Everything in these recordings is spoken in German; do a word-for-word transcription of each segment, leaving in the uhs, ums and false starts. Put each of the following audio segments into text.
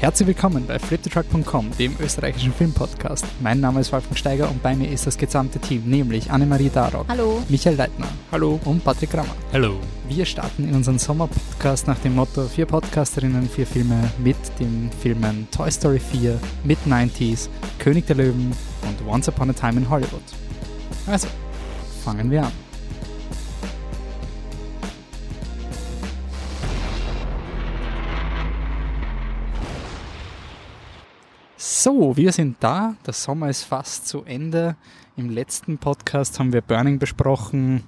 Herzlich willkommen bei flip the truck punkt com, dem österreichischen Filmpodcast. Mein Name ist Wolfgang Steiger und bei mir ist das gesamte Team, nämlich Annemarie Darock, hallo, Michael Leitner, hallo, und Patrick Rammer. Hallo. Wir starten in unseren Sommerpodcast nach dem Motto vier Podcasterinnen, vier Filme mit den Filmen Toy Story vier, Mid-neunziger, König der Löwen und Once Upon a Time in Hollywood. Also, fangen wir an. So, wir sind da. Der Sommer ist fast zu Ende. Im letzten Podcast haben wir Burning besprochen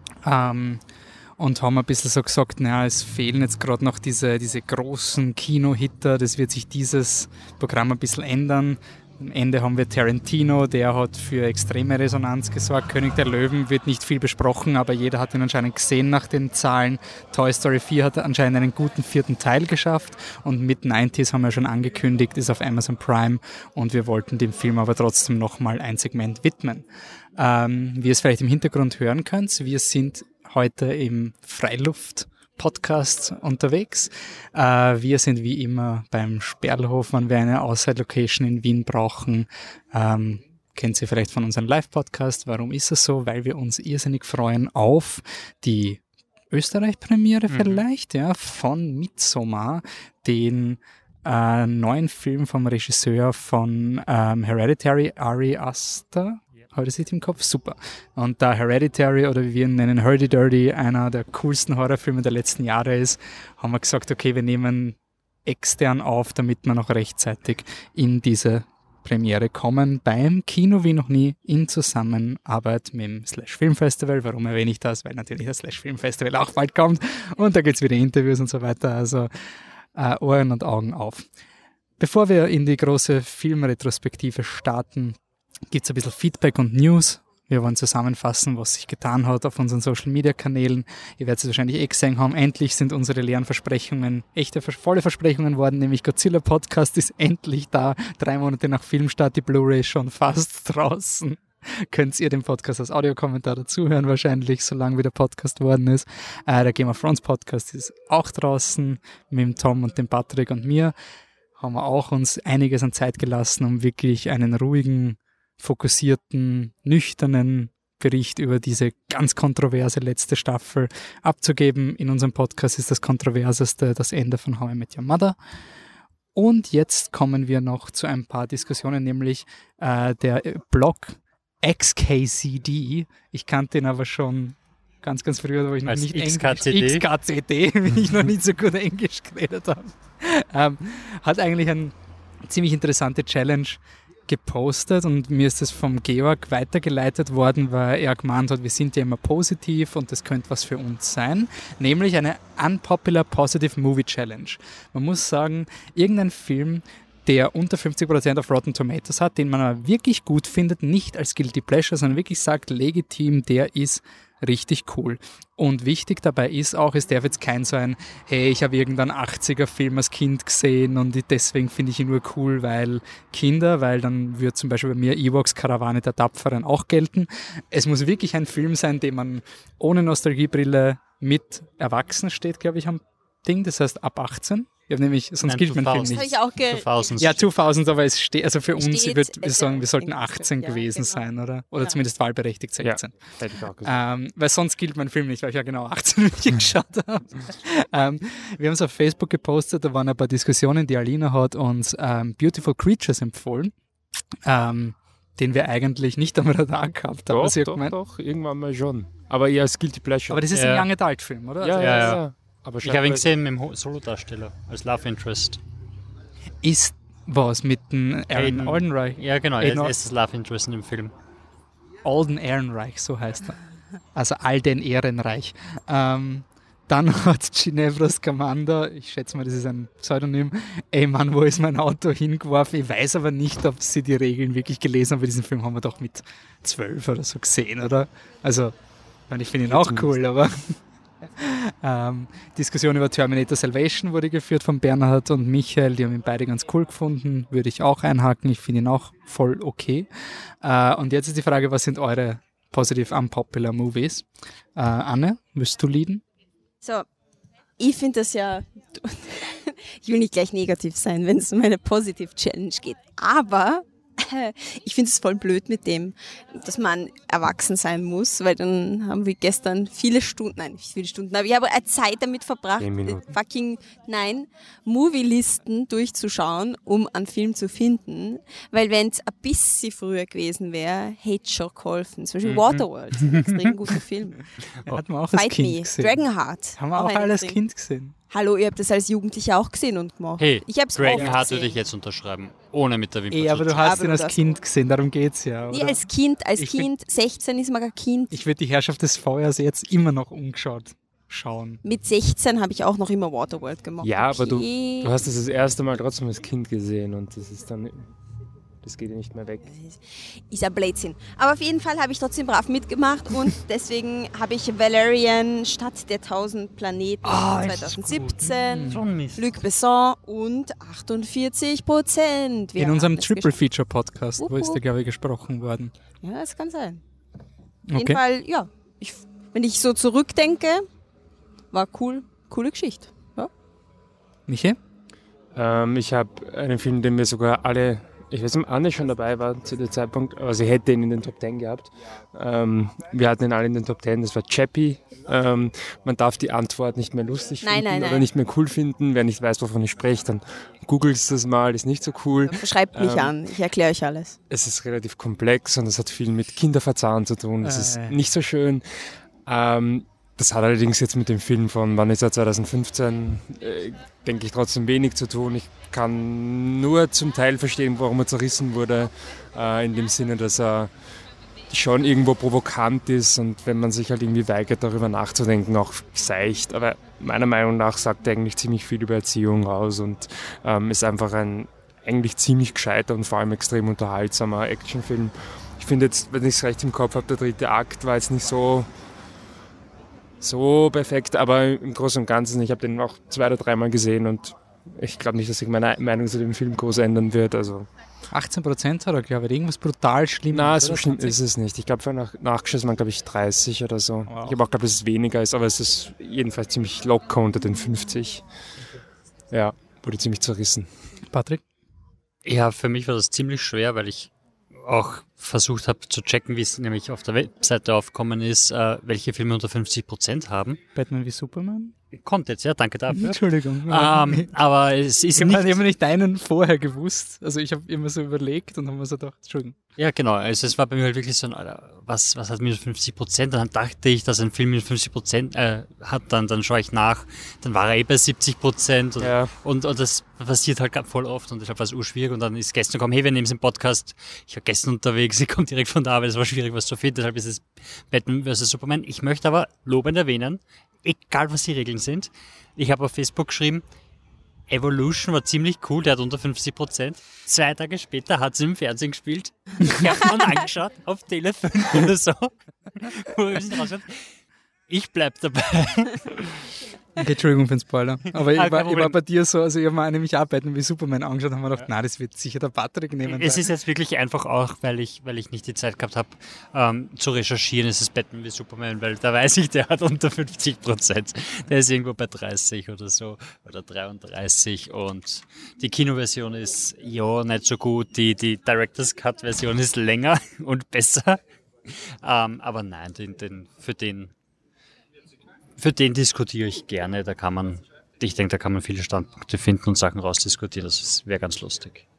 ähm, und haben ein bisschen so gesagt, naja, es fehlen jetzt gerade noch diese, diese großen Kino-Hitter. Das wird sich dieses Programm ein bisschen ändern. Am Ende haben wir Tarantino, der hat für extreme Resonanz gesorgt. König der Löwen wird nicht viel besprochen, aber jeder hat ihn anscheinend gesehen nach den Zahlen. Toy Story vier hat anscheinend einen guten vierten Teil geschafft und Mid-neunziger haben wir schon angekündigt, ist auf Amazon Prime und wir wollten dem Film aber trotzdem nochmal ein Segment widmen. Ähm, wie ihr es vielleicht im Hintergrund hören könnt, wir sind heute im Freiluft Podcast unterwegs. Äh, wir sind wie immer beim Sperlhof, wenn wir eine Outside-Location in Wien brauchen. Ähm, kennt ihr vielleicht von unserem Live-Podcast. Warum ist es so? Weil wir uns irrsinnig freuen auf die Österreich-Premiere mhm. vielleicht, ja, von Midsommar, den äh, neuen Film vom Regisseur von ähm, Hereditary, Ari Aster. Habe ich das nicht im Kopf? Super. Und da Hereditary, oder wie wir ihn nennen, Heredidirty, einer der coolsten Horrorfilme der letzten Jahre ist, haben wir gesagt, okay, wir nehmen extern auf, damit wir noch rechtzeitig in diese Premiere kommen, beim Kino wie noch nie, in Zusammenarbeit mit dem Slash Film Festival. Warum erwähne ich das? Weil natürlich das Slash Film Festival auch bald kommt und da gibt es wieder Interviews und so weiter, also äh, Ohren und Augen auf. Bevor wir in die große Filmretrospektive starten, gibt es ein bisschen Feedback und News. Wir wollen zusammenfassen, was sich getan hat auf unseren Social-Media-Kanälen. Ihr werdet es wahrscheinlich eh gesehen haben. Endlich sind unsere leeren Versprechungen echte, volle Versprechungen worden, nämlich Godzilla Podcast ist endlich da. Drei Monate nach Filmstart, die Blu-ray ist schon fast draußen. Könnt ihr den Podcast als Audiokommentar dazuhören wahrscheinlich, solange wie der Podcast worden ist. Äh, der Game of Thrones Podcast ist auch draußen mit dem Tom und dem Patrick und mir. Haben wir auch uns einiges an Zeit gelassen, um wirklich einen ruhigen, fokussierten, nüchternen Bericht über diese ganz kontroverse letzte Staffel abzugeben. In unserem Podcast ist das Kontroverseste das Ende von How I Met Your Mother. Und jetzt kommen wir noch zu ein paar Diskussionen, nämlich äh, der Blog X K C D. Ich kannte ihn aber schon ganz, ganz früher, wo ich noch Als nicht X K C D. X K C D, wie ich noch nicht so gut Englisch geredet habe. Ähm, hat eigentlich eine ziemlich interessante Challenge gepostet und mir ist das vom Georg weitergeleitet worden, weil er gemeint hat, wir sind ja immer positiv und das könnte was für uns sein, nämlich eine Unpopular Positive Movie Challenge. Man muss sagen, irgendein Film, der unter fünfzig Prozent auf Rotten Tomatoes hat, den man aber wirklich gut findet, nicht als Guilty Pleasure, sondern wirklich sagt, legitim, der ist richtig cool. Und wichtig dabei ist auch, es darf jetzt kein so ein, hey, ich habe irgendeinen achtziger-Film als Kind gesehen und deswegen finde ich ihn nur cool, weil Kinder, weil dann würde zum Beispiel bei mir Ewoks Karawane der Tapferen auch gelten. Es muss wirklich ein Film sein, den man ohne Nostalgiebrille mit Erwachsenen steht, glaube ich, am Ding, das heißt ab achtzehn. Ich habe nämlich, sonst Nein, gilt mein Film Das habe nicht. ich auch ge- zweitausend. Ja, zweitausend, aber es steht, also für uns, Steht, ich würd, wir äh, sagen, wir sollten in- achtzehn ja, gewesen genau. sein, oder? Oder Ja. zumindest wahlberechtigt sechzehn. Ja, hätte ich auch gesagt. Ähm, weil sonst gilt mein Film nicht, weil ich ja genau achtzehn Minuten geschaut habe. ähm, wir haben es auf Facebook gepostet, da waren ein paar Diskussionen, die Alina hat uns ähm, Beautiful Creatures empfohlen, ähm, den wir eigentlich nicht am Radar gehabt haben. Doch, was ihr doch, gemeint- doch, irgendwann mal schon. Aber eher als Guilty Pleasure. Aber das ist Ja. ein Young Adult Film, oder? ja, Also, ja, ja. ja. Aber Ich habe ihn gesehen mit dem Ho- Solo-Darsteller als Love Interest. ist was mit dem Aaron Aiden- Aldenreich? Ja, genau, er Aiden er ist das Love Interest in dem Film. Alden Ehrenreich, so heißt er. Also Alden Ehrenreich. Ähm, dann hat Ginevra Scamander, ich schätze mal, das ist ein Pseudonym, ey Mann, wo ist mein Auto hingeworfen? Ich weiß aber nicht, ob sie die Regeln wirklich gelesen haben, weil diesen Film haben wir doch mit zwölf oder so gesehen, oder? Also, ich meine, ich finde ihn auch cool, aber ähm, Diskussion über Terminator Salvation wurde geführt von Bernhard und Michael, die haben ihn beide ganz cool gefunden, würde ich auch einhaken, ich finde ihn auch voll okay. Äh, und jetzt ist die Frage, was sind eure positive unpopular Movies? Äh, Anne, willst du leaden? So, ich finde das ja, ich will nicht gleich negativ sein, wenn es um eine Positive Challenge geht. Aber ich finde es voll blöd mit dem, dass man erwachsen sein muss, weil dann haben wir gestern viele Stunden, nein, nicht viele Stunden, aber ich habe Zeit damit verbracht, fucking, nein, Movielisten durchzuschauen, um einen Film zu finden, weil wenn es ein bisschen früher gewesen wäre, hätte es schon geholfen. Zum Beispiel mhm. Waterworld, ein extrem guter Film. Hat man auch als Fight Kind Me, gesehen. Dragonheart. Haben wir auch, auch alle als Kind gesehen. Hallo, ihr habt das als Jugendlicher auch gesehen und gemacht. Hey, ich hab's Dragonheart würde ich jetzt unterschreiben, ohne mit der Wimper Ey, aber zu du hast aber ihn als Kind gesehen, darum geht's ja. Wie oder? als Kind, als ich Kind, bin, sechzehn ist man ein Kind. Ich würde die Herrschaft des Feuers jetzt immer noch umgeschaut schauen. Mit sechzehn habe ich auch noch immer Waterworld gemacht. Ja, okay. aber du, du hast es das erste Mal trotzdem als Kind gesehen und das ist dann... Das geht ja nicht mehr weg. Ist ein Blödsinn. Aber auf jeden Fall habe ich trotzdem brav mitgemacht und deswegen habe ich Valerian Stadt der tausend Planeten oh, zwanzig siebzehn, mhm. Luc Besson und achtundvierzig Prozent. In unserem Triple Feature Podcast, uh, wo ist der, glaube ich, gesprochen worden. Ja, das kann sein. Auf okay. jeden Fall, ja. Ich, wenn ich so zurückdenke, war cool, coole Geschichte. Ja. Michi? Ähm, ich habe einen Film, den wir sogar alle... Ich weiß nicht, ob Anne schon dabei war zu dem Zeitpunkt, aber sie hätte ihn in den Top Ten gehabt. Ähm, wir hatten ihn alle in den Top Ten, das war Chappie. Ähm, man darf die Antwort nicht mehr lustig nein, finden nein, oder nein. nicht mehr cool finden. Wer nicht weiß, wovon ich spreche, dann googelt das mal, ist nicht so cool. Schreibt mich ähm, an, ich erkläre euch alles. Es ist relativ komplex und es hat viel mit Kinderverzahn zu tun. Das äh. ist nicht so schön. Ähm, Das hat allerdings jetzt mit dem Film von, wann ist er, zwanzig fünfzehn, äh, denke ich, trotzdem wenig zu tun. Ich kann nur zum Teil verstehen, warum er zerrissen wurde, äh, in dem Sinne, dass er schon irgendwo provokant ist und wenn man sich halt irgendwie weigert, darüber nachzudenken, auch seicht. Aber meiner Meinung nach sagt er eigentlich ziemlich viel über Erziehung aus und ähm, ist einfach ein eigentlich ziemlich gescheiter und vor allem extrem unterhaltsamer Actionfilm. Ich finde jetzt, wenn ich es recht im Kopf habe, der dritte Akt war jetzt nicht so... so perfekt, aber im Großen und Ganzen, ich habe den auch zwei oder dreimal gesehen und ich glaube nicht, dass sich meine Meinung zu dem Film groß ändern wird. Also achtzehn Prozent hat er, glaube ich, irgendwas brutal Schlimmes. Na, so schlimm ist es nicht. Ich glaube, nach, nachgeschossen waren, glaube ich, dreißig oder so. Wow. Ich habe auch, glaube dass es weniger ist, aber es ist jedenfalls ziemlich locker unter den fünfzig. Ja, wurde ziemlich zerrissen. Patrick? Ja, für mich war das ziemlich schwer, weil ich auch versucht habe zu checken, wie es nämlich auf der Webseite aufgekommen ist, äh, welche Filme unter fünfzig Prozent haben. Batman wie Superman? Konnte jetzt, ja, danke dafür. Entschuldigung. Ähm, aber es ist ich nicht... Ich habe nicht deinen vorher gewusst. Also ich habe immer so überlegt und habe mir so gedacht, Entschuldigung. Ja, genau. Also es war bei mir halt wirklich so ein, Alter, was, was hat minus fünfzig Prozent? Dann dachte ich, dass ein Film minus fünfzig Prozent äh, hat, dann, dann schaue ich nach. Dann war er eh bei siebzig Prozent und, ja. und, und das passiert halt voll oft und deshalb war es urschwierig. Und dann ist gestern gekommen, hey, wir nehmen es im Podcast. Ich war gestern unterwegs, ich komme direkt von der Arbeit, es war schwierig, was zu finden. Deshalb ist es Batman versus Superman. Ich möchte aber lobend erwähnen, egal was die Regeln sind, ich habe auf Facebook geschrieben, Evolution war ziemlich cool, der hat unter fünfzig Prozent. Zwei Tage später hat sie im Fernsehen gespielt. Ich habe ihn angeschaut, auf Tele fünf oder so. Ich bleib dabei. Okay, Entschuldigung für den Spoiler. Aber ich, Ah, war, ich war bei dir so, also ich habe mir nämlich auch Batman wie Superman angeschaut und habe mir gedacht, ja. Nein, das wird sicher der Patrick nehmen. Es ist jetzt wirklich einfach auch, weil ich, weil ich nicht die Zeit gehabt habe, ähm, zu recherchieren, es ist Batman wie Superman, weil da weiß ich, der hat unter fünfzig Prozent. Der ist irgendwo bei dreißig oder so, oder dreiunddreißig und die Kinoversion ist ja nicht so gut, die, die Director's Cut Version ist länger und besser, ähm, aber nein, den, den, für den Für den diskutiere ich gerne, da kann man, ich denke, da kann man viele Standpunkte finden und Sachen rausdiskutieren, das wäre ganz lustig.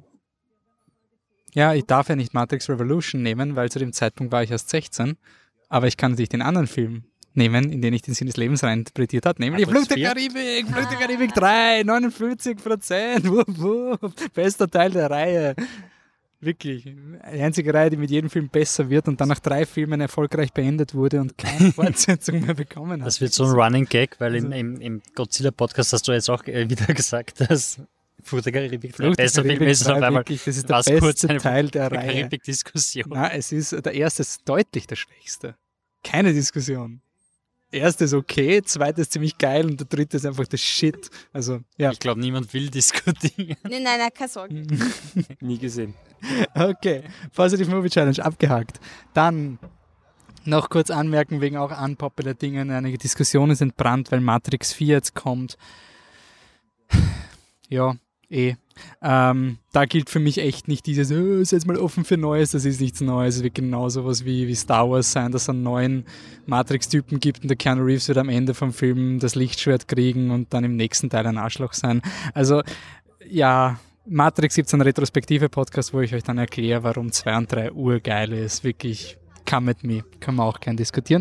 Ja, ich darf ja nicht Matrix Revolution nehmen, weil zu dem Zeitpunkt war ich erst sechzehn, aber ich kann natürlich den anderen Film nehmen, in den ich den Sinn des Lebens rein interpretiert habe, nämlich Fluch der Karibik, Fluch der Karibik drei, neunundfünfzig Prozent, wupp, wupp, bester Teil der Reihe. Wirklich. Die einzige Reihe, die mit jedem Film besser wird und dann nach drei Filmen erfolgreich beendet wurde und keine Fortsetzung mehr bekommen hat. Das wird so ein Running Gag, weil im, im, im Godzilla-Podcast hast du jetzt auch wieder gesagt, dass Fluch der Karibik der beste Film ist. Und auf einmal wirklich, das ist der beste kurz eine Teil der Fluch Reihe. Karibik-Diskussion. Nein, es ist, der erste ist deutlich der schwächste. Keine Diskussion. Der erste ist okay, zweite ist ziemlich geil und der dritte ist einfach der Shit. Also, ja. Ich glaube, niemand will diskutieren. Nein, nein, nein, keine Sorge. Nie gesehen. Okay, Positive Movie Challenge abgehakt. Dann noch kurz anmerken wegen auch unpopular Dingen. Eine Diskussion ist entbrannt, weil Matrix vier jetzt kommt. Ja, eh. Ähm, da gilt für mich echt nicht dieses, oh, seid mal offen für Neues, das ist nichts Neues. Es wird genau sowas wie, wie Star Wars sein, dass es einen neuen Matrix-Typen gibt und der Keanu Reeves wird am Ende vom Film das Lichtschwert kriegen und dann im nächsten Teil ein Arschloch sein. Also, ja, Matrix gibt es einen Retrospektive-Podcast, wo ich euch dann erkläre, warum zwei und drei urgeil ist. Wirklich, come with me, kann man auch gern diskutieren.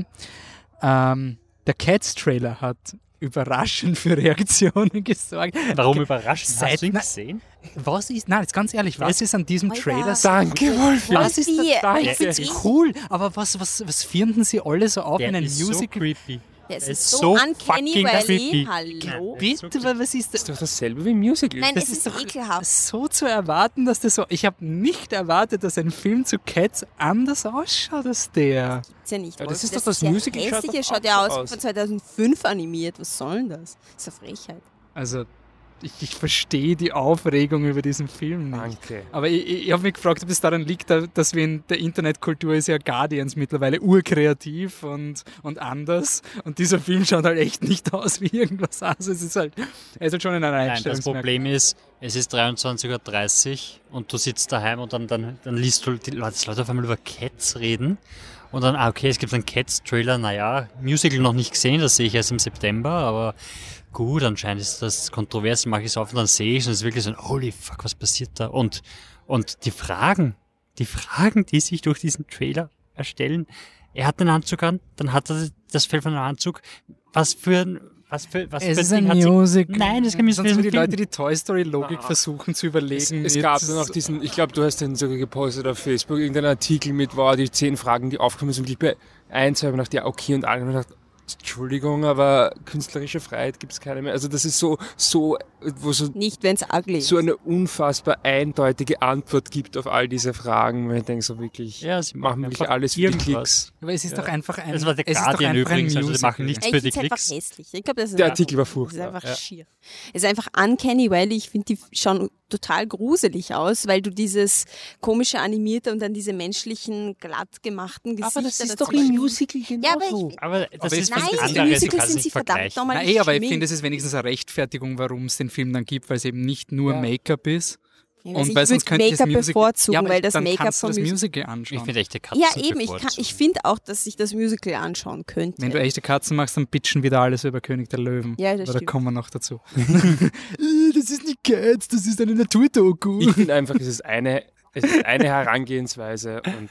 Ähm, der Cats-Trailer hat überraschend für Reaktionen gesorgt. Warum überraschend? Seit- Hast du ihn na- gesehen? Was ist, nein, jetzt ganz ehrlich, was ist an diesem Alter. Trailer so Danke, Wolfi. Was ist Wie? das? Danke. Ich find's eh- Cool, aber was, was, was finden sie alle so auf Der in ein ist Musical? so creepy. Das Der ist so uncanny fucking valley. creepy. Hallo? Bitte, was ist das? Ist doch dasselbe wie im Musical. Nein, Das es ist ist, doch ekelhaft. so zu erwarten, dass das so. Ich habe nicht erwartet, dass ein Film zu Cats anders ausschaut als der. Ist ja nicht. Ja, das Wolfi. ist doch das ja Musical, schaut hässlich. doch Es schaut auch ja so aus, aus. von zweitausendfünf animiert. Was soll denn das? Das ist eine Frechheit. Also, ich, ich verstehe die Aufregung über diesen Film nicht. Danke. Aber ich, ich habe mich gefragt, ob es daran liegt, da- dass wir in der Internetkultur ist ja Guardians mittlerweile urkreativ und, und anders. Und dieser Film schaut halt echt nicht aus wie irgendwas. Also es ist halt, er ist halt schon in einer Nein, das Einstellungsmerkmal. Problem ist, es ist dreiundzwanzig Uhr dreißig und du sitzt daheim und dann, dann, dann liest du die Leute, dass Leute auf einmal über Cats reden. Und dann, ah, okay, es gibt einen Cats-Trailer, naja, Musical noch nicht gesehen, das sehe ich erst im September, aber gut, anscheinend ist das kontrovers, mache ich es auf und dann sehe ich es und es ist wirklich so ein, holy fuck, was passiert da? Und, und die Fragen, die Fragen, die sich durch diesen Trailer erstellen, er hat den Anzug an, dann hat er das Fell von einem Anzug, was für ein, was für, was Es für ist ein Ding hat sie- Musical. Nein, das ist kein Sonst Musical. wie die Film. Leute die Toy Story Logik Ah. versuchen zu überlegen. Es, es mit- gab dann auch diesen, ich glaube, du hast den sogar gepostet auf Facebook, irgendeinen Artikel mit, wow, die zehn Fragen, die aufgekommen sind. Und ich bei ein, zwei Mal dachte, ja, okay, und alle haben gedacht, Entschuldigung, aber künstlerische Freiheit gibt es keine mehr. Also das ist so, so, wo so, Nicht, wenn es ugly ist. so eine unfassbar eindeutige Antwort gibt auf all diese Fragen. Weil ich denke so wirklich, Ja, sie machen machen wirklich einfach alles für die irgendwas. Klicks. Aber es ist doch einfach ein. Das war der es ist doch Guardian einfach ein übrigens, also die machen Musical. nichts Ich für finde die es einfach Klicks. hässlich. Ich glaube, das ist Der einfach- Artikel war Das ist furchtbar. einfach Ja. schier. Es ist einfach uncanny valley. Ich finde, die schauen total gruselig aus, weil du dieses komische animierte und dann diese menschlichen, glatt gemachten Gesichter dazwischen- Musical Ja, aber ich, Aber das Aber ist es- was nein, anderes, im du Musical kannst sind nicht sie verdammt vergleichen. nochmal Nein, eh, aber ich geschminkt. finde, es ist wenigstens eine Rechtfertigung, warum es den Film dann gibt, weil es eben nicht nur Ja. Make-up ist. Ja, Und ich weil sonst würde könnte ich das Make-up Musical... bevorzugen, ja, aber weil ich, das dann Make-up kannst du vom das Musical... Musical anschauen. Ich finde echte Katzen Ja, eben. Ich, kann- bevorzugen. ich finde auch, dass ich das Musical anschauen könnte. Wenn du echte Katzen machst, dann bitchen wieder alles über König der Löwen. Ja, das Aber da stimmt. kommen wir noch dazu. Äh, das ist nicht Cats, das ist eine Naturdoku. Ich finde einfach, es ist eine, es ist eine Herangehensweise und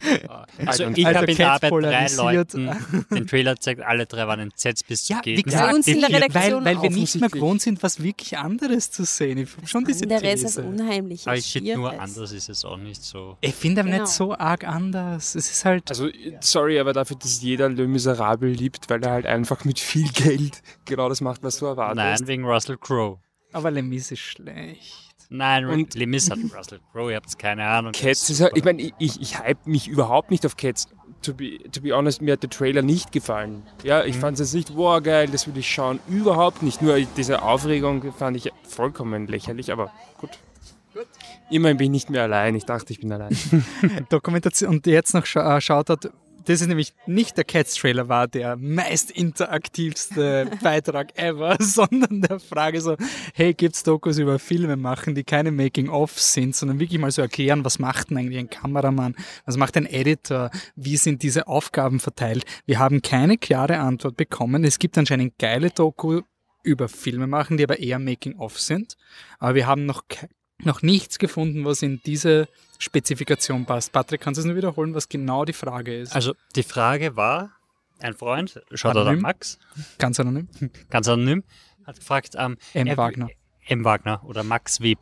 Also Alter, ich Alter, habe in der Cats Arbeit drei polarisiert. Leuten den Trailer gezeigt, alle drei waren entsetzt bis Ja, zu wie geht. gesagt, Bei uns in der weil, Redaktion weil wir auch nicht mehr offensichtlich. gewohnt sind, was wirklich anderes zu sehen. Ich habe schon diese Anderes als These. unheimlich. Aber als ich finde nur Schieres. anders ist es auch nicht so. Ich finde aber Genau. nicht so arg anders. Es ist halt... Also, sorry, aber dafür, dass jeder Le Miserable liebt, weil er halt einfach mit viel Geld genau das macht, was du erwartest. Nein, wegen Russell Crowe. Aber Lemis ist schlecht. Nein, Und- Les Mis hat Russell Crowe, ihr habt keine Ahnung. Cats ist halt, ich meine, ich, ich hype mich überhaupt nicht auf Cats. To be, to be honest, mir hat der Trailer nicht gefallen. Ja, ich fand es jetzt nicht, wow, geil, das will ich schauen. Überhaupt nicht. Nur diese Aufregung fand ich vollkommen lächerlich, aber gut. Immerhin bin ich nicht mehr allein. Ich dachte, ich bin allein. Dokumentation und jetzt noch scha äh, schaut hat, das ist nämlich nicht der Cats-Trailer war der meist interaktivste Beitrag ever, sondern der Frage so, hey, gibt's Dokus über Filme machen, die keine Making-of sind, sondern wirklich mal so erklären, was macht denn eigentlich ein Kameramann, was macht ein Editor, wie sind diese Aufgaben verteilt. Wir haben keine klare Antwort bekommen. Es gibt anscheinend geile Doku über Filme machen, die aber eher Making-of sind, aber wir haben noch ke- noch nichts gefunden, was in diese Spezifikation passt. Patrick, kannst du es nur wiederholen, was genau die Frage ist? Also die Frage war, ein Freund, schaut da Anonym? Max, Ganz anonym. ganz anonym, hat gefragt, ähm, M. er- Wagner. M. Wagner oder Max W.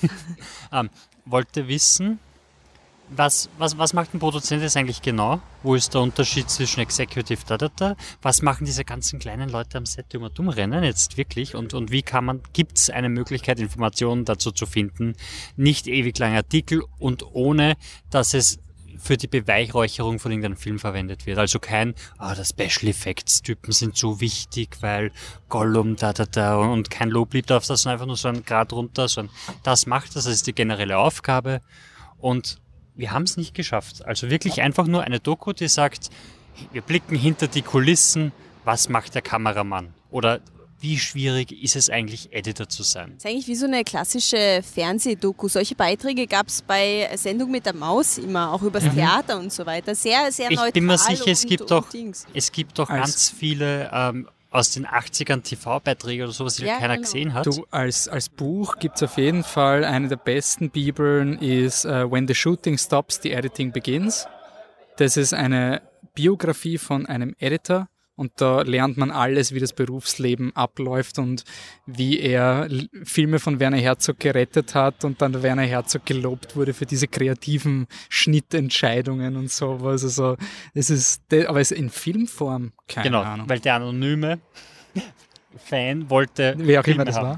ähm, wollte wissen, was, was, was macht ein Produzent jetzt eigentlich genau? Wo ist der Unterschied zwischen Executive da, da, da? Was machen diese ganzen kleinen Leute am Set, die immer dumm rennen jetzt wirklich? Und, und wie kann man, gibt es eine Möglichkeit, Informationen dazu zu finden? Nicht ewig lange Artikel und ohne, dass es für die Beweihräucherung von irgendeinem Film verwendet wird. Also kein, ah, das Special Effects Typen sind so wichtig, weil Gollum da, da, da und kein Loblied auf das, sondern einfach nur so ein Grad runter, so ein, das macht das, das ist die generelle Aufgabe und wir haben es nicht geschafft. Also wirklich einfach nur eine Doku, die sagt, wir blicken hinter die Kulissen, was macht der Kameramann? Oder wie schwierig ist es eigentlich, Editor zu sein? Das ist eigentlich wie so eine klassische Fernsehdoku. Solche Beiträge gab es bei Sendung mit der Maus immer, auch übers mhm. Theater und so weiter. Sehr, sehr ich neutral. Ich bin mir sicher, und, es gibt und doch, Dings. es gibt doch als ganz viele ähm, aus den achtzigern T V-Beiträge oder sowas, die ja, keiner genau. gesehen hat. Du, als, als Buch gibt es auf jeden Fall eine der besten Bibeln ist uh, When the Shooting Stops, the Editing Begins. Das ist eine Biografie von einem Editor und da lernt man alles, wie das Berufsleben abläuft und wie er Filme von Werner Herzog gerettet hat und dann Werner Herzog gelobt wurde für diese kreativen Schnittentscheidungen und sowas. Also es ist, aber es ist in Filmform, keine genau, Ahnung. Weil der anonyme Fan wollte Wer auch Filme immer das haben. war.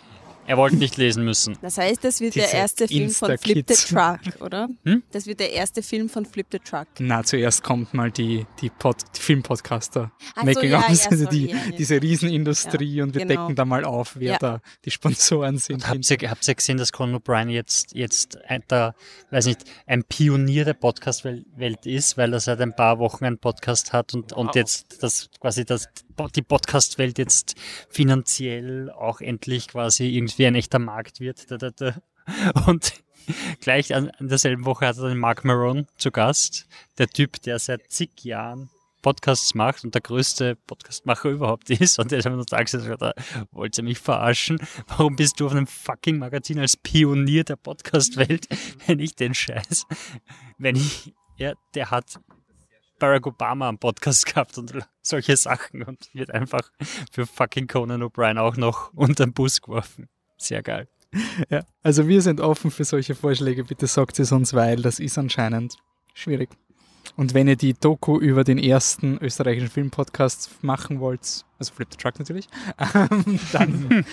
Er wollte nicht lesen müssen. Das heißt, das wird Diese der erste Film von Flip the Insta-Kids. Truck, oder? Hm? Das wird der erste Film von Flip the Truck. Na, zuerst kommt mal die, die, Pod, die Filmpodcaster. Ach so, Making ja, of, ja, also sorry, die, ja, ja. diese Riesenindustrie Ja, und wir genau. decken da mal auf, wer Ja. da die Sponsoren sind. Habt ihr, habt ihr gesehen, dass Conan O'Brien jetzt, jetzt ein, der, weiß nicht, ein Pionier der Podcast-Welt ist, weil er seit ein paar Wochen einen Podcast hat und, und jetzt das quasi das, die Podcast-Welt jetzt finanziell auch endlich quasi irgendwie ein echter Markt wird. Da, da, da. Und gleich an, an derselben Woche hat er den Mark Maron zu Gast, der Typ, der seit zig Jahren Podcasts macht und der größte Podcastmacher überhaupt ist. Und der ist am Tag gesagt, da wollt ihr mich verarschen? Warum bist du auf einem fucking Magazin als Pionier der Podcast-Welt, wenn ich den Scheiß, wenn ich, ja, der hat Barack Obama am Podcast gehabt und solche Sachen und wird einfach für fucking Conan O'Brien auch noch unter den Bus geworfen. Sehr geil. Ja, also wir sind offen für solche Vorschläge, bitte sagt es uns, weil das ist anscheinend schwierig. Und wenn ihr die Doku über den ersten österreichischen Filmpodcast machen wollt, also Flip the Truck natürlich, ähm, dann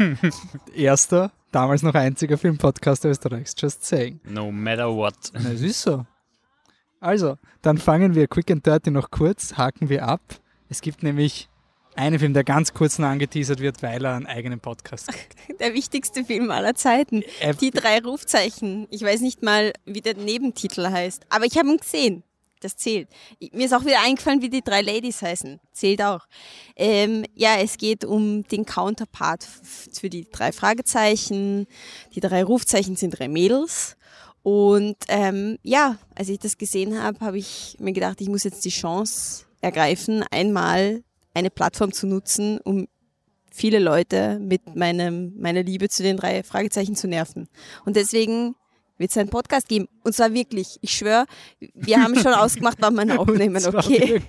erster, damals noch einziger Filmpodcast Österreichs, just saying. No matter what. Na, es ist so. Also, dann fangen wir quick and dirty noch kurz, haken wir ab. Es gibt nämlich einen Film, der ganz kurz noch angeteasert wird, weil er einen eigenen Podcast kriegt. Der wichtigste Film aller Zeiten. Äh, Die drei Rufzeichen. Ich weiß nicht mal, wie der Nebentitel heißt, aber ich habe ihn gesehen. Das zählt. Ich, mir ist auch wieder eingefallen, wie die drei Ladies heißen. Zählt auch. Ähm, ja, es geht um den Counterpart f- für die drei Fragezeichen. Die drei Rufzeichen sind drei Mädels. Und ähm, ja, als ich das gesehen habe, habe ich mir gedacht, ich muss jetzt die Chance ergreifen, einmal eine Plattform zu nutzen, um viele Leute mit meinem, meiner Liebe zu den drei Fragezeichen zu nerven. Und deswegen wird es einen Podcast geben. Und zwar wirklich, ich schwöre, wir haben schon ausgemacht, wann wir ihn aufnehmen, okay?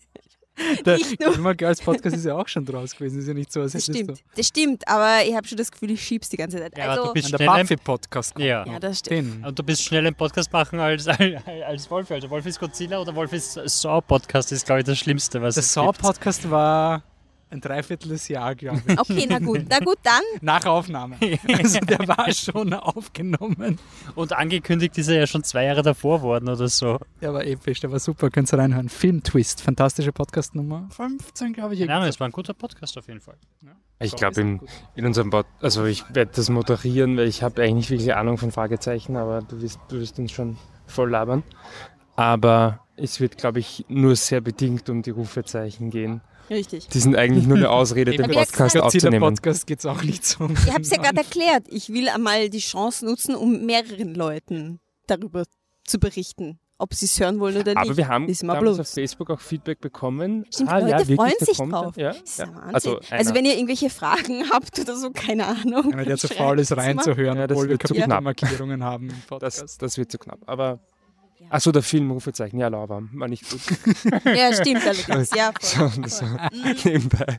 Der Nicht nur- Immer Girls Podcast ist ja auch schon draus gewesen, ist ja nicht so, als Das hättest stimmt, du das stimmt, aber ich habe schon das Gefühl, ich schieb's die ganze Zeit. Ja, aber Also, du bist an der schnell ein, Buffy-Podcast kommt. ja. ja, das stimmt. Den. Und du bist schnell einen Podcast machen als, als Wolfi. Also Wolfis Godzilla oder Wolfis Saw-Podcast ist, glaube ich, das Schlimmste, was Der es gibt. Saw-Podcast war ein Dreivierteljahr, glaube ich. Okay, na gut, na gut, dann. Nach Aufnahme. Also der war schon aufgenommen. Und angekündigt ist er ja schon zwei Jahre davor worden oder so. Der war episch, der war super, könnt ihr reinhören. Film-Twist, fantastische Podcast Nummer fünfzehn, glaube ich. Keine Ahnung, es war ein guter Podcast auf jeden Fall. Ich glaube, in, in unserem Pod, also ich werde das moderieren, weil ich habe eigentlich nicht wirklich Ahnung von Fragezeichen, aber du wirst, du wirst uns schon voll labern. Aber es wird, glaube ich, nur sehr bedingt um die Rufezeichen gehen. Richtig. Die sind eigentlich nur eine Ausrede, den Hab ich ja Podcast gesagt. Der aufzunehmen. Podcast geht es auch nicht so. Ich habe es ja gerade erklärt. Ich will einmal die Chance nutzen, um mehreren Leuten darüber zu berichten, ob sie es hören wollen oder nicht. Aber wir haben Ist mal damals bloß. auf Facebook auch Feedback bekommen. Stimmt, ah, Leute ja, wirklich, freuen der sich kommt drauf. dann. Ja, Das ist ja. ja Wahnsinn. Also, Also, einer. wenn ihr irgendwelche Fragen habt oder so, keine Ahnung. Einer, der zu schreibt faul ist, es mal. reinzuhören, Ja, das obwohl wir wird zu knapp. Kapitelmarkierungen haben im das, Podcast. das wird zu knapp. Aber, achso, der Film Rufezeichen, ja, Lauwarm, war nicht gut. Ja, stimmt allerdings. Ja, voll. so, so nebenbei.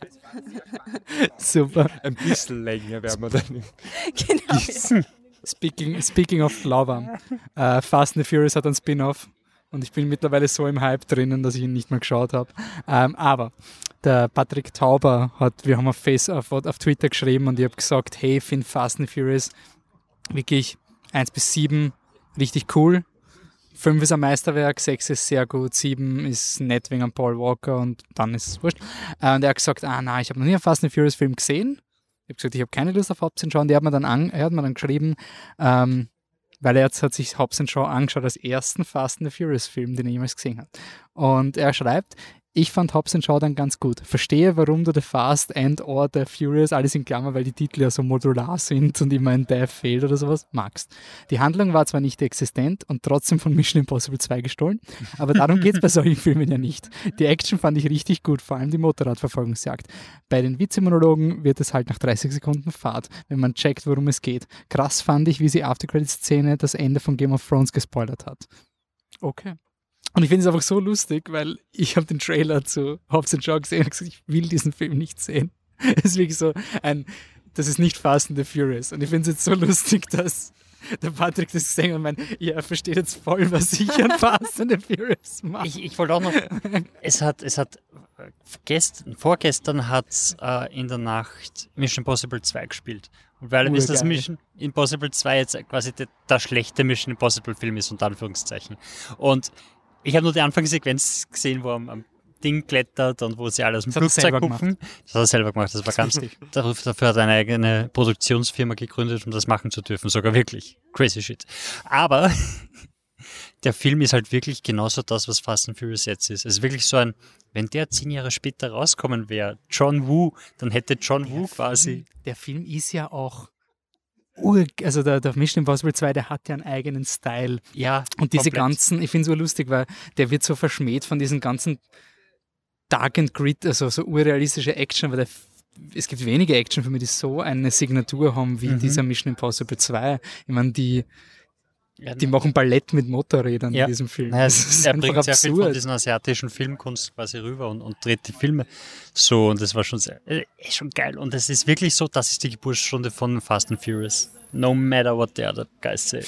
Super. Ein bisschen länger werden wir dann. Genau. Ja. Speaking, speaking of Lauwarm. Uh, Fast and the Furious hat einen Spin-off und ich bin mittlerweile so im Hype drinnen, dass ich ihn nicht mehr geschaut habe. Um, aber der Patrick Tauber hat, wir haben auf, Face, auf, auf Twitter geschrieben und ich habe gesagt, hey, ich finde Fast and the Furious wirklich eins bis sieben richtig cool. fünf ist ein Meisterwerk, sechs ist sehr gut, sieben ist nett wegen Paul Walker und dann ist es wurscht. Uh, und er hat gesagt, ah nein, ich habe noch nie einen Fast and the Furious Film gesehen. Ich habe gesagt, ich habe keine Lust auf Hobbs and Shaw. Und er hat mir dann, an, er hat mir dann geschrieben, ähm, weil er jetzt hat sich Hobbs and Shaw angeschaut als ersten Fast and the Furious Film, den er jemals gesehen hat. Und er schreibt, Ich fand Hobbs and Shaw dann ganz gut. Verstehe, warum du The Fast and or The Furious, alles in Klammer, weil die Titel ja so modular sind und immer ein Death fehlt oder sowas, magst. Die Handlung war zwar nicht existent und trotzdem von Mission Impossible zwei gestohlen, aber darum geht es bei solchen Filmen ja nicht. Die Action fand ich richtig gut, vor allem die Motorradverfolgungsjagd. Bei den Witzemonologen wird es halt nach dreißig Sekunden Fahrt, wenn man checkt, worum es geht. Krass fand ich, wie sie After-Credits-Szene das Ende von Game of Thrones gespoilert hat. Okay. Und ich finde es einfach so lustig, weil ich habe den Trailer zu Hobbs and Shaw gesehen und gesagt, ich will diesen Film nicht sehen. Es ist wirklich so ein, das ist nicht Fast and the Furious. Und ich finde es jetzt so lustig, dass der Patrick das gesehen hat und meint, ja, er versteht jetzt voll, was ich an Fast and the Furious mache. Ich, ich wollte auch noch, es hat, es hat, gestern, vorgestern hat es äh, in der Nacht Mission Impossible zwei gespielt. Und weil er wisst, dass Mission Impossible zwei jetzt quasi der, der schlechte Mission Impossible Film ist, unter Anführungszeichen. Und ich habe nur die Anfangssequenz gesehen, wo er am, am Ding klettert und wo sie alle aus dem Flugzeug hupfen. Das hat er selber gemacht, das war ganz richtig. Dafür hat er eine eigene Produktionsfirma gegründet, um das machen zu dürfen, sogar wirklich. Crazy shit. Aber der Film ist halt wirklich genauso das, was Fast and Furious jetzt ist. Es ist wirklich so ein, wenn der zehn Jahre später rauskommen wäre, John Woo, dann hätte John Woo quasi... Der Film ist ja auch Ur, also der, der Mission Impossible zwei, der hat ja einen eigenen Style. Ja, und diese komplett. ganzen, ich finde es so lustig, weil der wird so verschmäht von diesen ganzen Dark and Grit, also so urrealistische Action, weil der, es gibt wenige Actionfilme, die so eine Signatur haben wie mhm. dieser Mission Impossible zwei. Ich meine, die, ja, die machen Ballett mit Motorrädern ja. in diesem Film. Naja, es, er bringt sehr absurd. Viel von diesen asiatischen Filmkunst quasi rüber und, und dreht die Filme so und das war schon sehr, äh, schon geil und es ist wirklich so, das ist die Geburtsstunde von Fast and Furious. No matter what the other guys say.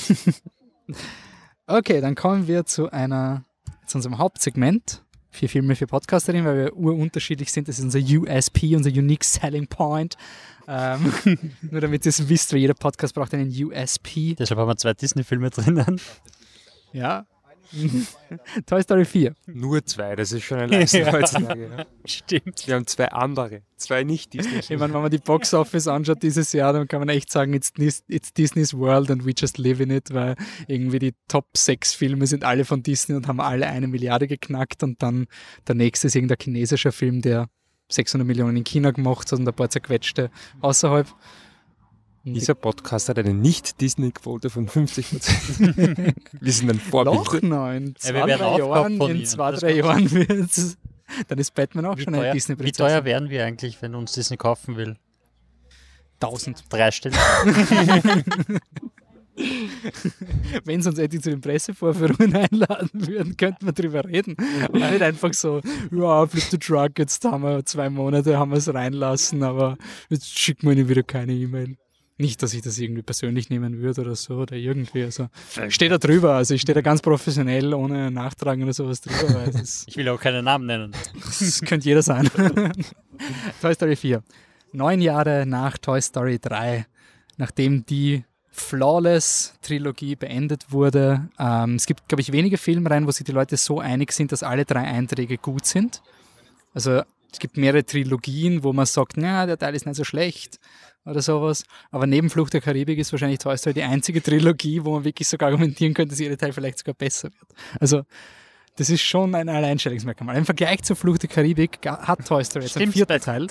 Okay, dann kommen wir zu einer, zu unserem Hauptsegment. Vier Filme für Podcasterinnen, weil wir urunterschiedlich sind. Das ist unser U S P, unser Unique Selling Point. Ähm, nur damit ihr es wisst, weil jeder Podcast braucht einen U S P. Deshalb haben wir zwei Disney-Filme drinnen. Ja. Toy Story vier. Nur zwei, das ist schon eine Leistung ja. heutzutage. Ja. Stimmt. Wir haben zwei andere, zwei nicht Disney. Ich meine, wenn man die Box Office anschaut dieses Jahr, dann kann man echt sagen, it's, it's Disney's World and we just live in it, weil irgendwie die Top sechs Filme sind alle von Disney und haben alle eine Milliarde geknackt und dann der nächste ist irgendein chinesischer Film, der sechshundert Millionen in China gemacht hat und ein paar zerquetschte außerhalb. Dieser Podcast hat eine Nicht-Disney-Quote von fünfzig Prozent. Wir sind ein Vorbild. Noch nein, in zwei, ja, drei Jahren, in zwei, drei Jahren wird's, dann ist Batman auch wie schon teuer, eine Disney-Prinzessin. Wie teuer wären wir eigentlich, wenn uns Disney kaufen will? Tausend. Dreistellig. Wenn sie uns endlich zu den Pressevorführungen einladen würden, könnten wir drüber reden. Aber nicht einfach so, ja, flip the truck, jetzt haben wir zwei Monate, haben wir es reinlassen, aber jetzt schicken wir ihnen wieder keine E-Mail. Nicht, dass ich das irgendwie persönlich nehmen würde oder so oder irgendwie. Also ich stehe da drüber, also ich stehe da ganz professionell, ohne Nachtragen oder sowas drüber. Weil es ist, ich will auch keinen Namen nennen. Das könnte jeder sein. Toy Story vier. Neun Jahre nach Toy Story drei, nachdem die Flawless-Trilogie beendet wurde. Ähm, es gibt, glaube ich, wenige Filmreihen, wo sich die Leute so einig sind, dass alle drei Einträge gut sind. Also es gibt mehrere Trilogien, wo man sagt, na, der Teil ist nicht so schlecht oder sowas. Aber neben Fluch der Karibik ist wahrscheinlich Toy Story die einzige Trilogie, wo man wirklich sogar argumentieren könnte, dass jeder Teil vielleicht sogar besser wird. Also das ist schon ein Alleinstellungsmerkmal. Im Vergleich zu Fluch der Karibik hat Toy Story jetzt einen vierten Teil.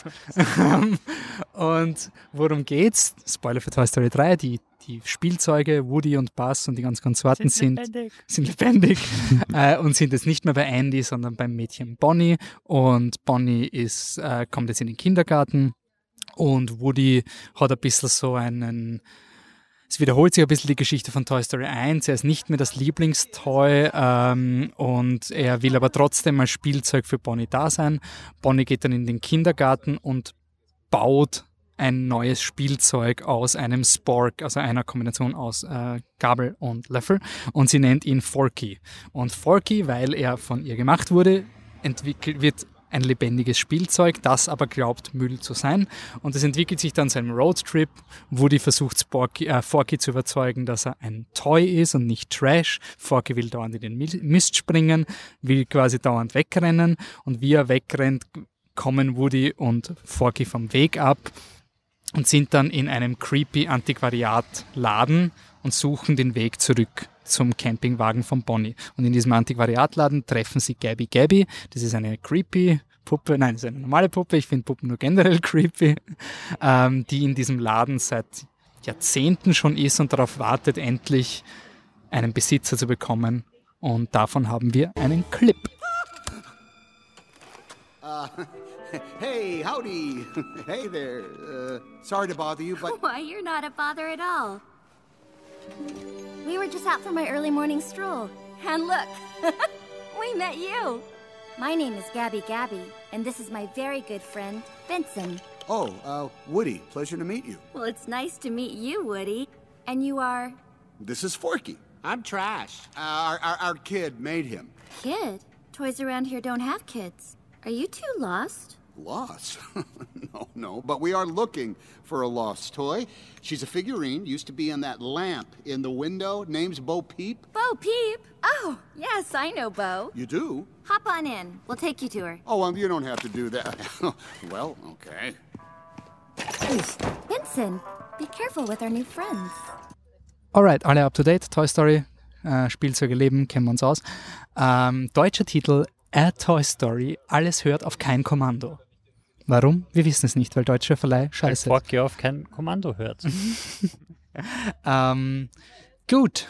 Und worum geht's? Spoiler für Toy Story drei, die, die Spielzeuge, Woody und Buzz und die ganz Konsorten sind, sind lebendig, sind lebendig äh, und sind jetzt nicht mehr bei Andy, sondern beim Mädchen Bonnie. Und Bonnie ist, äh, kommt jetzt in den Kindergarten und Woody hat ein bisschen so einen... Es wiederholt sich ein bisschen die Geschichte von Toy Story eins. Er ist nicht mehr das Lieblingstoy ähm, und er will aber trotzdem als Spielzeug für Bonnie da sein. Bonnie geht dann in den Kindergarten und baut ein neues Spielzeug aus einem Spork, also einer Kombination aus äh, Gabel und Löffel, und sie nennt ihn Forky. Und Forky, weil er von ihr gemacht wurde, entwickelt wird ein lebendiges Spielzeug, das aber glaubt, Müll zu sein. Und es entwickelt sich dann zu einem Roadtrip, wo die versucht, Sporky, äh, Forky zu überzeugen, dass er ein Toy ist und nicht Trash. Forky will dauernd in den Mist springen, will quasi dauernd wegrennen. Und wie er wegrennt, kommen Woody und Forky vom Weg ab und sind dann in einem creepy Antiquariat-Laden und suchen den Weg zurück zum Campingwagen von Bonnie. Und in diesem Antiquariatladen treffen sie Gabby Gabby. Das ist eine creepy Puppe, nein, das ist eine normale Puppe, ich finde Puppen nur generell creepy, ähm, die in diesem Laden seit Jahrzehnten schon ist und darauf wartet, endlich einen Besitzer zu bekommen. Und davon haben wir einen Clip. Uh, hey, howdy. Hey there. Uh, sorry to bother you, but... Why, you're not a bother at all. We were just out for my early morning stroll. And look, we met you. My name is Gabby Gabby, and this is my very good friend, Benson. Oh, uh, Woody. Pleasure to meet you. Well, it's nice to meet you, Woody. And you are... This is Forky. I'm Trash. Uh, our, our, our kid made him. Kid? Toys around here don't have kids. Are you two lost? Lost? no, no, but we are looking for a lost toy. She's a figurine, used to be in that lamp in the window. Name's Bo Peep. Bo Peep? Oh, yes, I know Bo. You do? Hop on in. We'll take you to her. Oh, well, you don't have to do that. Well, okay. Benson, be careful with our new friends. Alright, alle up to date. Toy Story, äh, Spielzeuge leben, kennen wir uns aus. Ähm, deutscher Titel: A Toy Story. Alles hört auf kein Kommando. Warum? Wir wissen es nicht, weil deutscher Verleih scheiße. Weil Forky auf kein Kommando hört. ähm, gut.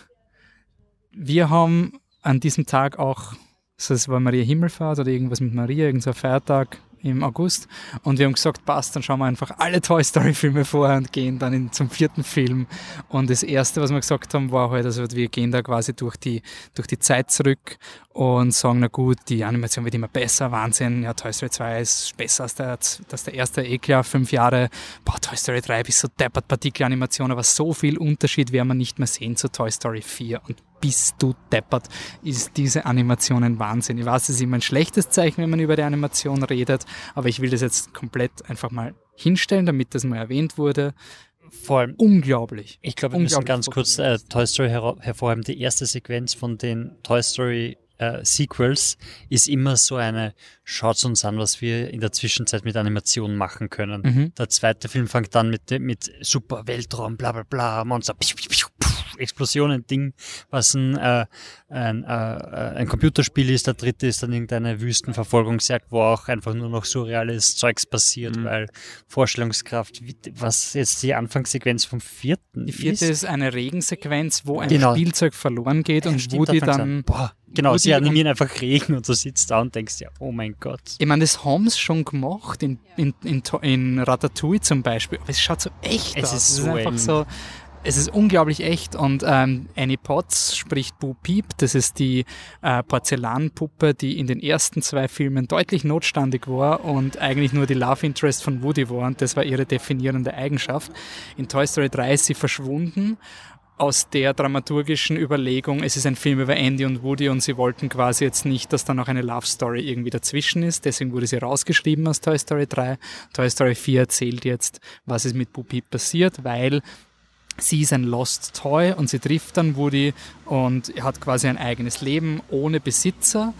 Wir haben an diesem Tag auch, so es war Maria Himmelfahrt oder irgendwas mit Maria, irgendein Feiertag im August, und wir haben gesagt, passt, dann schauen wir einfach alle Toy Story Filme vorher und gehen dann in, zum vierten Film. Und das erste, was wir gesagt haben, war halt, also wir gehen da quasi durch die, durch die Zeit zurück und sagen, na gut, die Animation wird immer besser, Wahnsinn, ja, Toy Story zwei ist besser als der, als der erste, eh klar, fünf Jahre, boah, Toy Story drei bis so deppert Partikelanimation, aber so viel Unterschied werden wir nicht mehr sehen zu Toy Story vier, und bist du deppert, ist diese Animation ein Wahnsinn. Ich weiß, es ist immer ein schlechtes Zeichen, wenn man über die Animation redet, aber ich will das jetzt komplett einfach mal hinstellen, damit das mal erwähnt wurde. Vor allem, unglaublich. Ich glaube, wir müssen ganz kurz äh, Toy Story her- hervorheben. Die erste Sequenz von den Toy Story äh, Sequels ist immer so eine, schaut uns an, was wir in der Zwischenzeit mit Animationen machen können. Mhm. Der zweite Film fängt dann mit, mit super Weltraum, bla bla bla, Monster, piu, piu, piu, piu, Explosionen, Ding, was ein, äh, ein, äh, ein Computerspiel ist. Der dritte ist dann irgendeine Wüstenverfolgungsjagd, wo auch einfach nur noch surreales Zeugs passiert, mhm. weil Vorstellungskraft, was jetzt die Anfangssequenz vom vierten Die vierte ist, ist eine Regensequenz, wo ein genau. Spielzeug verloren geht, ja, und stimmt, Woody dann... Boah, genau, sie animieren einfach Regen und du sitzt da und denkst ja, oh mein Gott. Ich meine, das haben sie schon gemacht, in, in, in, in Ratatouille zum Beispiel, aber es schaut so echt es aus. Ist es so ist einfach ein so... Es ist unglaublich echt, und ähm, Annie Potts spricht Bo Peep. Das ist die äh, Porzellanpuppe, die in den ersten zwei Filmen deutlich notstandig war und eigentlich nur die Love Interest von Woody war, und das war ihre definierende Eigenschaft. In Toy Story drei ist sie verschwunden aus der dramaturgischen Überlegung, es ist ein Film über Andy und Woody, und sie wollten quasi jetzt nicht, dass da noch eine Love Story irgendwie dazwischen ist. Deswegen wurde sie rausgeschrieben aus Toy Story drei. Toy Story vier erzählt jetzt, was ist mit Bo Peep passiert, weil sie ist ein Lost Toy und sie trifft dann Woody und hat quasi ein eigenes Leben ohne Besitzer,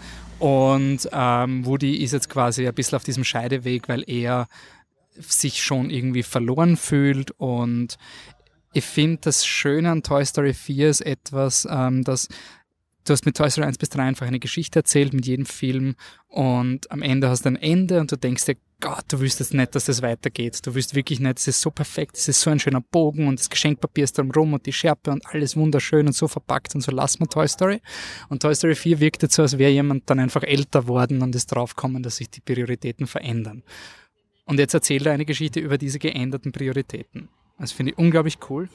und ähm, Woody ist jetzt quasi ein bisschen auf diesem Scheideweg, weil er sich schon irgendwie verloren fühlt. Und ich finde, das Schöne an Toy Story vier ist etwas, ähm, dass du hast mit Toy Story eins bis drei einfach eine Geschichte erzählt mit jedem Film, und am Ende hast du ein Ende und du denkst dir, Gott, du wüsstest nicht, dass das weitergeht. Du wüsst wirklich nicht, es ist so perfekt, es ist so ein schöner Bogen und das Geschenkpapier ist drum rum und die Schärpe und alles wunderschön und so verpackt, und so lassen wir Toy Story. Und Toy Story vier wirkt jetzt so, als wäre jemand dann einfach älter worden und ist draufgekommen, dass sich die Prioritäten verändern. Und jetzt erzählt er eine Geschichte über diese geänderten Prioritäten. Das finde ich unglaublich cool.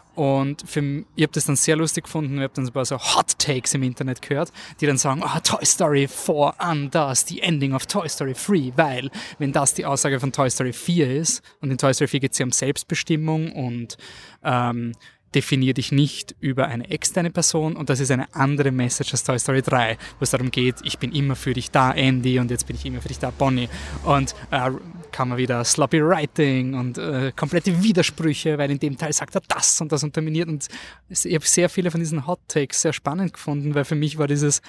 Und für, ich habe das dann sehr lustig gefunden. Ich habe dann so ein paar so Hot Takes im Internet gehört, die dann sagen, ah, Toy Story vier undoes the ending of Toy Story drei, weil, wenn das die Aussage von Toy Story vier ist, und in Toy Story vier geht es ja um Selbstbestimmung und ähm, definier dich nicht über eine externe Person, und das ist eine andere Message als Toy Story drei, wo es darum geht, ich bin immer für dich da, Andy, und jetzt bin ich immer für dich da, Bonnie. Und äh, kann man wieder sloppy writing und äh, komplette Widersprüche, weil in dem Teil sagt er das und das unterminiert, und ich habe sehr viele von diesen Hot Takes sehr spannend gefunden, weil für mich war dieses,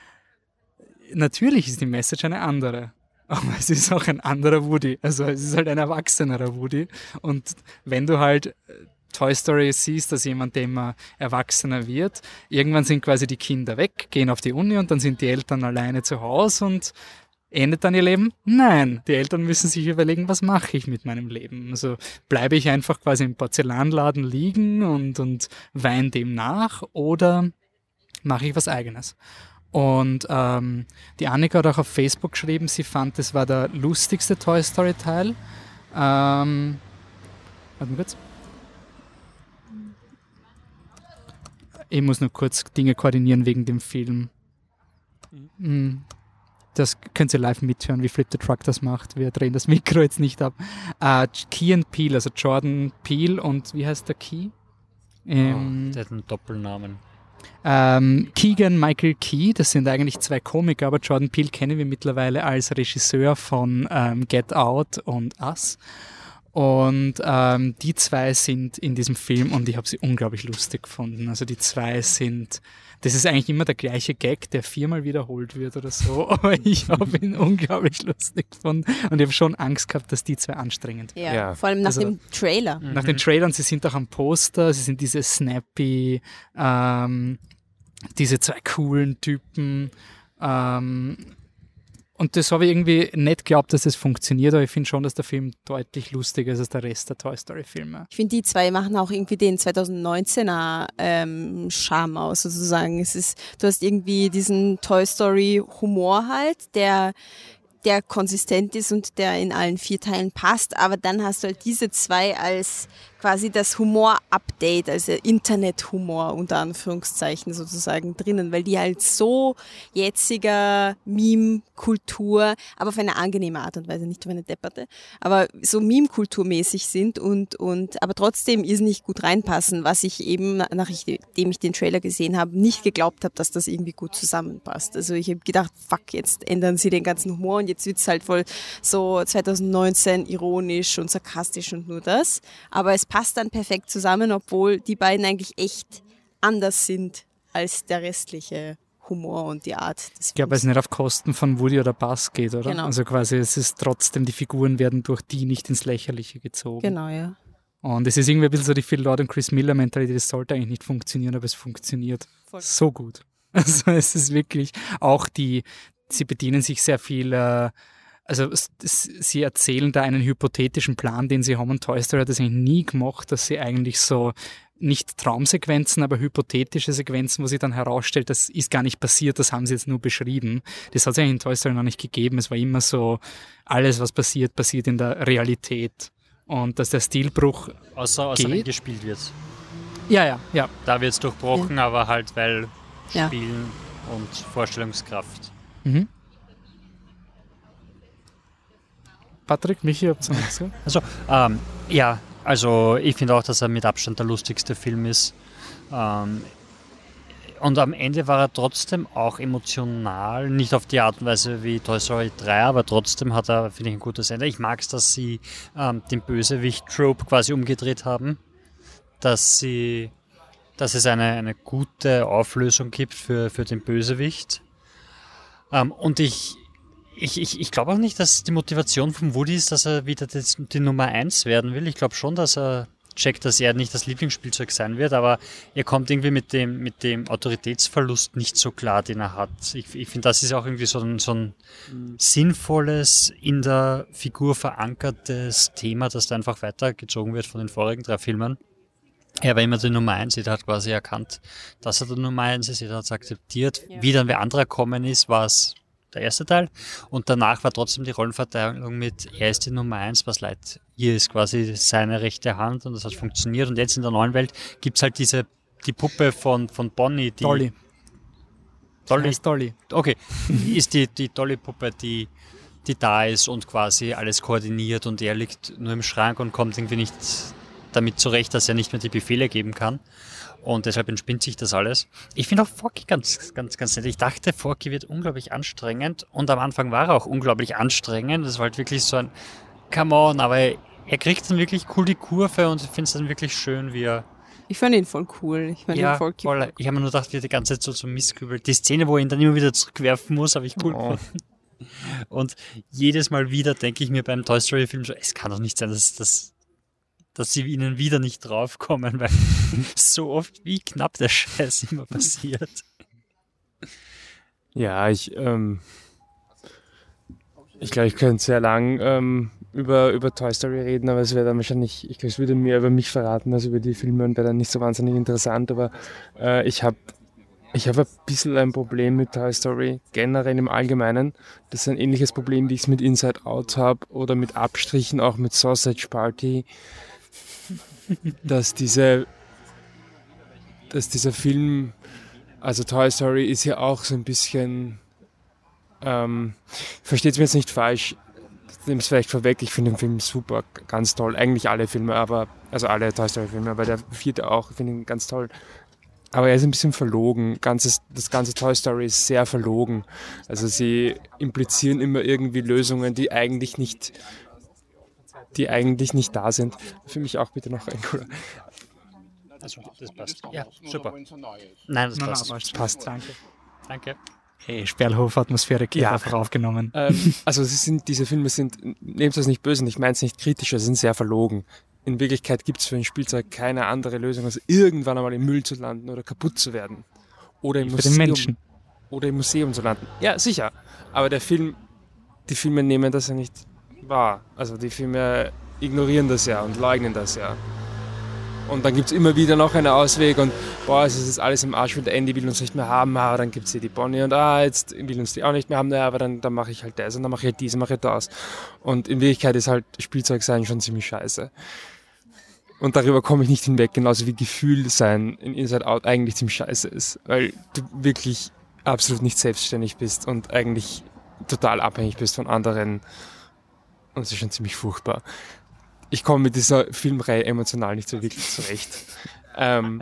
natürlich ist die Message eine andere, aber es ist auch ein anderer Woody, also es ist halt ein erwachsenerer Woody, und wenn du halt Toy Story siehst, dass jemand, der immer erwachsener wird, irgendwann sind quasi die Kinder weg, gehen auf die Uni und dann sind die Eltern alleine zu Hause und endet dann ihr Leben? Nein, die Eltern müssen sich überlegen, was mache ich mit meinem Leben? Also bleibe ich einfach quasi im Porzellanladen liegen und, und weine dem nach oder mache ich was Eigenes? Und ähm, die Annika hat auch auf Facebook geschrieben, sie fand, das war der lustigste Toy Story Teil. Ähm, warte mal kurz. Ich muss nur kurz Dinge koordinieren wegen dem Film. Mhm. Das könnt ihr live mithören, wie Flip the Truck das macht. Wir drehen das Mikro jetzt nicht ab. Uh, Key and Peele, also Jordan Peele und wie heißt der Key? Ähm, oh, der hat einen Doppelnamen. Ähm, Keegan Michael Key, das sind eigentlich zwei Komiker, aber Jordan Peele kennen wir mittlerweile als Regisseur von ähm, Get Out und Us. Und ähm, die zwei sind in diesem Film und ich habe sie unglaublich lustig gefunden. Also die zwei sind, das ist eigentlich immer der gleiche Gag, der viermal wiederholt wird oder so, aber ich habe ihn unglaublich lustig gefunden und ich habe schon Angst gehabt, dass die zwei anstrengend ja, ja. vor allem nach also, dem Trailer. Nach den Trailern, sie sind auch am Poster, sie sind diese snappy, ähm, diese zwei coolen Typen, ähm, und das habe ich irgendwie nicht geglaubt, dass es funktioniert, aber ich finde schon, dass der Film deutlich lustiger ist als der Rest der Toy Story Filme. Ich finde, die zwei machen auch irgendwie den zwanzig neunzehner ähm, Charme aus, sozusagen. Es ist, du hast irgendwie diesen Toy Story Humor halt, der der konsistent ist und der in allen vier Teilen passt, aber dann hast du halt diese zwei als quasi das Humor-Update, also Internet-Humor unter Anführungszeichen sozusagen drinnen, weil die halt so jetziger Meme-Kultur, aber auf eine angenehme Art und Weise, nicht auf eine depperte, aber so Meme-Kulturmäßig sind und, und aber trotzdem irrsinnig gut reinpassen, was ich eben, nachdem ich den Trailer gesehen habe, nicht geglaubt habe, dass das irgendwie gut zusammenpasst. Also ich habe gedacht, fuck, jetzt ändern sie den ganzen Humor und jetzt wird es halt voll so zwanzig neunzehn ironisch und sarkastisch und nur das, aber es passt dann perfekt zusammen, obwohl die beiden eigentlich echt anders sind als der restliche Humor und die Art des Films. Ich glaube, weil es nicht auf Kosten von Woody oder Buzz geht, oder? Genau. Also quasi, es ist trotzdem, die Figuren werden durch die nicht ins Lächerliche gezogen. Genau, ja. Und es ist irgendwie ein bisschen so die Phil Lord und Chris Miller Mentalität, das sollte eigentlich nicht funktionieren, aber es funktioniert Voll. so gut. Also es ist wirklich auch die, sie bedienen sich sehr viel, äh, also s- s- sie erzählen da einen hypothetischen Plan, den sie haben, und Toy Story hat das eigentlich nie gemacht, dass sie eigentlich so nicht Traumsequenzen, aber hypothetische Sequenzen, wo sie dann herausstellt, das ist gar nicht passiert, das haben sie jetzt nur beschrieben. Das hat es eigentlich in Toy Story noch nicht gegeben. Es war immer so, alles, was passiert, passiert in der Realität. Und dass der Stilbruch Außer, außer wenn geht. gespielt wird. Ja, ja, ja. Da wird es durchbrochen, aber halt, weil Ja. Spielen und Vorstellungskraft. Mhm. Patrick, Michi, habt ihr noch was gesagt? Also, ähm, ja, also ich finde auch, dass er mit Abstand der lustigste Film ist. Ähm, und am Ende war er trotzdem auch emotional, nicht auf die Art und Weise wie Toy Story drei, aber trotzdem hat er, finde ich, ein gutes Ende. Ich mag es, dass sie ähm, den Bösewicht-Trope quasi umgedreht haben, dass sie, dass es eine, eine gute Auflösung gibt für, für den Bösewicht. Ähm, und ich Ich, ich, ich glaube auch nicht, dass die Motivation von Woody ist, dass er wieder das, die Nummer eins werden will. Ich glaube schon, dass er checkt, dass er nicht das Lieblingsspielzeug sein wird, aber er kommt irgendwie mit dem, mit dem Autoritätsverlust nicht so klar, den er hat. Ich, ich finde, das ist auch irgendwie so ein, so ein sinnvolles, in der Figur verankertes Thema, das da einfach weitergezogen wird von den vorigen drei Filmen. Er war immer die Nummer eins, jeder hat quasi erkannt, dass er die Nummer eins ist, jeder hat es akzeptiert. Ja. Wie dann wer anderer gekommen ist, war es der erste Teil. Und danach war trotzdem die Rollenverteilung mit, er ist die Nummer eins, was leid. Hier ist quasi seine rechte Hand und das hat funktioniert. Und jetzt in der neuen Welt gibt's halt diese, die Puppe von, von Bonnie, die... Dolly. Dolly. Heißt Dolly. Okay, ist die, die Dolly-Puppe, die, die da ist und quasi alles koordiniert und er liegt nur im Schrank und kommt irgendwie nicht damit zurecht, dass er nicht mehr die Befehle geben kann. Und deshalb entspinnt sich das alles. Ich finde auch Forky ganz, ganz, ganz nett. Ich dachte, Forky wird unglaublich anstrengend und am Anfang war er auch unglaublich anstrengend. Das war halt wirklich so ein Come on, aber er kriegt dann wirklich cool die Kurve und ich finde es dann wirklich schön, wie er... Ich fand ihn voll cool. Ich fand Ja, ihn voll cute. voll. Ich habe mir nur gedacht, wie er die ganze Zeit so, so missgrübelt. Die Szene, wo er ihn dann immer wieder zurückwerfen muss, habe ich cool Oh. gefunden. Und jedes Mal wieder denke ich mir beim Toy Story Film so, es kann doch nicht sein, dass, dass, dass sie ihnen wieder nicht draufkommen, weil so oft, wie knapp der Scheiß immer passiert. Ja, ich, ähm, ich glaube, ich könnte sehr lang ähm, über, über Toy Story reden, aber es wäre dann wahrscheinlich, ich glaube, es würde mehr über mich verraten als über die Filme und wäre dann nicht so wahnsinnig interessant, aber äh, ich habe ich hab ein bisschen ein Problem mit Toy Story, generell im Allgemeinen. Das ist ein ähnliches Problem, wie ich es mit Inside Out habe oder mit Abstrichen auch mit Sausage Party, dass diese, dass dieser Film, also Toy Story ist ja auch so ein bisschen, ähm, versteht es mir jetzt nicht falsch, nehme es vielleicht vorweg, ich finde den Film super, ganz toll, eigentlich alle Filme, aber, also alle Toy Story Filme, aber der vierte auch, finde ihn ganz toll. Aber er ist ein bisschen verlogen, ganzes, das ganze Toy Story ist sehr verlogen. Also sie implizieren immer irgendwie Lösungen, die eigentlich nicht, die eigentlich nicht da sind. Für mich auch bitte noch ein Cola. Also, das passt. Ja, super. Nein, das Nein, passt. nein, Das passt. Danke. Danke. Hey, Sperlhof-Atmosphäre Ja. einfach aufgenommen. Ähm, also sie sind, diese Filme sind, nehmt das nicht böse, und ich meine es nicht kritisch, sie sind sehr verlogen. In Wirklichkeit gibt es für ein Spielzeug keine andere Lösung, als irgendwann einmal im Müll zu landen oder kaputt zu werden. Oder im Für Museum, den Menschen. oder im Museum zu landen. Ja, sicher. Aber der Film, die Filme nehmen das ja nicht wahr. Also die Filme ignorieren das ja und leugnen das ja. Und dann gibt es immer wieder noch einen Ausweg und boah, es ist jetzt alles im Arsch, weil der Andy will uns nicht mehr haben, aber dann gibt es hier die Bonnie und ah, jetzt will uns die auch nicht mehr haben, naja, aber dann, dann mache ich halt das und dann mache ich halt dies und mache ich das. Und in Wirklichkeit ist halt Spielzeug sein schon ziemlich scheiße. Und darüber komme ich nicht hinweg, genauso wie Gefühl sein in Inside Out eigentlich ziemlich scheiße ist, weil du wirklich absolut nicht selbstständig bist und eigentlich total abhängig bist von anderen. Und das ist schon ziemlich furchtbar. Ich komme mit dieser Filmreihe emotional nicht so wirklich zurecht. ähm,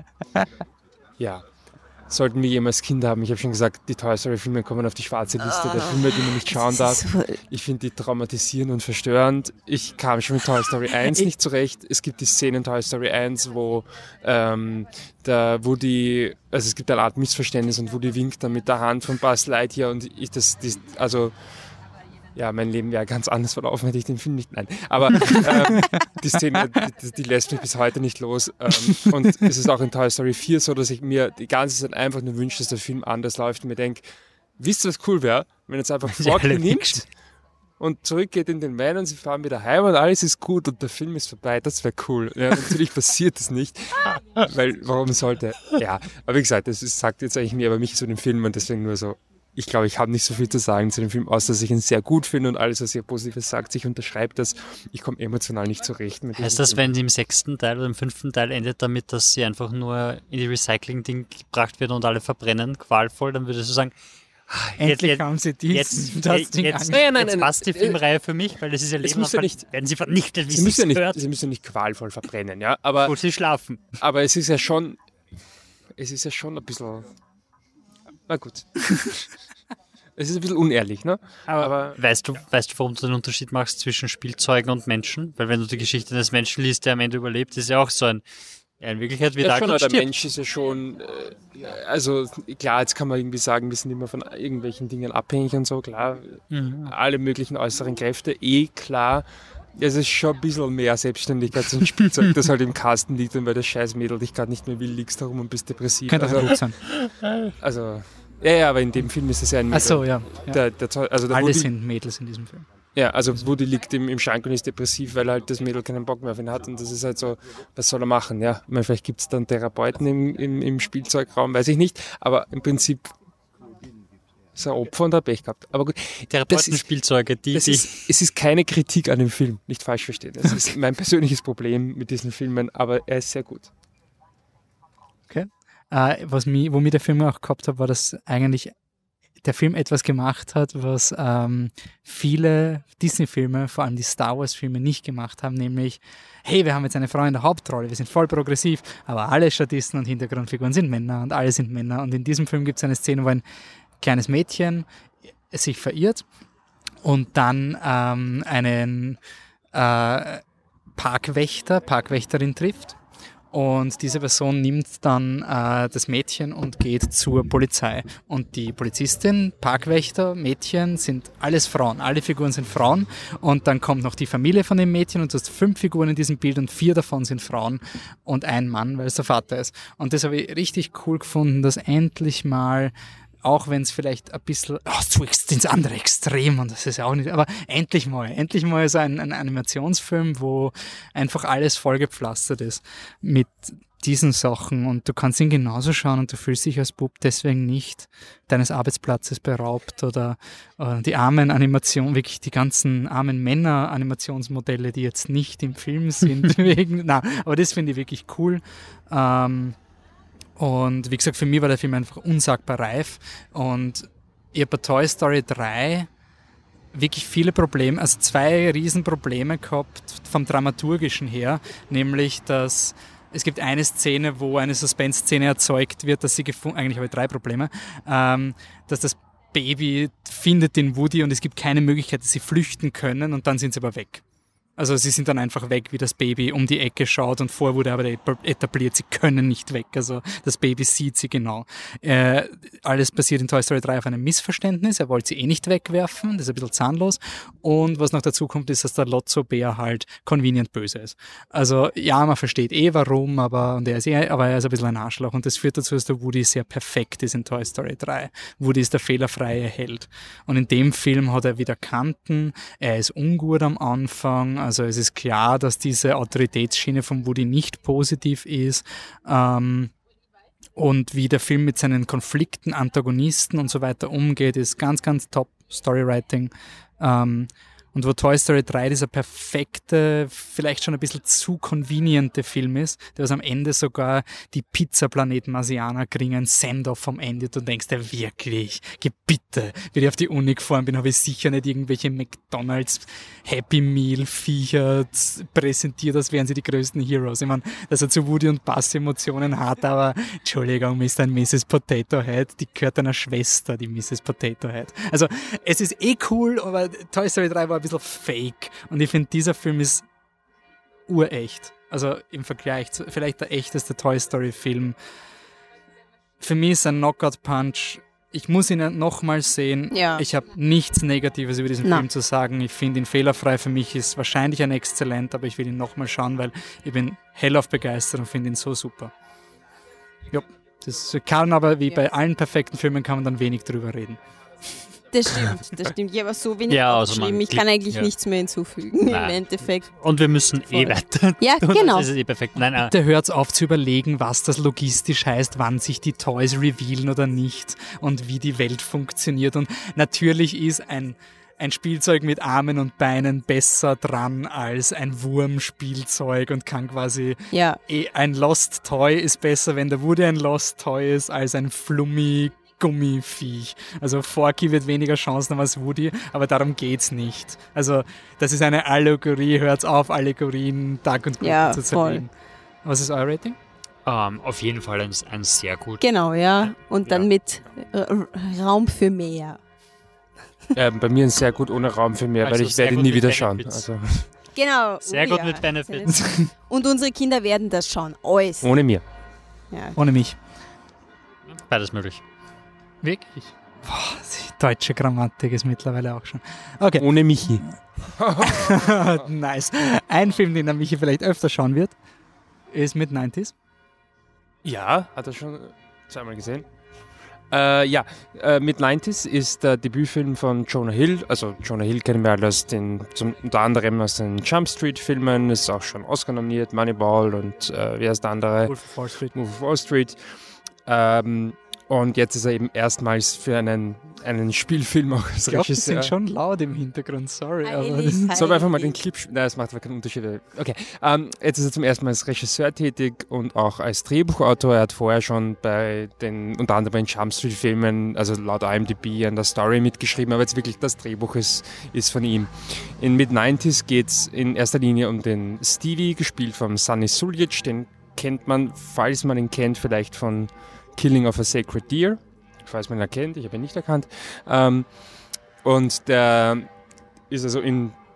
ja, sollten wir jemals Kinder haben, ich habe schon gesagt, die Toy Story Filme kommen auf die schwarze Liste der Filme, die man nicht schauen darf. Ich finde die traumatisierend und verstörend. Ich kam schon mit Toy Story eins nicht zurecht. Es gibt die Szene in Toy Story eins, wo ähm, der Woody, also es gibt eine Art Missverständnis und Woody winkt dann mit der Hand von Buzz Lightyear und ich das, das also ja, mein Leben wäre ganz anders verlaufen, hätte ich den Film nicht, nein. Aber ähm, die Szene, die, die lässt mich bis heute nicht los. Ähm, und es ist auch in Toy Story vier so, dass ich mir die ganze Zeit einfach nur wünsche, dass der Film anders läuft und mir denke, wisst ihr, was cool wäre, wenn jetzt einfach Forky nimmt und zurückgeht in den Van und sie fahren wieder heim und alles ist gut und der Film ist vorbei, das wäre cool. Ja, natürlich passiert das nicht, weil warum sollte, ja. Aber wie gesagt, das ist, sagt jetzt eigentlich mehr über mich zu dem Film und deswegen nur so, ich glaube, ich habe nicht so viel zu sagen zu dem Film, außer dass ich ihn sehr gut finde und alles, was ihr Positives sagt, sich unterschreibt das. Ich komme emotional nicht zurecht mit Heißt das, wenn die im sechsten Teil oder im fünften Teil endet damit, dass sie einfach nur in die Recycling-Ding gebracht wird und alle verbrennen, qualvoll, dann würdest du sagen, Endlich jetzt, haben sie dies, jetzt, das jetzt, Ding jetzt, ange- Nein, nein, jetzt nein, passt die äh, Filmreihe für mich, weil das ist ja es Leben, muss ja ver- nicht- werden sie vernichtet, wie Sie sie müssen, ja nicht, gehört, sie müssen ja nicht qualvoll verbrennen, ja, aber, wo sie schlafen. aber es ist ja schon, es ist ja schon ein bisschen, na gut. Es ist ein bisschen unehrlich, ne? Aber, Weißt du, weißt du, warum du den Unterschied machst zwischen Spielzeugen und Menschen? Weil wenn du die Geschichte eines Menschen liest, der am Ende überlebt, ist ja auch so ein, ja, in Wirklichkeit wird ja, er schon, gut aber der stirbt. Mensch ist ja schon, äh, also klar, jetzt kann man irgendwie sagen, wir sind immer von irgendwelchen Dingen abhängig und so, klar, Mhm. alle möglichen äußeren Kräfte, eh klar. Es ist schon ein bisschen mehr Selbstständigkeit zum Spielzeug, das halt im Kasten liegt und weil das scheiß Mädel dich gerade nicht mehr will, liegst da rum und bist depressiv. Könnte auch also, gut sein. also, ja, ja, aber in dem Film ist es ja ein Mädel. Ach so, ja. ja. Der, der, also der Alle Woody, sind Mädels in diesem Film. ja, also Woody liegt im, im Schrank und ist depressiv, weil halt das Mädel keinen Bock mehr auf ihn hat und das ist halt so, was soll er machen, ja. Ich meine, vielleicht gibt es dann Therapeuten im, im, im Spielzeugraum, weiß ich nicht, aber im Prinzip ist er Opfer und hat Pech gehabt. Aber gut, das ist, Therapeutenspielzeuge, die, das die ist, es ist keine Kritik an dem Film, nicht falsch verstehen. Das ist mein persönliches Problem mit diesen Filmen, aber er ist sehr gut. Okay. Äh, was mich, womit der Film auch gehabt hat, war, dass eigentlich der Film etwas gemacht hat, was ähm, viele Disney-Filme, vor allem die Star Wars-Filme, nicht gemacht haben, nämlich, hey, wir haben jetzt eine Frau in der Hauptrolle, wir sind voll progressiv, aber alle Statisten und Hintergrundfiguren sind Männer und alle sind Männer. Und in diesem Film gibt es eine Szene, wo ein kleines Mädchen sich verirrt und dann ähm, einen äh, Parkwächter, Parkwächterin trifft. Und diese Person nimmt dann äh, das Mädchen und geht zur Polizei. Und die Polizistin, Parkwächter, Mädchen sind alles Frauen. Alle Figuren sind Frauen. Und dann kommt noch die Familie von dem Mädchen und du hast fünf Figuren in diesem Bild und vier davon sind Frauen und ein Mann, weil es der Vater ist. Und das habe ich richtig cool gefunden, dass endlich mal, auch wenn es vielleicht ein bisschen oh, zu ins andere Extrem, und das ist ja auch nicht, aber endlich mal, endlich mal so ein, ein Animationsfilm, wo einfach alles vollgepflastert ist mit diesen Sachen und du kannst ihn genauso schauen und du fühlst dich als Bub deswegen nicht deines Arbeitsplatzes beraubt oder äh, die armen Animationen, wirklich die ganzen armen Männer-Animationsmodelle, die jetzt nicht im Film sind, wegen, na, aber das finde ich wirklich cool. Ähm, Und wie gesagt, für mich war der Film einfach unsagbar reif. Und ich habe bei Toy Story drei wirklich viele Probleme, also zwei Riesenprobleme gehabt vom Dramaturgischen her. Nämlich, dass es gibt eine Szene, wo eine Suspense-Szene erzeugt wird, dass sie gefunden, eigentlich habe ich drei Probleme, ähm, dass das Baby findet den Woody und es gibt keine Möglichkeit, dass sie flüchten können und dann sind sie aber weg. Also sie sind dann einfach weg, wie das Baby um die Ecke schaut und vorher wurde aber etabliert, sie können nicht weg. Also das Baby sieht sie genau. Äh, alles basiert in Toy Story drei auf einem Missverständnis. Er wollte sie eh nicht wegwerfen, das ist ein bisschen zahnlos. Und was noch dazu kommt, ist, dass der Lotso-Bär halt convenient böse ist. Also ja, man versteht eh warum, aber, und er ist eh, aber er ist ein bisschen ein Arschloch. Und das führt dazu, dass der Woody sehr perfekt ist in Toy Story drei. Woody ist der fehlerfreie Held. Und in dem Film hat er wieder Kanten, er ist ungut am Anfang. Also es ist klar, dass diese Autoritätsschiene von Woody nicht positiv ist. Ähm, und wie der Film mit seinen Konflikten, Antagonisten und so weiter umgeht, ist ganz, ganz top Storywriting. Ähm, und wo Toy Story drei dieser perfekte, vielleicht schon ein bisschen zu conveniente Film ist, der was am Ende sogar die Pizza-Planet Marsianer kriegen, ein Send-off vom Ende. Du denkst, ja wirklich, geh bitte, wenn ich auf die Uni gefahren bin, habe ich sicher nicht irgendwelche McDonalds Happy Meal Viecher präsentiert, als wären sie die größten Heroes. Ich meine, dass er zu Woody und Buzz Emotionen hat, aber Entschuldigung, Mister und Misses Potato Head, die gehört einer Schwester, die Misses Potato Head. Also es ist eh cool, aber Toy Story drei war ein bisschen fake und ich finde, dieser Film ist urecht. Also im Vergleich zu vielleicht der echteste Toy Story Film. Für mich ist ein Knockout Punch. Ich muss ihn nochmal sehen. Ja. Ich habe nichts Negatives über diesen Na. Film zu sagen. Ich finde ihn fehlerfrei. Für mich ist wahrscheinlich ein Exzellent, aber ich will ihn nochmal schauen, weil ich bin hellauf begeistert und finde ihn so super. Ja, das kann aber, wie bei allen perfekten Filmen, kann man dann wenig drüber reden. Das stimmt, das stimmt. Ich habe so wenig Ja, also aufgeschrieben. man Ich kann klickt- eigentlich ja. nichts mehr hinzufügen Nein. im Endeffekt. Und wir müssen eh Voll. weiter. Ja, tun, genau. Das ist eh perfekt. Nein, nein. Da hört es auf zu überlegen, was das logistisch heißt, wann sich die Toys revealen oder nicht und wie die Welt funktioniert. Und natürlich ist ein, ein Spielzeug mit Armen und Beinen besser dran als ein Wurmspielzeug und kann quasi Ja, eh, ein Lost Toy ist besser, wenn der Woody ein Lost Toy ist, als ein Flummi Gummiviech. Also Forky wird weniger Chancen haben als Woody, aber darum geht's nicht. Also das ist eine Allegorie, hört's auf, Allegorien Tag und Gruppen Ja, zu voll. zerlegen. Was ist euer Rating? Ähm, auf jeden Fall ein, ein sehr gut. genau, ja. Und dann Ja. mit äh, Raum für mehr. Äh, bei mir ist sehr gut ohne Raum für mehr, Also weil ich sehr werde gut nie mit wieder schauen. Benefits. Also Genau. Sehr oh gut ja. mit Benefits. Und unsere Kinder werden das schauen. Alles. ohne mir. Ja. Ohne mich. Beides möglich. Wirklich? Boah, die deutsche Grammatik ist mittlerweile auch schon. Okay, Ohne Michi. nice. Ein Film, den der Michi vielleicht öfter schauen wird, ist Mid neunziger. Ja, hat er schon zweimal gesehen. Äh, ja, äh, Mid neunziger ist der Debütfilm von Jonah Hill. Also Jonah Hill kennen wir alle aus den, zum, unter anderem aus den Jump Street Filmen, ist auch schon Oscar nominiert, Moneyball und äh, wer ist der andere? Wolf of Wall Street. Wolf of Wall Street. Ähm, und jetzt ist er eben erstmals für einen, einen Spielfilm auch als Ich glaube, die Regisseur. sind schon laut im Hintergrund, sorry. Aber Heilig, das, Sollen wir einfach mal den heilig. Clip spielen? Nein, das macht aber keinen Unterschied. Okay. Ähm, jetzt ist er zum ersten Mal als Regisseur tätig und auch als Drehbuchautor. Er hat vorher schon bei den, unter anderem bei den Jump Street Filmen, also laut I M D B, an der Story mitgeschrieben, aber jetzt wirklich das Drehbuch ist, ist von ihm. In Mid neunziger geht es in erster Linie um den Stevie, gespielt von Sunny Suljic. Den kennt man, falls man ihn kennt, vielleicht von Killing of a Sacred Deer. Falls man ihn erkennt, ich habe ihn nicht erkannt. Ähm, und der ist also in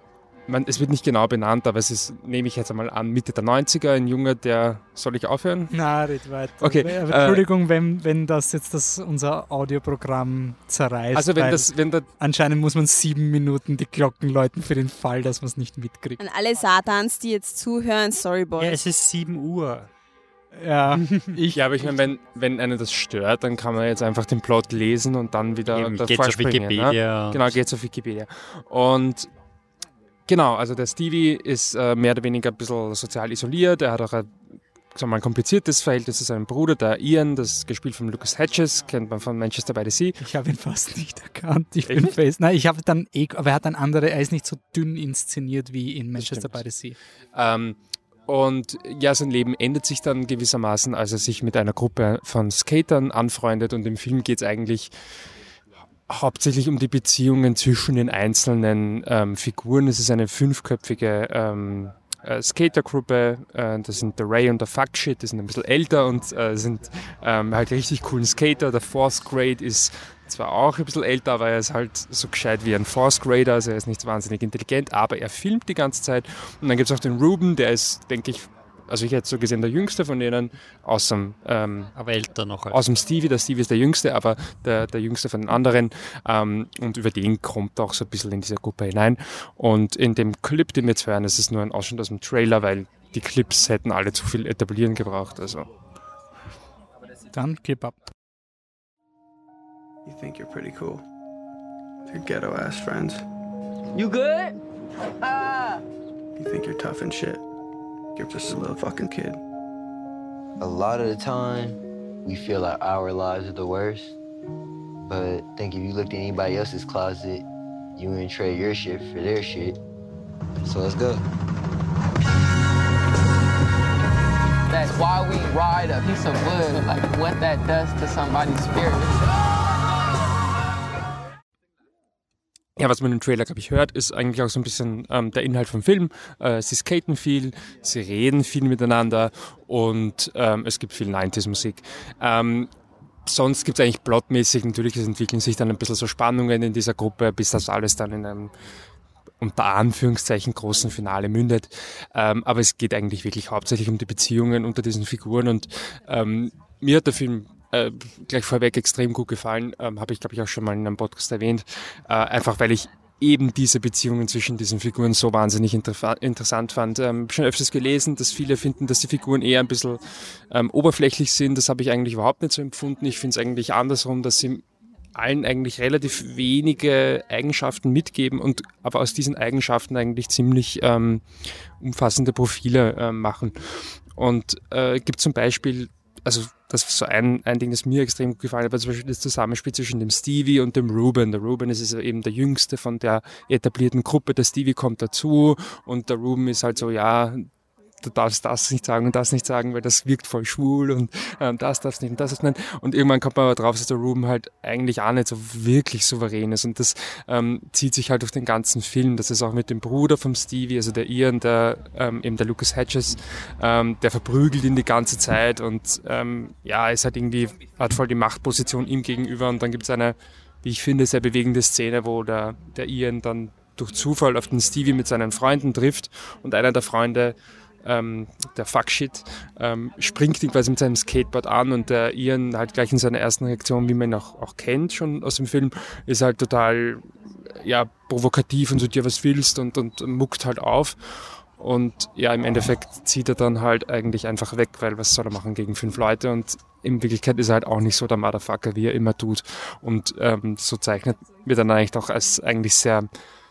man, es wird nicht genau benannt, aber es ist, nehme ich jetzt einmal an, Mitte der neunziger, ein Junge, der, soll ich aufhören? Na, red weiter. Okay, aber Entschuldigung, äh, wenn, wenn das jetzt das unser Audioprogramm zerreißt. Also wenn das, wenn der anscheinend muss man sieben Minuten die Glocken läuten für den Fall, dass man es nicht mitkriegt. An alle Satans, die jetzt zuhören, sorry boys. Ja, es ist sieben Uhr. Ja, ich, ja, aber ich meine, wenn, wenn einen das stört, dann kann man jetzt einfach den Plot lesen und dann wieder Eben, davor geht's auf springen, Wikipedia. Ne? Genau, geht's auf Wikipedia. Und genau, also der Stevie ist äh, mehr oder weniger ein bisschen sozial isoliert. Er hat auch ein, sagen wir mal, ein kompliziertes Verhältnis zu seinem Bruder, der Ian, das ist gespielt von Lucas Hedges, kennt man von Manchester by the Sea. Ich habe ihn fast nicht erkannt. Ich bin fest. Nein, ich habe dann eh, aber er hat dann andere, er ist nicht so dünn inszeniert wie in Manchester by the Sea. Ähm, Und ja, sein Leben ändert sich dann gewissermaßen, als er sich mit einer Gruppe von Skatern anfreundet. Und im Film geht es eigentlich hauptsächlich um die Beziehungen zwischen den einzelnen ähm, Figuren. Es ist eine fünfköpfige ähm, äh, Skatergruppe. Äh, das sind der Ray und der Fuckshit, die sind ein bisschen älter und äh, sind ähm, halt richtig coolen Skater. Der Fourth Grade ist zwar auch ein bisschen älter, aber er ist halt so gescheit wie ein Fourth Grader, also er ist nicht wahnsinnig intelligent, aber er filmt die ganze Zeit. Und dann gibt es auch den Ruben, der ist, denke ich, also ich hätte so gesehen der Jüngste von denen, außer ähm, aber älter noch. Halt. Außer Stevie, der Stevie ist der Jüngste, aber der, der Jüngste von den anderen. Ähm, und über den kommt auch so ein bisschen in diese Gruppe hinein. Und in dem Clip, den wir jetzt hören, das ist nur ein Ausschnitt aus dem Trailer, weil die Clips hätten alle zu viel etablieren gebraucht. Also. Dann Clip ab. You think you're pretty cool. Your ghetto-ass friends. You good? You think you're tough and shit. You're just a little fucking kid. A lot of the time, we feel like our lives are the worst. But I think if you looked at anybody else's closet, you wouldn't trade your shit for their shit. So let's go. That's why we ride a piece of wood, like what that does to somebody's spirit. Ja, was man im Trailer, glaube ich, hört, ist eigentlich auch so ein bisschen ähm, der Inhalt vom Film. Äh, sie skaten viel, sie reden viel miteinander und ähm, es gibt viel neunziger-Musik. Ähm, sonst gibt es eigentlich plotmäßig, natürlich es entwickeln sich dann ein bisschen so Spannungen in dieser Gruppe, bis das alles dann in einem unter Anführungszeichen großen Finale mündet. Ähm, aber es geht eigentlich wirklich hauptsächlich um die Beziehungen unter diesen Figuren und ähm, mir hat der Film Äh, gleich vorweg extrem gut gefallen, ähm, habe ich glaube ich auch schon mal in einem Podcast erwähnt, äh, einfach weil ich eben diese Beziehungen zwischen diesen Figuren so wahnsinnig inter- interessant fand. Ähm, schon öfters gelesen, dass viele finden, dass die Figuren eher ein bisschen ähm, oberflächlich sind, das habe ich eigentlich überhaupt nicht so empfunden. Ich finde es eigentlich andersrum, dass sie allen eigentlich relativ wenige Eigenschaften mitgeben und aber aus diesen Eigenschaften eigentlich ziemlich ähm, umfassende Profile äh, machen. Und äh, gibt zum Beispiel, also das ist so ein, ein Ding, das mir extrem gut gefallen hat, war zum Beispiel das Zusammenspiel zwischen dem Stevie und dem Ruben. Der Ruben ist eben der Jüngste von der etablierten Gruppe, der Stevie kommt dazu und der Ruben ist halt so, ja, du darfst das nicht sagen und das nicht sagen, weil das wirkt voll schwul und ähm, das darfst nicht und das ist nicht. Und irgendwann kommt man aber drauf, dass der Ruben halt eigentlich auch nicht so wirklich souverän ist und das ähm, zieht sich halt durch den ganzen Film. Das ist auch mit dem Bruder vom Stevie, also der Ian, der ähm, eben der Lucas Hedges, ähm, der verprügelt ihn die ganze Zeit und ähm, ja, ist halt irgendwie, hat voll die Machtposition ihm gegenüber und dann gibt es eine, wie ich finde, sehr bewegende Szene, wo der, der Ian dann durch Zufall auf den Stevie mit seinen Freunden trifft und einer der Freunde Ähm, der Fuckshit ähm, springt ihn quasi mit seinem Skateboard an und der Ian halt gleich in seiner ersten Reaktion, wie man ihn auch, auch kennt schon aus dem Film, ist halt total ja, provokativ und so, dir was willst und, und muckt halt auf und ja, im Endeffekt zieht er dann halt eigentlich einfach weg, weil was soll er machen gegen fünf Leute und in Wirklichkeit ist er halt auch nicht so der Motherfucker, wie er immer tut und ähm, so zeichnet wird dann eigentlich auch als eigentlich sehr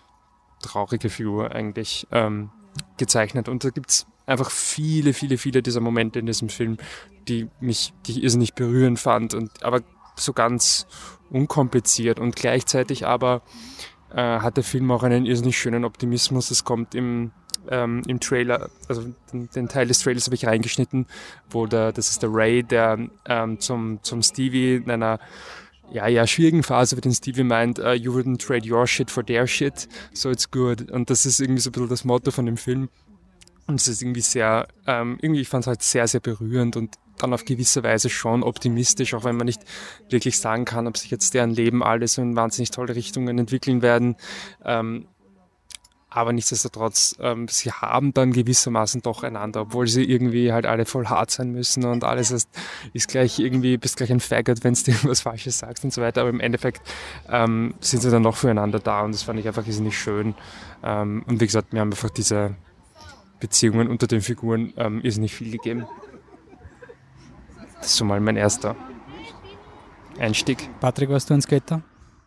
traurige Figur eigentlich ähm, gezeichnet und da gibt's einfach viele, viele, viele dieser Momente in diesem Film, die mich, die ich irrsinnig berührend fand und aber so ganz unkompliziert und gleichzeitig aber äh, hat der Film auch einen irrsinnig schönen Optimismus. Es kommt im ähm, im Trailer, also den, den Teil des Trailers habe ich reingeschnitten, wo der, das ist der Ray, der ähm, zum zum Stevie in einer ja, ja, schwierigen Phase, wo den Stevie meint, uh, you wouldn't trade your shit for their shit, so it's good. Und das ist irgendwie so ein bisschen das Motto von dem Film. Und es ist irgendwie sehr, ähm, irgendwie, ich fand es halt sehr, sehr berührend und dann auf gewisse Weise schon optimistisch, auch wenn man nicht wirklich sagen kann, ob sich jetzt deren Leben alle so in wahnsinnig tolle Richtungen entwickeln werden. Ähm, aber nichtsdestotrotz, ähm, sie haben dann gewissermaßen doch einander, obwohl sie irgendwie halt alle voll hart sein müssen und alles ist, ist gleich irgendwie, bist gleich ein Faggot, wenn du irgendwas Falsches sagst und so weiter, aber im Endeffekt ähm, sind sie dann noch füreinander da und das fand ich einfach irrsinnig schön. Ähm, und wie gesagt, mir haben einfach diese Beziehungen unter den Figuren ähm, irrsinnig viel gegeben. Das ist so mal mein erster Einstieg. Patrick, warst du ein Skater?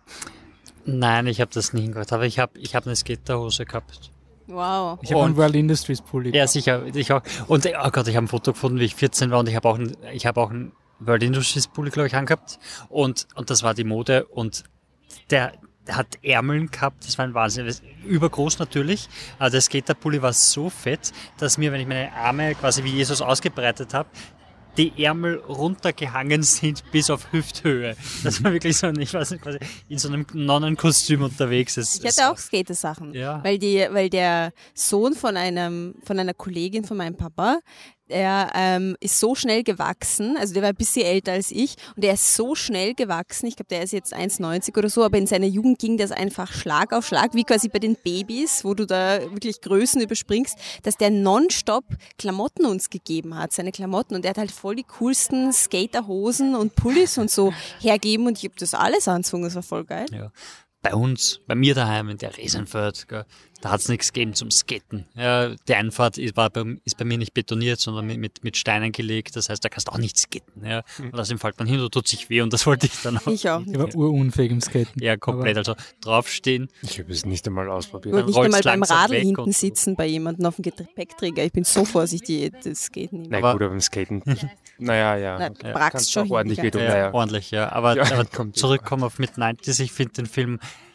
Nein, ich habe das nie hingehört, aber ich habe ich hab eine Skaterhose gehabt. Wow. Ich habe einen World Industries Pulli. Ja, sicher, ich auch. Und oh Gott, ich habe ein Foto gefunden, wie ich vierzehn war und ich habe auch, ein, ich hab auch einen World Industries Pulli, glaube ich, angehabt. Und, und das war die Mode und der, der hat Ärmeln gehabt, das war ein Wahnsinn. Übergroß natürlich, aber der Skaterpulli war so fett, dass mir, wenn ich meine Arme quasi wie Jesus ausgebreitet habe, die Ärmel runtergehangen sind bis auf Hüfthöhe. Das war wirklich so ein, ich weiß nicht, quasi in so einem Nonnenkostüm unterwegs. Es, Ich hatte auch Skatersachen, ja. weil die, weil der Sohn von einem, von einer Kollegin von meinem Papa, der ähm, ist so schnell gewachsen, also der war ein bisschen älter als ich und der ist so schnell gewachsen, ich glaube, der ist jetzt eins neunzig oder so, aber in seiner Jugend ging das einfach Schlag auf Schlag, wie quasi bei den Babys, wo du da wirklich Größen überspringst, dass der nonstop Klamotten uns gegeben hat, seine Klamotten und der hat halt voll die coolsten Skaterhosen und Pullis und so hergeben und ich habe das alles angezogen, das war voll geil. Ja. Bei uns, bei mir daheim in der Resenfeld, gell, da hat's nichts gegeben zum Skaten. Ja, die Einfahrt ist, war bei, ist bei mir nicht betoniert, sondern mit, mit, mit Steinen gelegt. Das heißt, da kannst du auch nicht skaten. Ja. Und außerdem fällt man hin und tut sich weh und das wollte ich dann auch. Ich auch. Ich war urunfähig im Skaten. Ja, komplett. Also draufstehen. Ich habe es nicht einmal ausprobiert. Ich wollte nicht einmal beim langsam Radl weg hinten und- sitzen bei jemandem auf dem Gepäckträger. Ich bin so vorsichtig, das geht nicht. Na Aber- gut, aber beim Skaten, naja, ja. Na, okay. brachst Kannst schon auch ordentlich hin, wehtun, Ja, naja. ordentlich, ja. Aber, Ja, aber kommt zurückkommen auf Mid-neunziger, ich finde den Film,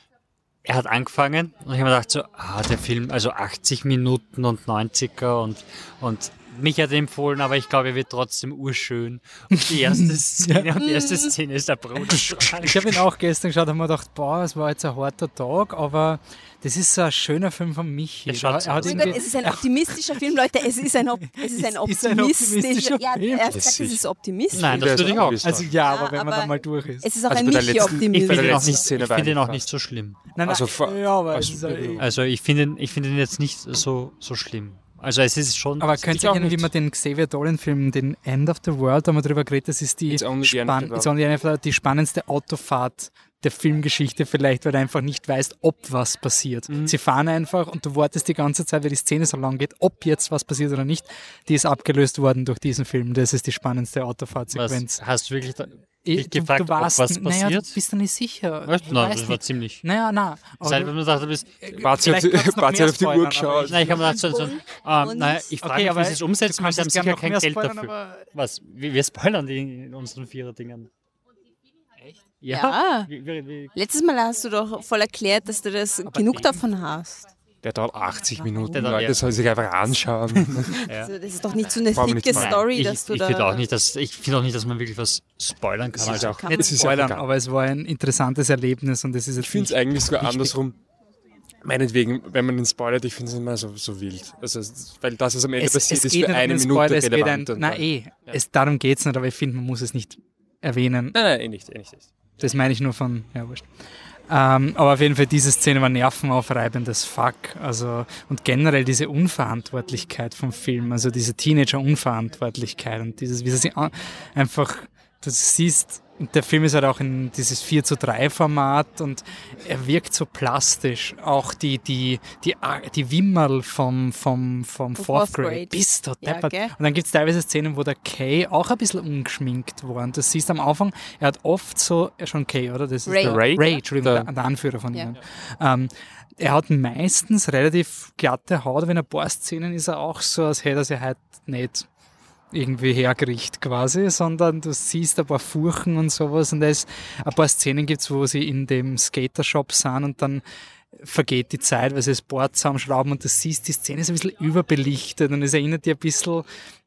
er hat angefangen und ich habe mir gedacht so, ah, der Film, also achtzig Minuten und neunziger und, und mich hat er empfohlen, aber ich glaube, er wird trotzdem urschön. Und die erste Szene, und die erste Szene ist der Bruder. Ich habe ihn auch gestern geschaut und mir gedacht, boah, es war jetzt ein harter Tag, aber das ist so ein schöner Film von Michi. Er schaut so Er hat aus. Oh mein irgendwie- Gott, es ist ein optimistischer Film, Leute. Es ist ein, Op es ist ein Es ist ein optimistischer, optimistischer ja, Film. er hat Das gesagt, es ist- ist optimistisch. Nein, Der das ist würde ich auch. optimistisch. Also ja, Ja, aber wenn man aber da mal durch ist. Es ist auch Also ein bei der letzten- Ich Michi-Optimismus. finde ihn auch letzten nicht, Szene ich war finde ihn auch einfach- nicht so schlimm. Nein, nein, Also vor- ja, aber es also- ist, äh, Also ich finde ihn, ich finde ihn jetzt nicht so, so schlimm. Also es ist schon... aber könnt ihr auch erinnern, wie nicht. man den Xavier Dolan-Film, den End of the World, da haben wir drüber geredet, das ist die, It's only the end of the spann world. it's only the end of the- die spannendste Autofahrt der Filmgeschichte vielleicht, weil du einfach nicht weißt, ob was passiert. Mhm. Sie fahren einfach und du wartest die ganze Zeit, weil die Szene so lang geht, ob jetzt was passiert oder nicht. Die ist abgelöst worden durch diesen Film. Das ist die spannendste Autofahrtsequenz. Was, hast du wirklich da, Ich- dich gefragt, ob was naja, passiert? du bist da nicht sicher. Weißt Ich du? Nein, weiß das war nicht. ziemlich... Naja, nein. aber Seit du- wenn du dachte, du bist... Bart hat, Vielleicht kannst du noch Bart mehr hat auf die Uhr spoilern, geschaut. Nein, ich habe mir gedacht, so, so, ähm, naja, ich frage Okay, mich, aber wie sie es umsetzen, du weil sie haben kannst gerne sicher noch kein mehr Geld spoilern, dafür. aber- Was? Wir, wir spoilern die in unseren Vierer-Dingern. Echt? Ja. Wie, wie, wie, Letztes Mal hast du doch voll erklärt, dass du das genug davon hast. Der dauert achtzig Minuten, Der dauert- Leute, ja. das soll sich einfach anschauen. ja. Also, das ist doch nicht so eine Brauchen wir dicke nicht mal. Story, ich dass du ich da... finde auch nicht, dass ich finde auch nicht, dass man wirklich was spoilern kann. Es ist Also, auch, Nicht es ist auch spoilern, egal. aber es war ein interessantes Erlebnis und es ist jetzt Ich finde es nicht- eigentlich sogar wichtig. andersrum. Meinetwegen, wenn man ihn spoilert, ich finde es immer so, so wild. Also, weil das, was am Ende es, passiert, es ist geht für nicht um eine den Minute Spoiler, es geht ein, relevant. und nein, dann- eh, es, darum geht es nicht, aber ich finde, man muss es nicht erwähnen. Nein, nein, eh nicht, eh nicht. Das meine ich nur von, ja, wurscht. Ähm, aber auf jeden Fall, diese Szene war nervenaufreibendes Fuck. Also, und generell diese Unverantwortlichkeit vom Film, also diese Teenager-Unverantwortlichkeit und dieses, wie sie an, einfach, du siehst, und der Film ist halt auch in dieses vier zu drei Format und er wirkt so plastisch. Auch die, die, die, die Wimmerl vom, vom, vom Vom Fourth Fourth Grade. Grade. Bist du Ja, deppert. gell? Und dann gibt es teilweise Szenen, wo der Kay auch ein bisschen ungeschminkt war. Und das siehst du am Anfang, er hat oft so, ja, schon Kay, oder? Das ist Ray. der Ray? Ray, Entschuldigung, Der- der, der Anführer von Ja. ihnen. Ähm, er hat meistens relativ glatte Haut, wenn ein paar Szenen ist er auch so, als hätte er sich halt nicht irgendwie hergerichtet quasi, sondern du siehst ein paar Furchen und sowas und es ein paar Szenen gibt's, wo sie in dem Skatershop sind und dann vergeht die Zeit, weil sie das Board zusammenschrauben und du siehst, die Szene ist ein bisschen überbelichtet und es erinnert dir ein bisschen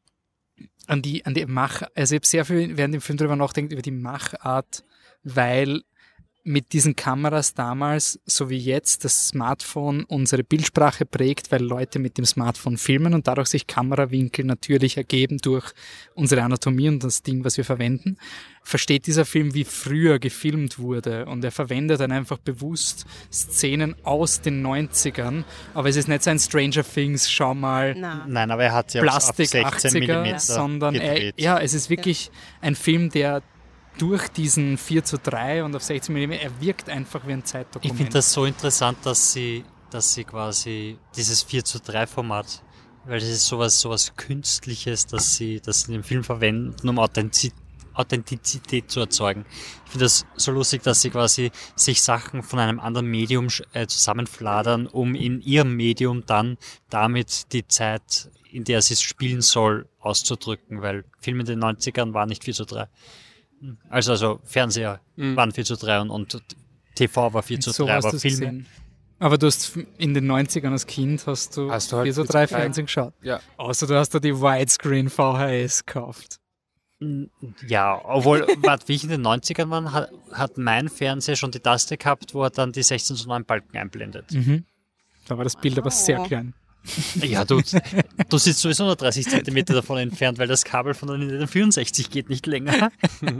an die, an die Mach, also ich habe sehr viel während dem Film darüber nachgedacht, über die Machart, weil mit diesen Kameras damals, so wie jetzt, das Smartphone unsere Bildsprache prägt, weil Leute mit dem Smartphone filmen und dadurch sich Kamerawinkel natürlich ergeben durch unsere Anatomie und das Ding, was wir verwenden, versteht dieser Film, wie früher gefilmt wurde. Und er verwendet dann einfach bewusst Szenen aus den neunzigern. Aber es ist nicht so ein Stranger Things, schau mal, Na. Nein, aber er hat ja Plastik auf sechzehn achtziger, Millimeter sondern er, gedreht. ja, es ist wirklich ein Film, der durch diesen vier zu drei und auf sechzehn Millimeter, er wirkt einfach wie ein Zeitdokument. Ich finde das so interessant, dass sie, dass sie quasi dieses vier zu drei Format, weil das ist sowas, sowas Künstliches, dass sie, dass sie den Film verwenden, um Authentiz- Authentizität zu erzeugen. Ich finde das so lustig, dass sie quasi sich Sachen von einem anderen Medium äh, zusammenfladern, um in ihrem Medium dann damit die Zeit, in der sie es spielen soll, auszudrücken, weil Filme in den neunzigern waren nicht vier zu drei. Also, also Fernseher mhm. waren vier zu drei und, und T V war vier zu drei, aber Filme... Gesehen. Aber du hast in den neunzigern als Kind hast du, hast du halt vier zu drei Fernsehen geschaut. Ja. Außer du hast da die Widescreen V H S gekauft. Ja, obwohl, warte, wie ich in den neunzigern war, hat, hat mein Fernseher schon die Taste gehabt, wo er dann die sechzehn zu neun Balken einblendet. Mhm. Da war das Bild aber sehr klein. Ja, du, du sitzt sowieso nur dreißig Zentimeter davon entfernt, weil das Kabel von der Nintendo vierundsechzig geht nicht länger.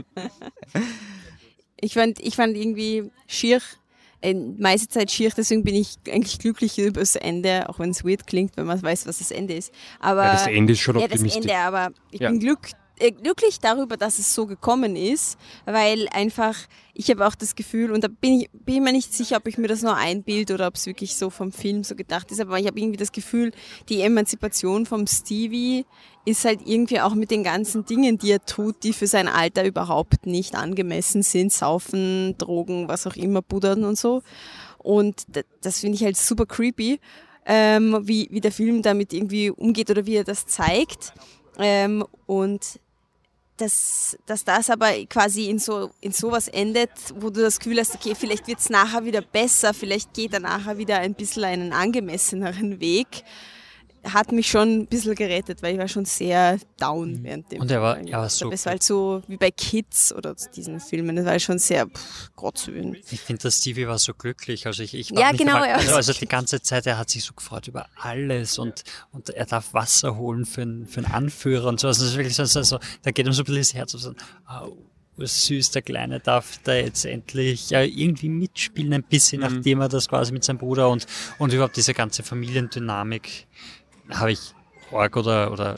Ich fand, ich fand irgendwie schier, äh, meiste Zeit schier, deswegen bin ich eigentlich glücklich über das Ende, auch wenn es weird klingt, wenn man weiß, was das Ende ist. Aber, ja, das Ende ist schon ja, das optimistisch. Ende, aber ich Ja. bin glück, äh, glücklich darüber, dass es so gekommen ist, weil einfach, ich habe auch das Gefühl, und da bin ich, bin ich mir nicht sicher, ob ich mir das nur einbilde oder ob es wirklich so vom Film so gedacht ist, aber ich habe irgendwie das Gefühl, die Emanzipation vom Stevie ist halt irgendwie auch mit den ganzen Dingen, die er tut, die für sein Alter überhaupt nicht angemessen sind, Saufen, Drogen, was auch immer, Buddern und so. Und das, das finde ich halt super creepy, ähm, wie, wie der Film damit irgendwie umgeht oder wie er das zeigt. Ähm, und dass, dass das aber quasi in so in sowas endet, wo du das Gefühl hast, okay, vielleicht wird es nachher wieder besser, vielleicht geht er nachher wieder ein bisschen einen angemesseneren Weg, hat mich schon ein bisschen gerettet, weil ich war schon sehr down während dem Und er war, Film. er war so. Es war halt so wie bei Kids oder diesen Filmen, das war schon sehr pff, Gotteswillen. Ich finde, der Stevie war so glücklich. Also ich, ich war Ja, nicht genau, einmal, er war also, so also die ganze Zeit, er hat sich so gefreut über alles und, und er darf Wasser holen für einen, für einen Anführer und so. Also das ist wirklich so, so, da geht ihm so ein bisschen das Herz auf, so, oh, was süß, der Kleine darf da jetzt endlich ja, irgendwie mitspielen, ein bisschen, mhm. nachdem er das quasi mit seinem Bruder und, und überhaupt diese ganze Familiendynamik habe ich arg oder, oder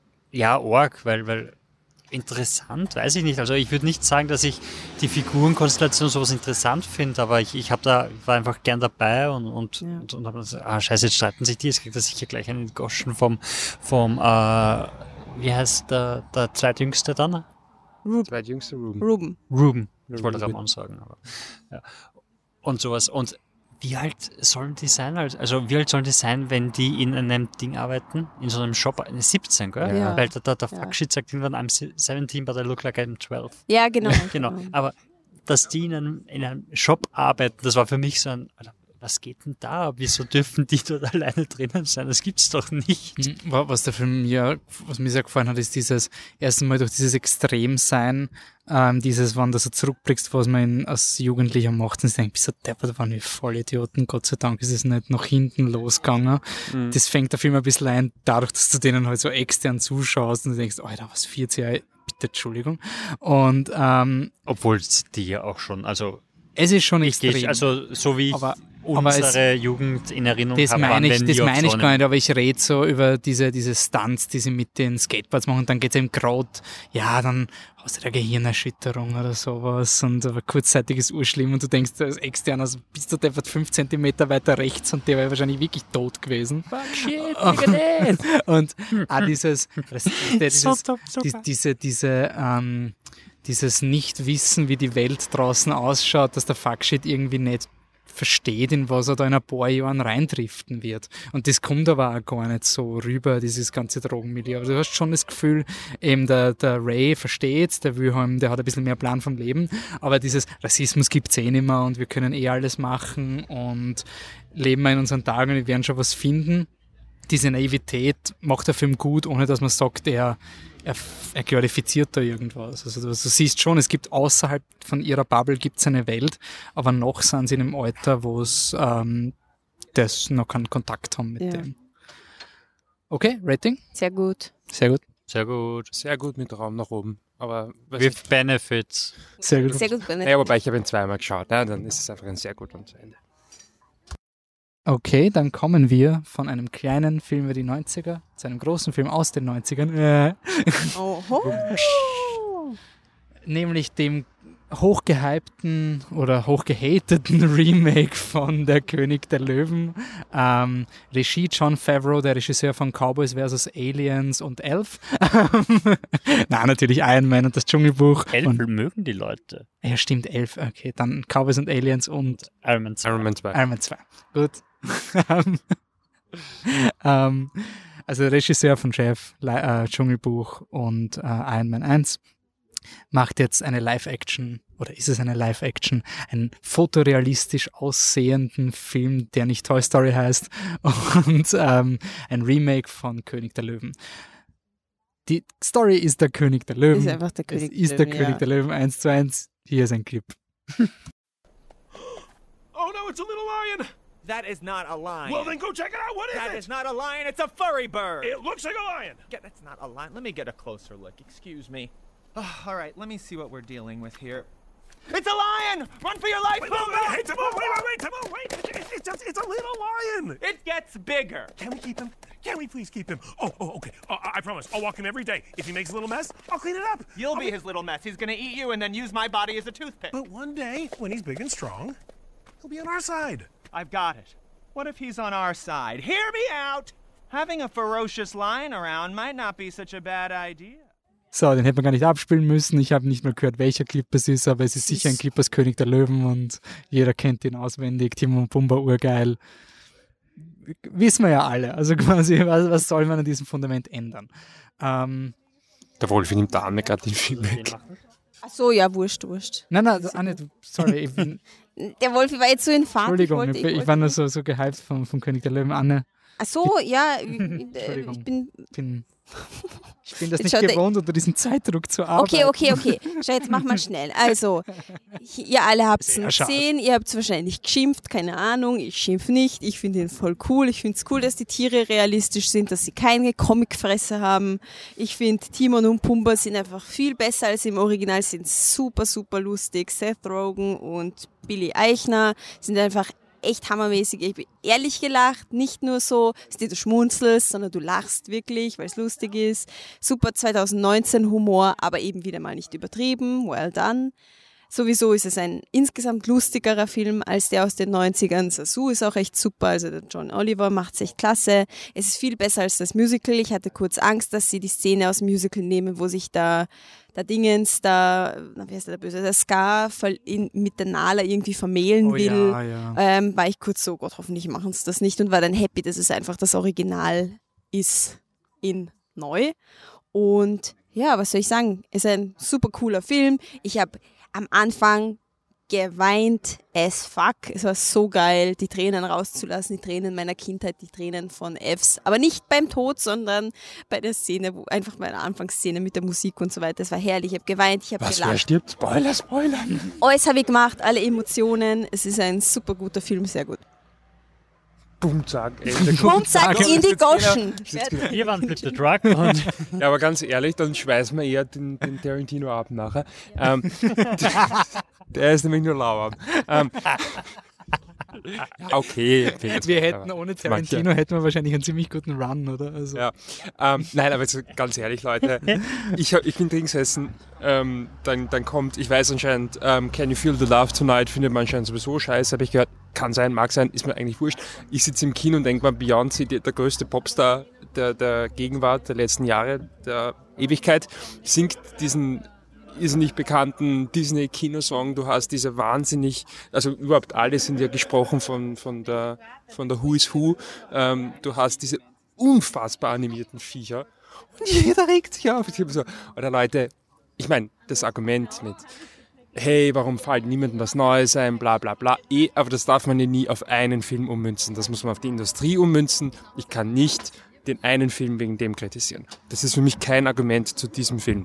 ja, arg, weil, weil interessant, weiß ich nicht. Also ich würde nicht sagen, dass ich die Figurenkonstellation sowas interessant finde, aber ich, ich habe da, ich war einfach gern dabei und, und, ja. und, und habe gesagt, ah, scheiße, jetzt streiten sich die, jetzt kriegt er sicher gleich einen Goschen vom, vom, äh, wie heißt der, der zweitjüngste dann? Ruben. Zweitjüngste Ruben. Ruben. Ruben. Ich wollte Ramon sagen, aber, ja. Und sowas. Und wie alt sollen die sein? Also wie alt sollen die sein, wenn die in einem Ding arbeiten? In so einem Shop? siebzehn, gell? Ja. Weil der, der, der Ja. Fuckshit sagt irgendwann, I'm seventeen, but I look like I'm twelve. Ja, genau. Genau. Aber dass die in einem, in einem Shop arbeiten, das war für mich so ein, Alter, was geht denn da? Wieso dürfen die dort alleine drinnen sein? Das gibt's doch nicht. Was der Film mir, was mir sehr gefallen hat, ist dieses, erst einmal durch dieses Extremsein, ähm, dieses, wenn du so zurückblickst, was man in, als Jugendlicher macht, und du denkst, bist du deppert, waren wir Vollidioten, Gott sei Dank ist es nicht nach hinten losgegangen. Mhm. Das fängt der Film ein bisschen ein, dadurch, dass du denen halt so extern zuschaust und du denkst, Alter, was vierzig Jahre, bitte, Entschuldigung. Und, ähm, obwohl die ja auch schon, also, es ist schon ich extrem. Gehe, also, so wie ich aber, unsere es, Jugend in Erinnerung das habe, meine ich, waren das meine ich so gar nicht, aber ich rede so über diese, diese Stunts, die sie mit den Skateboards machen und dann geht es eben gerade, ja, dann hast du eine Gehirnerschütterung oder sowas und aber kurzzeitig ist urschlimm und du denkst als Externer, also bist du deppert fünf Zentimeter weiter rechts und der wäre wahrscheinlich wirklich tot gewesen. Fuck shit, und, und auch dieses, dieses so top, die, diese, diese, ähm, dieses Nicht-Wissen, wie die Welt draußen ausschaut, dass der Fuckshit irgendwie nicht versteht, in was er da in ein paar Jahren reindriften wird. Und das kommt aber auch gar nicht so rüber, dieses ganze Drogenmilieu. Aber du hast schon das Gefühl, eben der, der Ray versteht's, der Wilhelm, der hat ein bisschen mehr Plan vom Leben, aber dieses Rassismus gibt's eh nicht mehr und wir können eh alles machen und leben wir in unseren Tagen und wir werden schon was finden. Diese Naivität macht der Film gut, ohne dass man sagt, er er, er glorifiziert da irgendwas. Also du, du siehst schon, es gibt außerhalb von ihrer Bubble gibt's eine Welt, aber noch sind sie in einem Alter, wo es ähm, das noch keinen Kontakt haben mit Ja. dem. Okay, Rating? Sehr gut. Sehr gut. Sehr gut. Sehr gut mit Raum nach oben. Aber weiß With benefits. Sehr gut. Sehr gut. ich, ja, wobei ich habe ihn zweimal geschaut. Na, dann ist es einfach ein sehr gut und zu Ende. Okay, dann kommen wir von einem kleinen Film über die neunziger zu einem großen Film aus den neunzigern, äh, Oho. nämlich dem hochgehypten oder hochgehateten Remake von Der König der Löwen. Ähm, Regie Jon Favreau, der Regisseur von Cowboys versus. Aliens und Elf. Nein, natürlich Iron Man und das Dschungelbuch. Elf Und, mögen die Leute. ja, stimmt, Elf. Okay, dann Cowboys und Aliens und Iron Man zwei. Iron Man zwei. Iron Man zwei. Gut. ähm, also Regisseur von Chef, Li- äh, Dschungelbuch und äh, Iron Man eins macht jetzt eine Live-Action, oder ist es eine Live-Action, einen fotorealistisch aussehenden Film, der nicht Toy Story heißt, und ähm, ein Remake von König der Löwen. Die Story ist der König der Löwen. Ist einfach der König es ist der der Löwen, König ja. der Löwen eins zu eins. Hier ist ein Clip. Oh no, it's a little lion! That is not a lion. Well, then go check it out. What is That it? is not a lion. It's a furry bird. It looks like a lion. Get, that's not a lion. Let me get a closer look. Excuse me. Oh, all right, let me see what we're dealing with here. It's a lion! Run for your life! Wait, Pumbaa! wait, wait, hey, Timon, wait, wait, wait, Timon, wait! It's, it's, just, it's a little lion! It gets bigger. Can we keep him? Can we please keep him? Oh, oh, okay. Uh, I I promise. I'll walk him every day. If he makes a little mess, I'll clean it up. You'll I'll be his little mess. He's gonna eat you and then use my body as a toothpick. But one day, when he's big and strong, he'll be on our side. I've got it. What if he's on our side? Hear me out! Having a ferocious lion around might not be such a bad idea. So, den hätte man gar nicht abspielen müssen. Ich habe nicht mal gehört, welcher Clip es ist, aber es ist sicher ein Clip aus König der Löwen und jeder kennt ihn auswendig. Timon und Pumba, urgeil. Wissen wir ja alle. Also quasi, was, was soll man an diesem Fundament ändern? Ähm, Der Wolf nimmt da mir gerade den Film weg. Ach so, ja, wurscht, wurscht. nein, nein, Anne, du, sorry. Ich bin, Der Wolf war jetzt so in Fahrt. Entschuldigung, ich, wollte, ich, ich, ich wollte war nur so, so gehypt vom, vom König der Löwen. Anne, Ach so, ja, ich, Entschuldigung. ich bin... bin, ich bin das Jetzt nicht schaut er- gewohnt, unter diesem Zeitdruck zu arbeiten. Okay, okay, okay. Schau, jetzt mach mal schnell. Also, ihr alle habt es Sehr schade. gesehen, ihr habt es wahrscheinlich geschimpft, keine Ahnung, ich schimpf nicht, ich finde ihn voll cool, ich finde es cool, dass die Tiere realistisch sind, dass sie keine Comicfresse haben. Ich finde, Timon und Pumba sind einfach viel besser als im Original, sind super, super lustig. Seth Rogen und Billy Eichner sind einfach echt hammermäßig. Ich habe ehrlich gelacht, nicht nur so, dass du schmunzelst, sondern du lachst wirklich, weil es lustig ist. Super zwanzig neunzehn Humor, aber eben wieder mal nicht übertrieben. Well done. Sowieso ist es ein insgesamt lustigerer Film als der aus den neunzigern. Sasu ist auch echt super, also der John Oliver macht es echt klasse. Es ist viel besser als das Musical. Ich hatte kurz Angst, dass sie die Szene aus dem Musical nehmen, wo sich da der Dingens, da, na, wie heißt der, der Böse, der Scar in, mit der Nala irgendwie vermählen Oh will. ja, ja. Ähm, war ich kurz so, Gott, hoffentlich machen sie das nicht und war dann happy, dass es einfach das Original ist in neu. Und ja, was soll ich sagen? Es ist ein super cooler Film. Ich habe am Anfang geweint as fuck. Es war so geil, die Tränen rauszulassen, die Tränen meiner Kindheit, die Tränen von Fs. Aber nicht beim Tod, sondern bei der Szene, wo einfach bei der Anfangsszene mit der Musik und so weiter. Es war herrlich. Ich habe geweint, ich habe Was, gelacht. wer stirbt? Spoiler, Spoiler. Alles habe ich gemacht, alle Emotionen. Es ist ein super guter Film, sehr gut. Boom, zack. Ey, Boom, zack, in die Goschen. Hier waren Flip the Truck und Ja, aber ganz ehrlich, dann schweißen wir eher den, den Tarantino ab nachher. Ähm, der ist nämlich nur lauer. Ähm, okay. Wir hätten ohne Tarantino hätten wir wahrscheinlich einen ziemlich guten Run, oder? Also. Ja. Ähm, nein, aber jetzt ganz ehrlich, Leute, ich, hab- ich bin drin gesessen, ähm, dann, dann kommt, ich weiß anscheinend, ähm, Can You Feel the Love Tonight findet man anscheinend sowieso scheiße, habe ich gehört, kann sein, mag sein, ist mir eigentlich wurscht. Ich sitze im Kino und denke mal, Beyoncé, die, der größte Popstar der, der Gegenwart, der letzten Jahre, der Ewigkeit, singt diesen irrsinnig bekannten Disney-Kinosong. Du hast diese wahnsinnig, also überhaupt alle sind ja gesprochen von, von der, von der Who is Who. Ähm, du hast diese unfassbar animierten Viecher. Und jeder regt sich auf. Ich hab so, oder Leute, ich meine, das Argument mit, hey, warum fällt niemandem was Neues ein, bla bla bla, eh, aber das darf man ja nie auf einen Film ummünzen. Das muss man auf die Industrie ummünzen. Ich kann nicht den einen Film wegen dem kritisieren. Das ist für mich kein Argument zu diesem Film.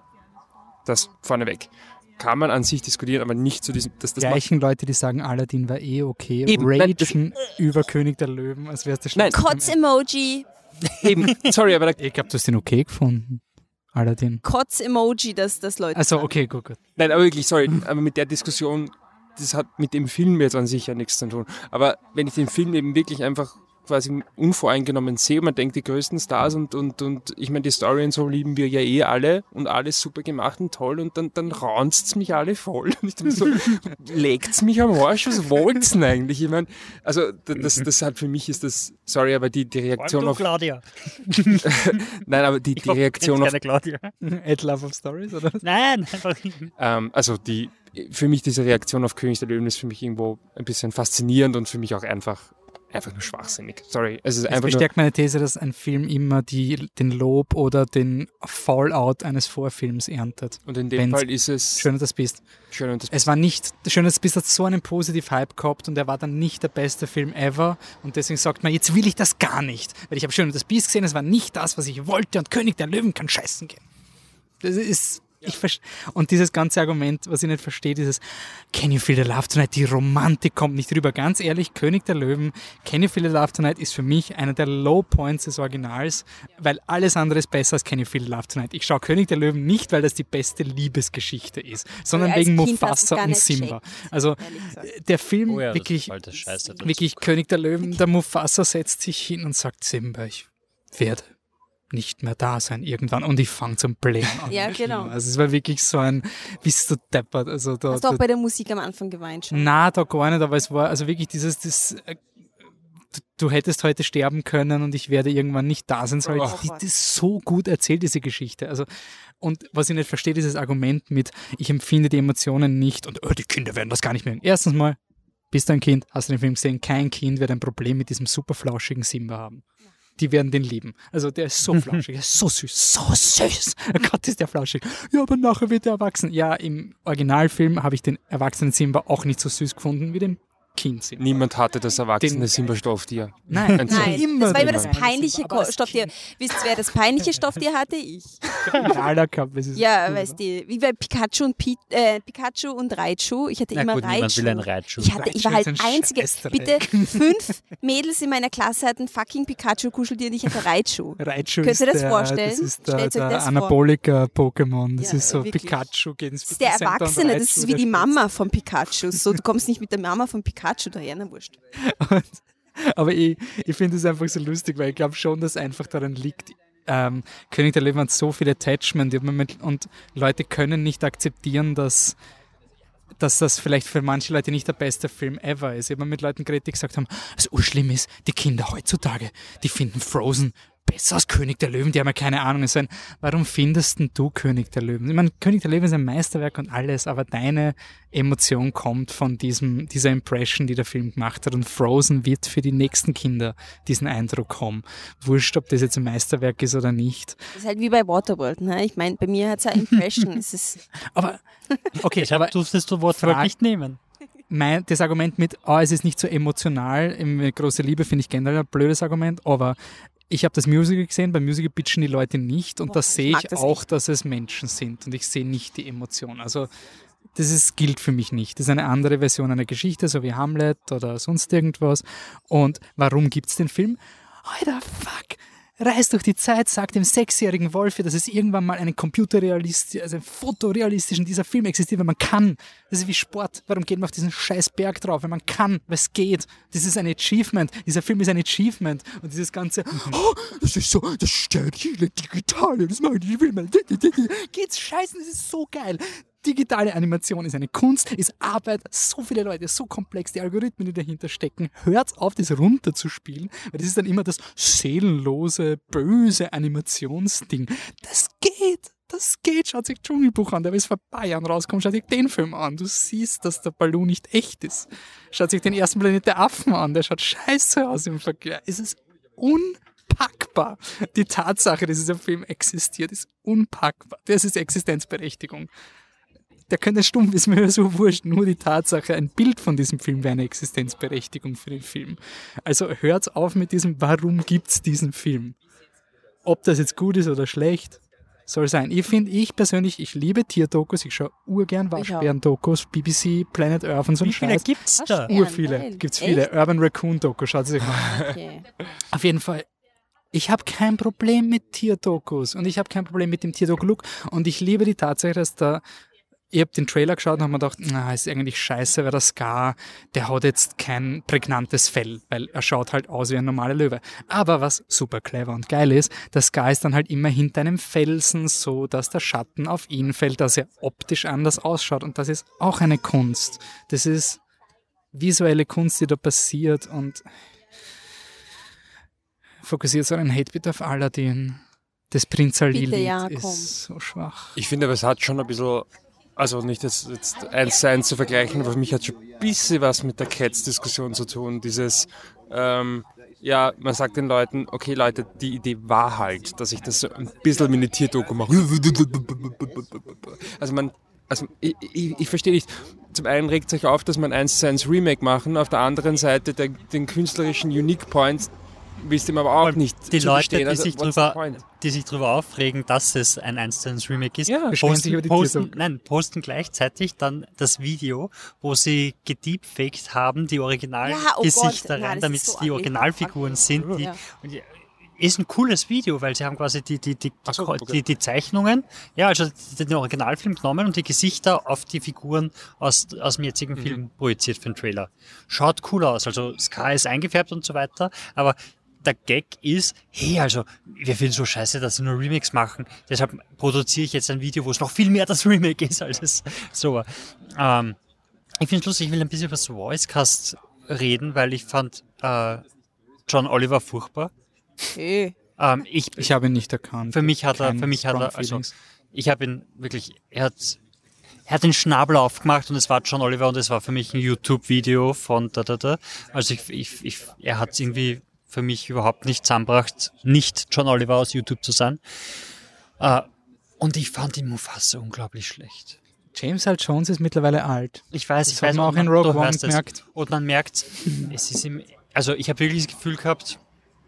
Das vorneweg. Kann man an sich diskutieren, aber nicht zu diesem... Das, das gleichen Leute, die sagen, Aladdin war eh okay, Eben, ragen über König der Löwen, als wäre es der schlimmste. Kotz-Emoji. Eben, sorry, aber... Ich glaube, du hast den okay gefunden, Aladdin. Kotz-Emoji, dass das Leute... Also okay, gut, gut. Nein, aber wirklich, sorry, aber mit der Diskussion, das hat mit dem Film jetzt an sich ja nichts zu tun. Aber wenn ich den Film eben wirklich einfach quasi unvoreingenommen sehe, man denkt, die größten Stars und, und, und ich meine, die Story und so lieben wir ja eh alle und alles super gemacht und toll und dann, dann raunst's mich alle voll. Und ich denke so, legt's mich am Arsch, was wollt's denn eigentlich? Ich meine, also das, das hat für mich ist das, sorry, aber die, die Reaktion du, auf... Claudia. Nein, aber die, die Reaktion auf... Claudia. At Love of Stories, oder? Nein, einfach nicht. Ähm, also die, für mich diese Reaktion auf König der Löwen ist für mich irgendwo ein bisschen faszinierend und für mich auch einfach einfach nur schwachsinnig. Sorry. Es ist das einfach bestärkt nur meine These, dass ein Film immer die, den Lob oder den Fallout eines Vorfilms erntet. Und in dem Wenn's Fall ist es... Schön und das Biest. Schön und das Es war nicht... Schön und das Biest hat so einen positiv Hype gehabt und er war dann nicht der beste Film ever und deswegen sagt man, jetzt will ich das gar nicht. Weil ich habe Schön und das Biest gesehen, es war nicht das, was ich wollte und König der Löwen kann scheißen gehen. Das ist... Ich und dieses ganze Argument, was ich nicht verstehe, dieses Can You Feel the Love Tonight, die Romantik kommt nicht rüber. Ganz ehrlich, König der Löwen, Can You Feel the Love Tonight ist für mich einer der Low Points des Originals, weil alles andere ist besser als Can You Feel the Love Tonight. Ich schaue König der Löwen nicht, weil das die beste Liebesgeschichte ist, sondern Als wegen Kind hast du Mufasa gar und nicht Simba. checkt, Also der Film Oh ja, das wirklich, ist alte Scheiße, das wirklich König der Löwen, der Mufasa setzt sich hin und sagt, Simba, ich werde nicht mehr da sein irgendwann und ich fange zum Blähen an. Ja, genau. Also es war wirklich so ein, bist du deppert. Also da, Hast du auch da, bei der Musik am Anfang geweint schon? na, da gar nicht, aber es war also wirklich dieses, das, äh, du, du hättest heute sterben können und ich werde irgendwann nicht da sein. Sorry, Oh. die, das ist so gut erzählt, diese Geschichte. Also und was ich nicht verstehe, dieses Argument mit, ich empfinde die Emotionen nicht und oh, die Kinder werden das gar nicht mögen. Erstens mal, bist du ein Kind, hast du den Film gesehen, kein Kind wird ein Problem mit diesem super flauschigen Simba haben. Die werden den lieben. Also der ist so flauschig, er ist so süß, so süß. Oh Gott, ist der flauschig. Ja, aber nachher wird er erwachsen. Ja, im Originalfilm habe ich den erwachsenen Simba auch nicht so süß gefunden wie den Kind Simba. Niemand hatte das erwachsene Den- Simba-Stofftier. Nein, Ein Nein, immer das war immer den das kleinen peinliche Simba, aber als Stofftier. Kind. Wisst ihr, wer das peinliche Stofftier hatte? Ich. Genialer gehabt, es ist Ja, cool, weißt du, wie bei Pikachu und, Pi äh, Pikachu und Raichu. Ich hatte Na immer gut, niemand Raichu. will ein Raichu. Ich, hatte, ich war Raichu halt ist ein einzige. Scheißdreck. Bitte, fünf Mädels in meiner Klasse hatten fucking Pikachu-Kuscheltier und ich hatte Raichu. Raichu Könnt ist ihr das der, vorstellen? Das ist der, Stellt euch der das vor. Anabolika-Pokémon. Das Ja, ist so wirklich. Pikachu geht ins Das ist der Fitnesscenter und Erwachsene, das Raichu ist wie der die Spitz. Mama von Pikachu. So, du kommst nicht mit der Mama von Pikachu daher, na wurscht. Und, aber ich, ich finde es einfach so lustig, weil ich glaube schon, dass einfach daran liegt, ähm, König der Löwen hat so viel Attachment und, und Leute können nicht akzeptieren, dass, dass das vielleicht für manche Leute nicht der beste Film ever ist. Ich habe mit Leuten geredet, die gesagt haben, was urschlimm ist, die Kinder heutzutage, die finden Frozen besser als König der Löwen, die haben ja keine Ahnung. Es ist ein, warum findest denn du König der Löwen? Ich meine, König der Löwen ist ein Meisterwerk und alles, aber deine Emotion kommt von diesem, dieser Impression, die der Film gemacht hat und Frozen wird für die nächsten Kinder diesen Eindruck haben. Wurscht, ob das jetzt ein Meisterwerk ist oder nicht. Das ist halt wie bei Waterworld, ne? Ich meine, bei mir hat es eine Impression. Es ist Aber, okay, Ich habe durftest du Wortwort Frag- nicht nehmen. mein, das Argument mit, oh, es ist nicht so emotional, im große Liebe finde ich generell ein blödes Argument, aber ich habe das Musical gesehen, beim Musical bitchen die Leute nicht und Boah, da ich sehe mag ich das auch, echt. dass es Menschen sind und ich sehe nicht die Emotion. Also das ist, gilt für mich nicht. Das ist eine andere Version einer Geschichte, so wie Hamlet oder sonst irgendwas. Und warum gibt's den Film? Alter, fuck! Reist durch die Zeit, sagt dem sechsjährigen Wolfi, dass es irgendwann mal einen computerrealistischen, also einen fotorealistischen dieser Film existiert, weil man kann. Das ist wie Sport. Warum geht man auf diesen scheiß Berg drauf? Weil man kann, weil es geht. Das ist ein Achievement. Dieser Film ist ein Achievement. Und dieses ganze, oh, das ist so, das sterile Digitale, das mache ich, ich will mal. Geht's scheißen, das ist so geil. Digitale Animation ist eine Kunst, ist Arbeit, so viele Leute, so komplex, die Algorithmen, die dahinter stecken. Hört auf, das runterzuspielen, weil das ist dann immer das seelenlose, böse Animationsding. Das geht, das geht. Schaut sich Dschungelbuch an, der ist vor ein paar Jahren rausgekommen, schaut sich den Film an. Du siehst, dass der Baloo nicht echt ist. Schaut sich den ersten Planet der Affen an, der schaut scheiße aus im Vergleich. Es ist unpackbar. Die Tatsache, dass dieser Film existiert, ist unpackbar. Das ist Existenzberechtigung. Der könnte stumm, ist mir so wurscht. Nur die Tatsache, ein Bild von diesem Film wäre eine Existenzberechtigung für den Film. Also hört auf mit diesem, warum gibt's diesen Film? ob das jetzt gut ist oder schlecht, soll sein. Ich finde, ich persönlich, ich liebe Tierdokus, ich schaue urgern Waschbären-Dokus, B B C, Planet Earth und so ein Scheiß. Wie viele gibt's da? Ur viele, gibt's viele. Urban Raccoon-Dokus, schaut sich mal. Okay. Auf jeden Fall, ich habe kein Problem mit Tierdokus und ich habe kein Problem mit dem Tierdoku-Look und ich liebe die Tatsache, dass da ich habe den Trailer geschaut und habe mir gedacht, na, ist eigentlich scheiße, weil der Scar, der hat jetzt kein prägnantes Fell, weil er schaut halt aus wie ein normaler Löwe. Aber was super clever und geil ist, der Scar ist dann halt immer hinter einem Felsen, so dass der Schatten auf ihn fällt, dass er optisch anders ausschaut. Und das ist auch eine Kunst. Das ist visuelle Kunst, die da passiert und fokussiert so einen Hate bitte auf Aladdin. Das Prinz Ali-Lied ja, ist so schwach. Ich finde aber, es hat schon ein bisschen, also nicht das jetzt eins zu eins zu vergleichen, aber für mich hat schon ein bisschen was mit der Cats-Diskussion zu tun. Dieses, ähm, ja, man sagt den Leuten, okay Leute, die Idee war halt, dass ich das so ein bisschen wie eine Tierdoku mache. Also man, also ich, ich, ich verstehe nicht. Zum einen regt sich auf, dass man eins zu eins Remake machen, auf der anderen Seite der, den künstlerischen Unique Point willst du ihm aber auch nicht die Leute, die, also, sich drüber, die sich darüber aufregen, dass es ein eins zu eins Remake ist, ja, posten, posten, nein, posten gleichzeitig dann das Video, wo sie gedeepfaked haben, die Originalgesichter ja, oh rein, damit es so die Originalfiguren sind. Die, ja. und die, ist ein cooles Video, weil sie haben quasi die, die, die, die, so, okay. die, die Zeichnungen, ja, also den Originalfilm genommen und die Gesichter auf die Figuren aus, aus dem jetzigen mhm. Film projiziert für den Trailer. Schaut cool aus, also Sky ist eingefärbt und so weiter, aber der Gag ist, hey, also, wir finden so scheiße, dass sie nur Remakes machen, deshalb produziere ich jetzt ein Video, wo es noch viel mehr das Remake ist, als es so. Ähm, ich finde es lustig, ich will ein bisschen über das Voicecast reden, weil ich fand äh, John Oliver furchtbar. Hey. Ähm, ich, ich habe ihn nicht erkannt. Für mich hat er, für mich hat er, also, ich habe ihn wirklich, er hat, er hat den Schnabel aufgemacht und es war John Oliver und es war für mich ein YouTube-Video von da, da, da. Also ich, ich, ich er hat irgendwie für mich überhaupt nicht zusammengebracht, nicht John Oliver aus YouTube zu sein. Uh, und ich fand die Mufasa unglaublich schlecht. James Earl Jones ist mittlerweile alt. Ich weiß, das ich weiß. Man auch in Rogue One gemerkt. Und man merkt, es ist ihm, also ich habe wirklich das Gefühl gehabt,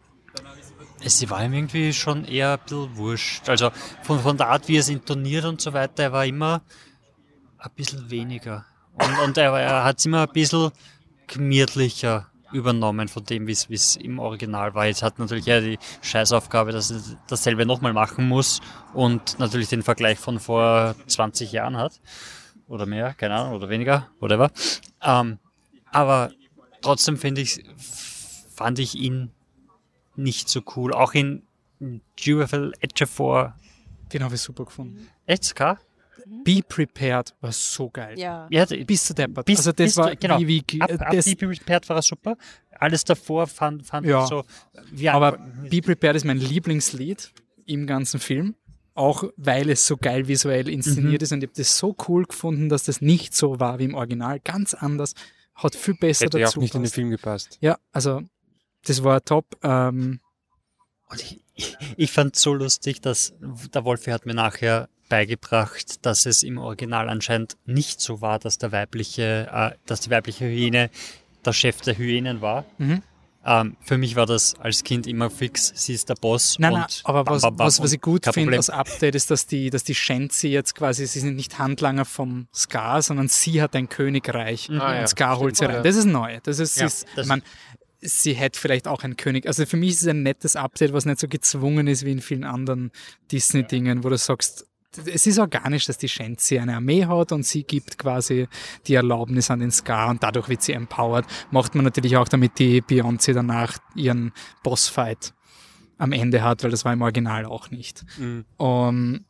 es war ihm irgendwie schon eher ein bisschen wurscht. Also von, von der Art, wie er es intoniert und so weiter, er war immer ein bisschen weniger. Und, und er, er hat es immer ein bisschen gemütlicher übernommen von dem, wie es im Original war. Jetzt hat natürlich ja die Scheißaufgabe, dass er dasselbe nochmal machen muss und natürlich den Vergleich von vor zwanzig Jahren hat. Oder mehr, keine Ahnung, oder weniger, whatever. Ähm, aber trotzdem finde ich, fand ich ihn nicht so cool. Auch in G F L Ejiofor. Den habe ich super gefunden. Echt, Ska? Be Prepared war so geil. Ja. ja bis zu deppert. Bis, also das war du, genau. wie, wie ab, ab das, Be Prepared war er super. Alles davor fand, fand ja. ich so. Ja, aber Be Prepared ist mein Lieblingslied im ganzen Film. Auch weil es so geil visuell inszeniert mhm. ist und ich habe das so cool gefunden, dass das nicht so war wie im Original. Ganz anders. Hat viel besser Hätte dazu auch nicht passt. in den Film gepasst. Ja, also das war top. Ähm, und ich, ich, ich fand es so lustig, dass der Wolfi hat mir nachher beigebracht, dass es im Original anscheinend nicht so war, dass der weibliche, äh, dass die weibliche Hyäne der Chef der Hyänen war. Mhm. Ähm, für mich war das als Kind immer fix, sie ist der Boss. Nein, und nein, aber bam, was, bam, bam was, was ich gut finde, das Update ist, dass die, dass die Shenzi jetzt quasi, sie sind nicht Handlanger vom Scar, sondern sie hat ein Königreich mhm. und ah, ja. Scar holt sie rein. Das ist neu. Das ist, ja, ist das man, sie hätte vielleicht auch ein König. Also für mich ist es ein nettes Update, was nicht so gezwungen ist wie in vielen anderen Disney-Dingen, wo du sagst, es ist organisch, dass die Shenzi eine Armee hat und sie gibt quasi die Erlaubnis an den Scar und dadurch wird sie empowered. Macht man natürlich auch, damit die Beyoncé danach ihren Bossfight am Ende hat, weil das war im Original auch nicht. Mhm. Um,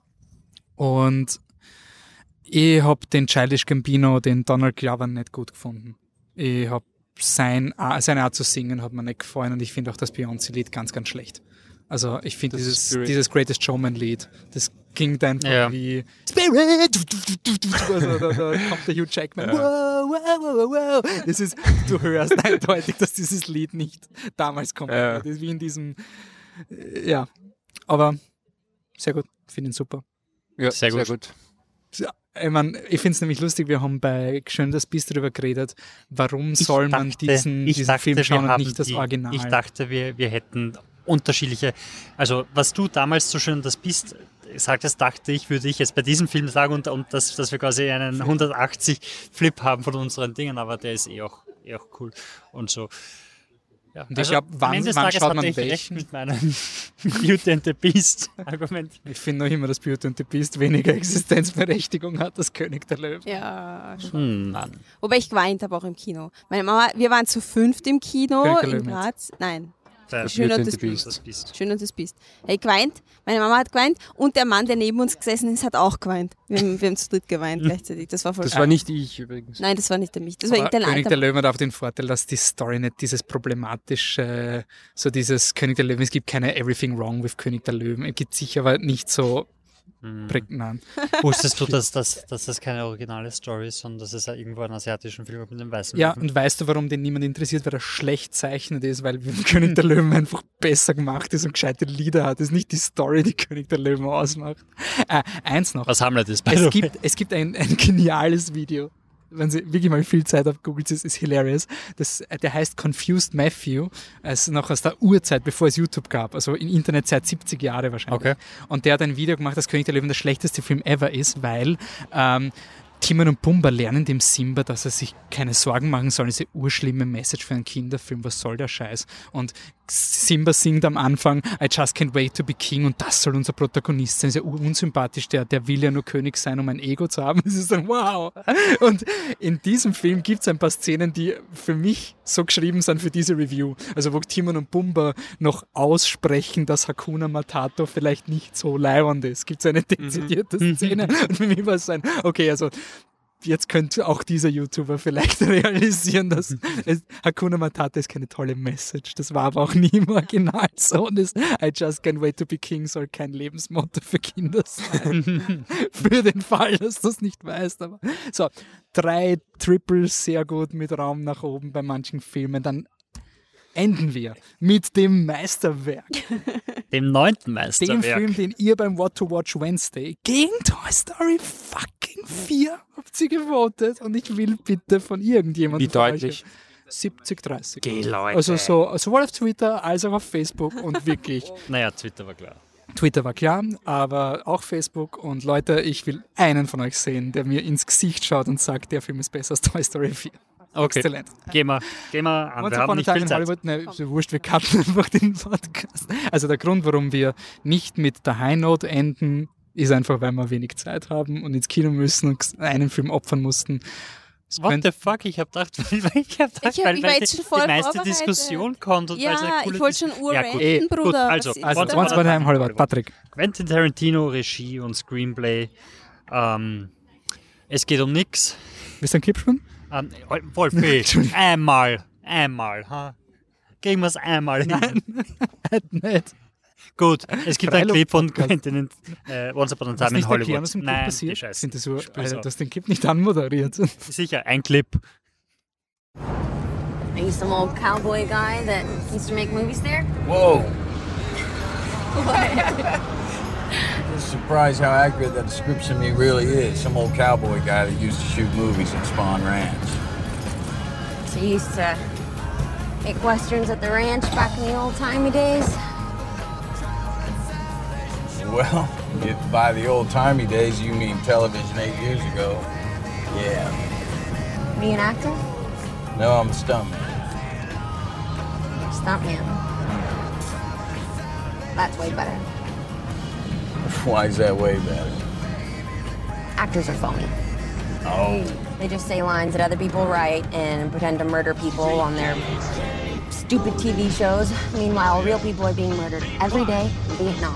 und ich habe den Childish Gambino, den Donald Glover nicht gut gefunden. Ich habe sein, seine Art zu singen hat mir nicht gefallen und ich finde auch das Beyoncé-Lied ganz, ganz schlecht. Also ich finde dieses, dieses Greatest Showman-Lied, das klingt einfach ja. wie Spirit! Also, da, da kommt der Hugh Jackman. Ja. Wow, wow, wow, wow. Das ist, du hörst eindeutig, dass dieses Lied nicht damals kommt. Ja. Das ist wie in diesem, ja. Aber sehr gut, finde ihn super. Ja, sehr gut. Sehr gut. Ja, ich meine, ich finde es nämlich lustig, wir haben bei Schön das Biest darüber geredet, warum soll ich man dachte, diesen, diesen dachte, Film schauen und haben nicht das die, Original. Ich dachte, wir, wir hätten unterschiedliche, also was du damals so schön das bist, sagtest, dachte ich, würde ich jetzt bei diesem Film sagen und, und das, dass wir quasi einen hundertachtzig Flip haben von unseren Dingen, aber der ist eh auch, eh auch cool und so. Ja. Und Also, ich glaube, wann, wann schaut man ich welchen? recht mit meinem Beauty and the Beast Argument. Ich finde noch immer, dass Beauty and the Beast weniger Existenzberechtigung hat als König der Löwen. Ja, schon. Hm, Mann. Wobei ich geweint habe auch im Kino. Meine Mama, wir waren zu fünft im Kino König der in Löwen Graz. Nein. Der Schön und das Beast. Biest. Beast. Schön und das Biest. Hey, geweint. Meine Mama hat geweint und der Mann, der neben uns gesessen ist, hat auch geweint. Wir haben, wir haben zu dritt geweint gleichzeitig. Das war voll Das geil. war nicht ich übrigens. Nein, das war nicht der mich. Das war Aber irgendein König alter. der Löwen hat auch den Vorteil, dass die Story nicht dieses problematische, so dieses König der Löwen, es gibt keine Everything Wrong with König der Löwen, es gibt sicher aber nicht so Hm. prägnant. Wusstest du, dass, dass, dass das keine originale Story ist, sondern dass es ja irgendwo einen asiatischen Film mit dem weißen Ja, Löwen? und weißt du, warum den niemand interessiert, weil er schlecht zeichnet ist, weil König der Löwen einfach besser gemacht ist und gescheite Lieder hat. Das ist nicht die Story, die König der Löwen ausmacht. Äh, eins noch. Was Hamlet ist, by Es the way. gibt, es gibt ein, ein geniales Video. Wenn Sie wirklich mal viel Zeit habt, googelt es, ist hilarious. Das, der heißt Confused Matthew, also noch aus der Urzeit, bevor es YouTube gab, also im Internet seit siebzig Jahre wahrscheinlich. Okay. Und der hat ein Video gemacht, dass König der Löwen der schlechteste Film ever ist, weil ähm, Timon und Pumba lernen dem Simba, dass er sich keine Sorgen machen soll. Diese urschlimme Message für einen Kinderfilm. Was soll der Scheiß? Und Simba singt am Anfang I just can't wait to be king und das soll unser Protagonist sein. Ist ja unsympathisch. Der, der will ja nur König sein, um ein Ego zu haben. Das ist dann wow. Und in diesem Film gibt es ein paar Szenen, die für mich so geschrieben sind für diese Review. Also wo Timon und Pumba noch aussprechen, dass Hakuna Matata vielleicht nicht so leiwand ist. Gibt es eine dezidierte Mhm. Szene. Und für mich war es so ein, okay, also jetzt könnte auch dieser YouTuber vielleicht realisieren, dass es, Hakuna Matata ist keine tolle Message. Das war aber auch nie im Original so. Und das I just can't wait to be king soll kein Lebensmotto für Kinder sein. Für den Fall, dass du es nicht weißt. Aber so, drei Triples sehr gut mit Raum nach oben bei manchen Filmen. Dann enden wir mit dem Meisterwerk. Dem neunten Dem Meisterwerk. Film, den ihr beim What to Watch Wednesday gegen Toy Story fucking vier habt sie gewotet und ich will bitte von irgendjemandem Wie deutlich? siebzig dreißig. Geh, Leute. Also so, sowohl auf Twitter als auch auf Facebook und wirklich, Naja, Twitter war klar. Twitter war klar, aber auch Facebook und Leute, ich will einen von euch sehen, der mir ins Gesicht schaut und sagt, der Film ist besser als Toy Story vier. Okay. Exzellent. Gehen wir, gehen wir an. Once Wir haben Upon a nicht Time viel in Zeit. Hollywood, ne, ist ja wurscht, wir cutten einfach den Podcast. Also der Grund, warum wir nicht mit der High Note enden, ist einfach, weil wir wenig Zeit haben und ins Kino müssen und einen Film opfern mussten. Es What könnt- the fuck? Ich hab gedacht, ich hab gedacht, Ich hab- weil, ich war weil jetzt die, schon voll die meiste vorbereitet. Diskussion kommt und Ja, weil es eine ich coole wollte schon Dis- urranten, gut. Eh, Bruder. gut, Was also, ist Also, das? Once Upon a Time in Hollywood, Patrick. Quentin Tarantino, Regie und Screenplay. Ähm, es geht um nix. Willst du einen Clip spielen? Ähm, Wolfi, Entschuldigung. einmal, einmal, ha? Kriegen wir es einmal hin? Nicht. Gut, es gibt einen Clip von Freiluft-Podcast. Quentin äh, Once Upon a Kannst Time du in nicht Hollywood. erklären, was im Clip Nein, die passiert? Ich Scheiße. finde das so, Spiel's Alter, auf. du hast den Clip nicht anmoderiert. Sicher, ein Clip. Are you some old cowboy guy that used to make movies there? Whoa. What? Just surprised how accurate that description of me really is. Some old cowboy guy that used to shoot movies at Spawn Ranch. So you used to make westerns at the ranch back in the old-timey days? Well, if by the old-timey days you mean television eight years ago, yeah. Are you an actor? No, I'm a stuntman. Stuntman. That's way better. Why is that way better? Actors are phony. Oh. They just say lines that other people write and pretend to murder people on their stupid T V shows. Meanwhile, real people are being murdered every day in Vietnam.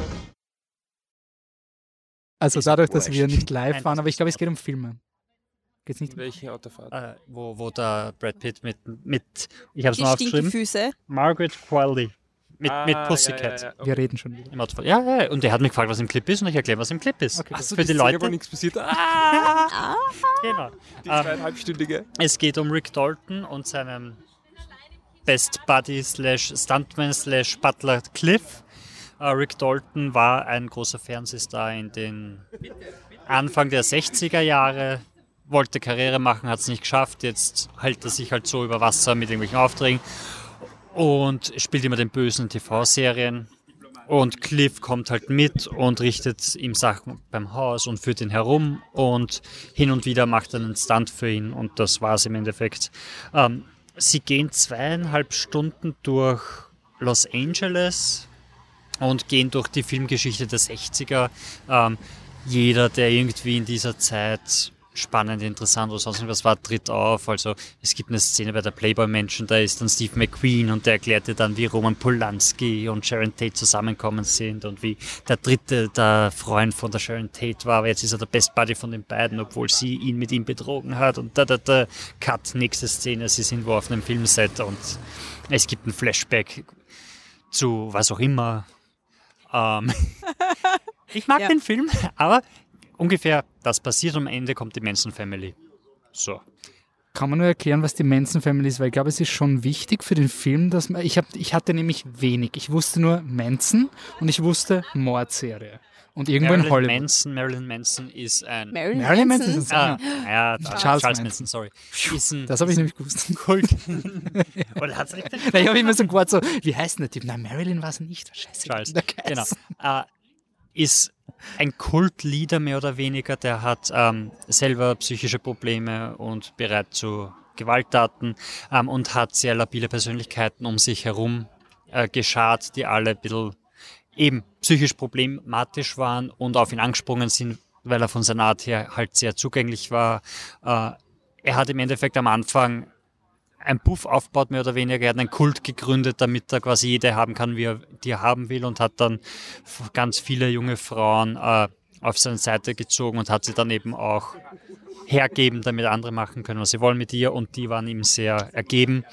Also dadurch, dass wir nicht live waren, aber ich glaube, es geht um Filme. Geht's nicht? Welche Autofahrt? Äh, wo, wo der Brad Pitt mit, mit ich habe es Die noch stinken aufgeschrieben, Füße. Margaret Qualley mit, Ah, mit ja, Pussycat. ja, ja, okay. Wir reden schon wieder. Im Autofahrt. Ja, ja, und er hat mich gefragt, was im Clip ist und ich erkläre, was im Clip ist. Okay. Ach so, Für die, Leute. wo nichts passiert. Ah, Genau. die Ähm, zweieinhalbstündige. es geht um Rick Dalton und seinen Best Buddy slash Stuntman slash Butler Cliff. Äh, Rick Dalton war ein großer Fernsehstar in den Anfang der sechziger Jahre, wollte Karriere machen, hat es nicht geschafft, jetzt hält er sich halt so über Wasser mit irgendwelchen Aufträgen und spielt immer den Bösen in T V-Serien. Und Cliff kommt halt mit und richtet ihm Sachen beim Haus und führt ihn herum und hin und wieder macht er einen Stunt für ihn und das war's im Endeffekt. Ähm, sie gehen zweieinhalb Stunden durch Los Angeles und gehen durch die Filmgeschichte der sechziger. Ähm, jeder, der irgendwie in dieser Zeit spannend, interessant oder sonst was war, tritt auf. Also es gibt eine Szene bei der Playboy-Menschen, da ist dann Steve McQueen und der erklärte dann, wie Roman Polanski und Sharon Tate zusammengekommen sind und wie der dritte der Freund von der Sharon Tate war, aber jetzt ist er der Best Buddy von den beiden, obwohl sie ihn mit ihm betrogen hat und da, da, da, Cut, nächste Szene, sie sind wo auf einem Filmset und es gibt ein Flashback zu was auch immer. Ähm, ich mag Ja. den Film, aber ungefähr das passiert, am Ende kommt die Manson Family. So. Kann man nur erklären, was die Manson Family ist, weil ich glaube, es ist schon wichtig für den Film, dass man, ich, hab, ich hatte nämlich wenig. Ich wusste nur Manson und ich wusste Mordserie. Und irgendwo in Marilyn Hollywood. Manson, Marilyn Manson ist ein... Marilyn, Marilyn Manson? Manson ist ein Ah, Sänger. ja, Charles Charles, Manson. Manson, sorry. Ist ein, Das habe ich nämlich gewusst. Kult. Oder hat's recht? Nein, ich habe immer so gewartet, so, wie heißt denn der Typ? Nein, Marilyn war es nicht. Scheiße. Charles, der genau. Geist. Äh, ist ein Kultleader mehr oder weniger, der hat ähm, selber psychische Probleme und bereit zu Gewalttaten ähm, und hat sehr labile Persönlichkeiten um sich herum äh, geschart, die alle ein bisschen eben psychisch problematisch waren und auf ihn angesprungen sind, weil er von seiner Art her halt sehr zugänglich war. Äh, er hat im Endeffekt am Anfang ein Puff aufgebaut, mehr oder weniger. Er hat einen Kult gegründet, damit er quasi jede haben kann, wie er die haben will und hat dann ganz viele junge Frauen äh, auf seine Seite gezogen und hat sie dann eben auch hergeben, damit andere machen können, was sie wollen mit ihr und die waren ihm sehr ergeben.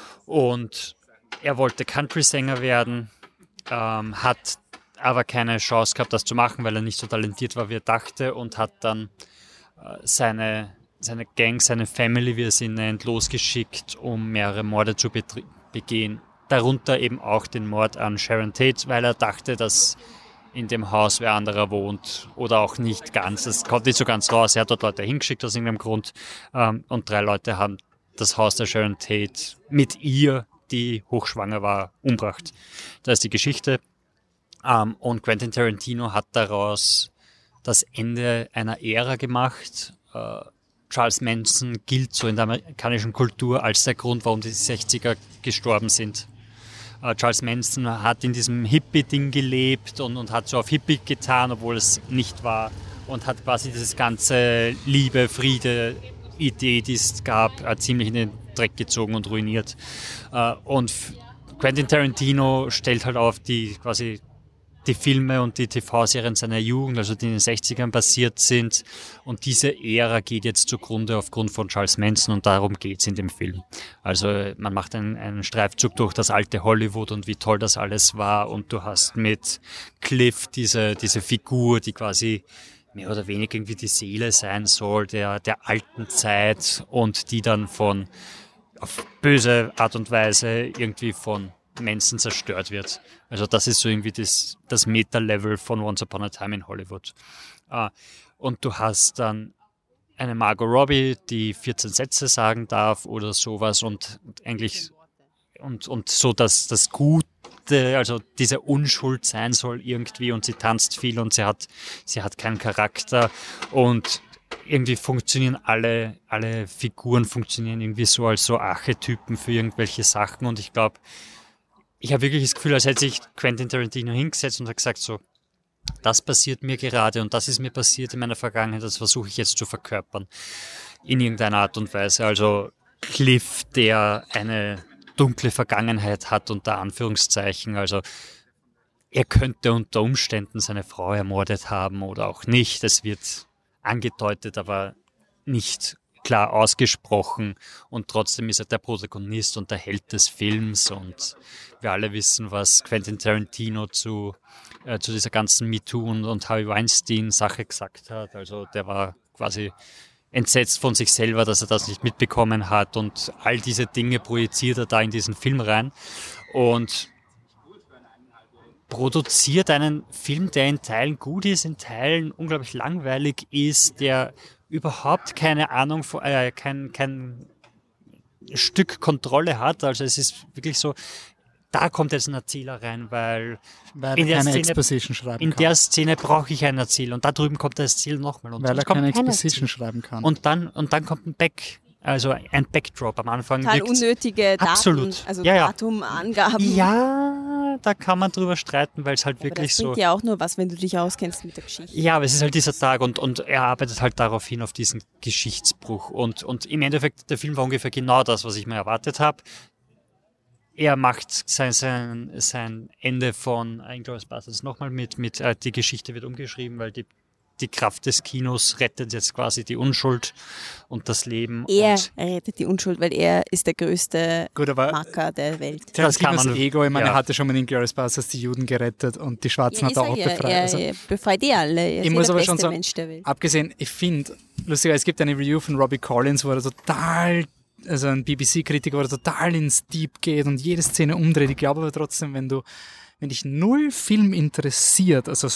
Und er wollte Country-Sänger werden, ähm, hat aber keine Chance gehabt, das zu machen, weil er nicht so talentiert war, wie er dachte und hat dann äh, seine seine Gang, seine Family, wie er sie nennt, losgeschickt, um mehrere Morde zu betri- begehen. Darunter eben auch den Mord an Sharon Tate, weil er dachte, dass in dem Haus wer anderer wohnt oder auch nicht ganz. Das kommt nicht so ganz raus. Er hat dort Leute hingeschickt aus irgendeinem Grund ähm, und drei Leute haben das Haus der Sharon Tate mit ihr, die hochschwanger war, umgebracht. Das ist die Geschichte. Ähm, und Quentin Tarantino hat daraus das Ende einer Ära gemacht. Äh, Charles Manson gilt so in der amerikanischen Kultur als der Grund, warum die sechziger gestorben sind. Uh, Charles Manson hat in diesem Hippie-Ding gelebt und, und hat so auf Hippie getan, obwohl es nicht war. Und hat quasi dieses ganze Liebe, Friede, Idee, die es gab, uh, ziemlich in den Dreck gezogen und ruiniert. Uh, und Quentin Tarantino stellt halt auf die quasi die Filme und die T V-Serien seiner Jugend, also die in den sechzigern passiert sind. Und diese Ära geht jetzt zugrunde aufgrund von Charles Manson und darum geht's in dem Film. Also man macht einen, einen Streifzug durch das alte Hollywood und wie toll das alles war. Und du hast mit Cliff diese, diese Figur, die quasi mehr oder weniger irgendwie die Seele sein soll der, der alten Zeit und die dann von auf böse Art und Weise irgendwie von Manson zerstört wird. Also das ist so irgendwie das, das Meta-Level von Once Upon a Time in Hollywood. Ah, und du hast dann eine Margot Robbie, die vierzehn Sätze sagen darf oder sowas und eigentlich und, und so, dass das Gute, also diese Unschuld sein soll irgendwie und sie tanzt viel und sie hat, sie hat keinen Charakter und irgendwie funktionieren alle, alle Figuren funktionieren irgendwie so als so Archetypen für irgendwelche Sachen und ich glaube, ich habe wirklich das Gefühl, als hätte sich Quentin Tarantino hingesetzt und hat gesagt so, das passiert mir gerade und das ist mir passiert in meiner Vergangenheit, das versuche ich jetzt zu verkörpern. In irgendeiner Art und Weise. Also Cliff, der eine dunkle Vergangenheit hat, unter Anführungszeichen. Also er könnte unter Umständen seine Frau ermordet haben oder auch nicht. Es wird angedeutet, aber nicht klar ausgesprochen und trotzdem ist er der Protagonist und der Held des Films und wir alle wissen, was Quentin Tarantino zu, äh, zu dieser ganzen MeToo und, und Harvey Weinstein-Sache gesagt hat. Also der war quasi entsetzt von sich selber, dass er das nicht mitbekommen hat und all diese Dinge projiziert er da in diesen Film rein und produziert einen Film, der in Teilen gut ist, in Teilen unglaublich langweilig ist, der überhaupt keine Ahnung, äh, kein, kein, Stück Kontrolle hat. Also es ist wirklich so, da kommt jetzt ein Erzähler rein, weil, weil in er der keine Szene, Exposition schreiben in kann. der Szene brauche ich einen Erzähler und da drüben kommt das Ziel nochmal. Und weil er kommt keine kein Exposition Erzähler. schreiben kann. Und dann, und dann kommt ein Back, also ein Backdrop am Anfang. Total wirkt's- unnötige Daten, Absolut. also ja, ja. Datumangaben. Ja, da kann man drüber streiten, weil es halt Aber wirklich das so... bringt ja auch nur was, wenn du dich auskennst mit der Geschichte. Ja, aber es ist halt dieser Tag und, und er arbeitet halt darauf hin, auf diesen Geschichtsbruch. Und, und im Endeffekt, der Film war ungefähr genau das, was ich mir erwartet habe. Er macht sein, sein, sein Ende von Inglourious Basterds nochmal mit, mit äh, die Geschichte wird umgeschrieben, weil die, die Kraft des Kinos rettet jetzt quasi die Unschuld und das Leben. Er und rettet die Unschuld, weil er ist der größte Gut, aber Macker der Welt. Tarantinos Ego, ich meine, ja. er hatte schon mal in Inglourious Basterds die Juden gerettet und die Schwarzen Ja, hat er ich auch sag ja, befreit. er, Also, er befreit die alle. Er ich ist muss der aber beste schon sagen, Mensch der Welt. abgesehen, ich finde, lustiger, es gibt eine Review von Robbie Collins, wo er total, also ein B B C-Kritiker, wo er total ins Deep geht und jede Szene umdreht. Ich glaube aber trotzdem, wenn du, wenn dich null Film interessiert, also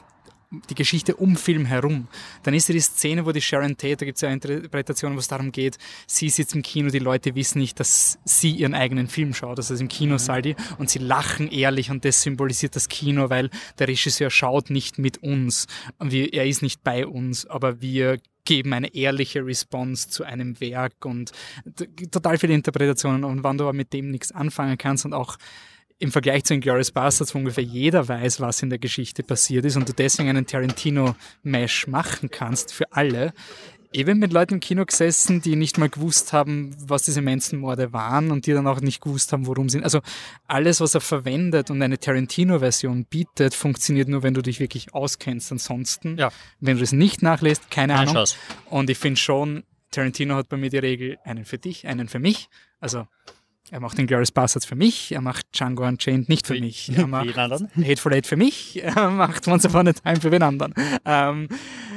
die Geschichte um Film herum, dann ist ja die Szene, wo die Sharon Tate, da gibt es ja Interpretationen, wo es darum geht, sie sitzt im Kino, die Leute wissen nicht, dass sie ihren eigenen Film schaut, also im Kinosaal die, und sie lachen ehrlich und das symbolisiert das Kino, weil der Regisseur schaut nicht mit uns, wir, er ist nicht bei uns, aber wir geben eine ehrliche Response zu einem Werk und t- total viele Interpretationen und wenn du aber mit dem nichts anfangen kannst und auch im Vergleich zu Inglourious Basterds, wo ungefähr jeder weiß, was in der Geschichte passiert ist und du deswegen einen Tarantino-Mash machen kannst für alle. Ich bin mit Leuten im Kino gesessen, die nicht mal gewusst haben, was diese Menschenmorde waren und die dann auch nicht gewusst haben, worum sie sind. Also alles, was er verwendet und eine Tarantino-Version bietet, funktioniert nur, wenn du dich wirklich auskennst. Ansonsten, Ja. wenn du es nicht nachlässt, keine Keine Ahnung. Chance. Und ich finde schon, Tarantino hat bei mir die Regel, einen für dich, einen für mich. Also er macht den Inglourious Basterds für mich, er macht Django Unchained nicht für mich. Er macht jeden anderen? Hateful Eight für mich, er macht Once Upon a Time für den anderen. Ähm,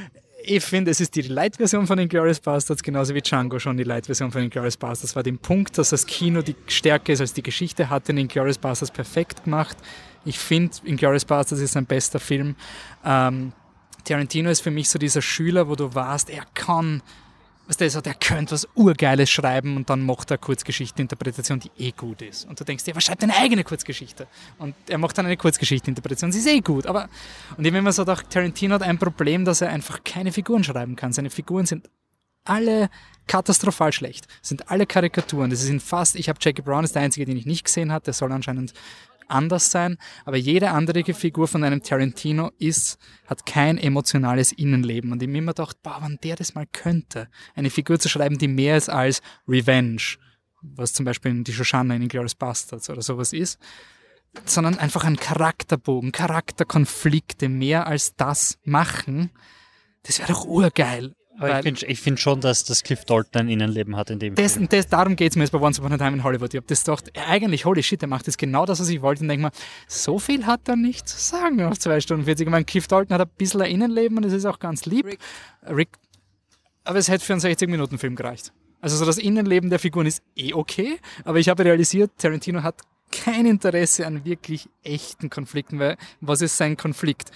ich finde, es ist die Light-Version von Inglourious Basterds, genauso wie Django schon die Light-Version von Inglourious Basterds war. Den Punkt, dass das Kino die Stärke ist, als die Geschichte hat, den Inglourious Basterds perfekt gemacht. Ich finde, Inglourious Basterds ist sein bester Film. Ähm, Tarantino ist für mich so dieser Schüler, wo du warst, er kann... Weißt du, so, der könnte was Urgeiles schreiben und dann macht er eine Kurzgeschichteinterpretation, die eh gut ist. Und du denkst dir, aber schreibt eine eigene Kurzgeschichte. Und er macht dann eine Kurzgeschichteinterpretation, sie ist eh gut. Aber, und ich habe immer so gedacht, Tarantino hat ein Problem, dass er einfach keine Figuren schreiben kann. Seine Figuren sind alle katastrophal schlecht. Sind alle Karikaturen. Das sind fast, ich habe Jackie Brown, ist der einzige, den ich nicht gesehen habe, der soll anscheinend anders sein, aber jede andere Figur von einem Tarantino ist, hat kein emotionales Innenleben. Und ich habe mir immer gedacht, boah, wenn der das mal könnte, eine Figur zu schreiben, die mehr ist als Revenge, was zum Beispiel in die Shoshana in Inglourious Basterds oder sowas ist, sondern einfach einen Charakterbogen, Charakterkonflikte mehr als das machen, das wäre doch urgeil. Aber ich finde ich find schon, dass das Cliff Dalton ein Innenleben hat in dem Das, Film. das, darum geht es mir jetzt bei Once Upon a Time in Hollywood. Ich habe das gedacht, ja, eigentlich, holy shit, er macht jetzt genau das, was ich wollte. Und denke mir, so viel hat er nicht zu sagen auf zwei Stunden vierzig. Ich meine, Cliff Dalton hat ein bisschen ein Innenleben und es ist auch ganz lieb. Rick. Rick. Aber es hätte für einen sechzig-Minuten-Film gereicht. Also so das Innenleben der Figuren ist eh okay, aber ich habe realisiert, Tarantino hat kein Interesse an wirklich echten Konflikten, weil was ist sein Konflikt?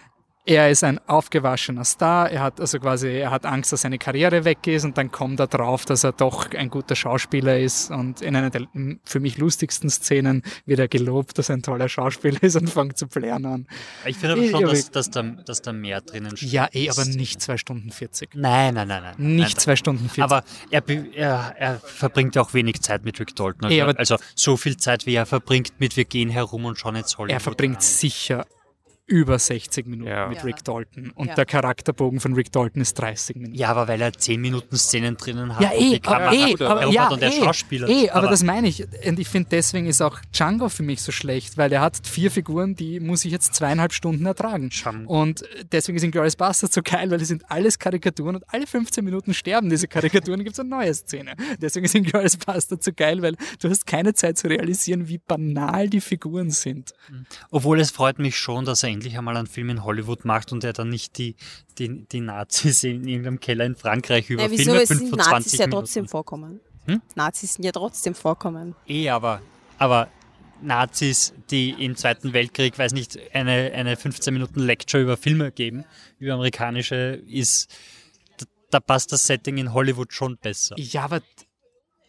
Er ist ein aufgewaschener Star, er hat also quasi, er hat Angst, dass seine Karriere weg ist und dann kommt er drauf, dass er doch ein guter Schauspieler ist und in einer der für mich lustigsten Szenen wird er gelobt, dass er ein toller Schauspieler ist und fängt zu plären an. Ich finde aber schon, dass, dass, da, dass da mehr drinnen steht. Ja, eh, aber nicht zwei Stunden vierzig. Nein, nein, nein. nein nicht nein, zwei Stunden vierzig. Aber er, er, er verbringt ja auch wenig Zeit mit Rick Dalton. Also, eh, aber also so viel Zeit, wie er verbringt mit wir gehen herum und schauen jetzt Hollywood. Er verbringt an. sicher über sechzig Minuten ja. mit ja. Rick Dalton. Und ja. der Charakterbogen von Rick Dalton ist dreißig Minuten. Ja, aber weil er zehn Minuten Szenen drinnen hat ja, eh, und die Kamera eh, aber, ja, und der eh, Schauspieler. Eh, aber, aber das meine ich. Und ich finde, deswegen ist auch Django für mich so schlecht, weil er hat vier Figuren, die muss ich jetzt zweieinhalb Stunden ertragen. Scham. Und deswegen ist Inglourious Basterds so geil, weil es sind alles Karikaturen und alle fünfzehn Minuten sterben diese Karikaturen und gibt es eine neue Szene. Deswegen ist Inglourious Basterds so geil, weil du hast keine Zeit zu realisieren, wie banal die Figuren sind. Obwohl es freut mich schon, dass er endlich einmal einen Film in Hollywood macht und er dann nicht die, die, die Nazis in irgendeinem Keller in Frankreich über ja, wieso Filme es sind fünfundzwanzig Nazis ja Minuten. trotzdem vorkommen. Hm? Nazis sind ja trotzdem vorkommen. Eh, aber, aber Nazis, die im Zweiten Weltkrieg, weiß nicht, eine, eine fünfzehn Minuten Lecture über Filme geben, über amerikanische, ist, da, da passt das Setting in Hollywood schon besser. Ja, aber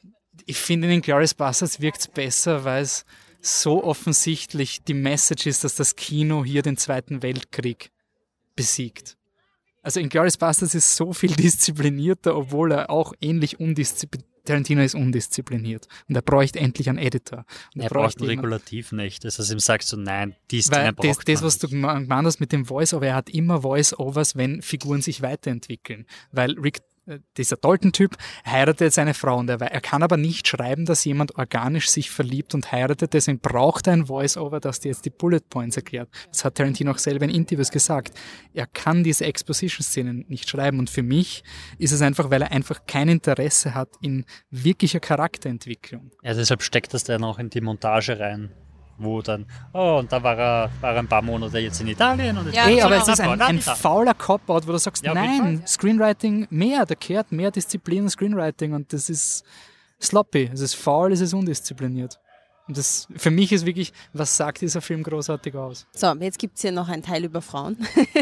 ich finde, in Inglourious Basterds wirkt es besser, weil es so offensichtlich die Message ist, dass das Kino hier den Zweiten Weltkrieg besiegt. Also Inglourious Basterds ist so viel disziplinierter, obwohl er auch ähnlich undiszipliniert. Tarantino ist undiszipliniert und er bräuchte endlich einen Editor. Und er, er braucht ein Regulativ nicht, dass er ihm sagt so, nein, die Szene braucht das, das, man was nicht. du gemeint hast mit dem Voice-Over, er hat immer Voice-Overs, wenn Figuren sich weiterentwickeln. Weil Rick, dieser Dalton-Typ, heiratet jetzt eine Frau und er, er kann aber nicht schreiben, dass jemand organisch sich verliebt und heiratet, deswegen braucht er ein Voice-Over, das dir jetzt die Bullet Points erklärt. Das hat Tarantino auch selber in Interviews gesagt. Er kann diese Exposition-Szenen nicht schreiben und für mich ist es einfach, weil er einfach kein Interesse hat in wirklicher Charakterentwicklung. Ja, deshalb steckt das dann auch in die Montage rein. Wo dann, oh, und da war er, war er ein paar Monate jetzt in Italien. Und jetzt ja, Ey, aber es ist ein, ein fauler Cop-Out, wo du sagst, ja, nein, Screenwriting mehr, da kehrt mehr Disziplin und Screenwriting und das ist sloppy, es ist faul, es ist undiszipliniert. Und das, für mich ist wirklich, was sagt dieser Film großartig aus? So, jetzt gibt es hier noch einen Teil über Frauen.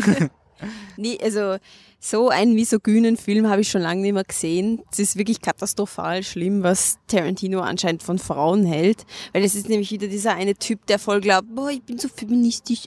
Nee, also so einen misogynen Film habe ich schon lange nicht mehr gesehen. Es ist wirklich katastrophal schlimm, was Tarantino anscheinend von Frauen hält, weil es ist nämlich wieder dieser eine Typ, der voll glaubt, boah, ich bin so feministisch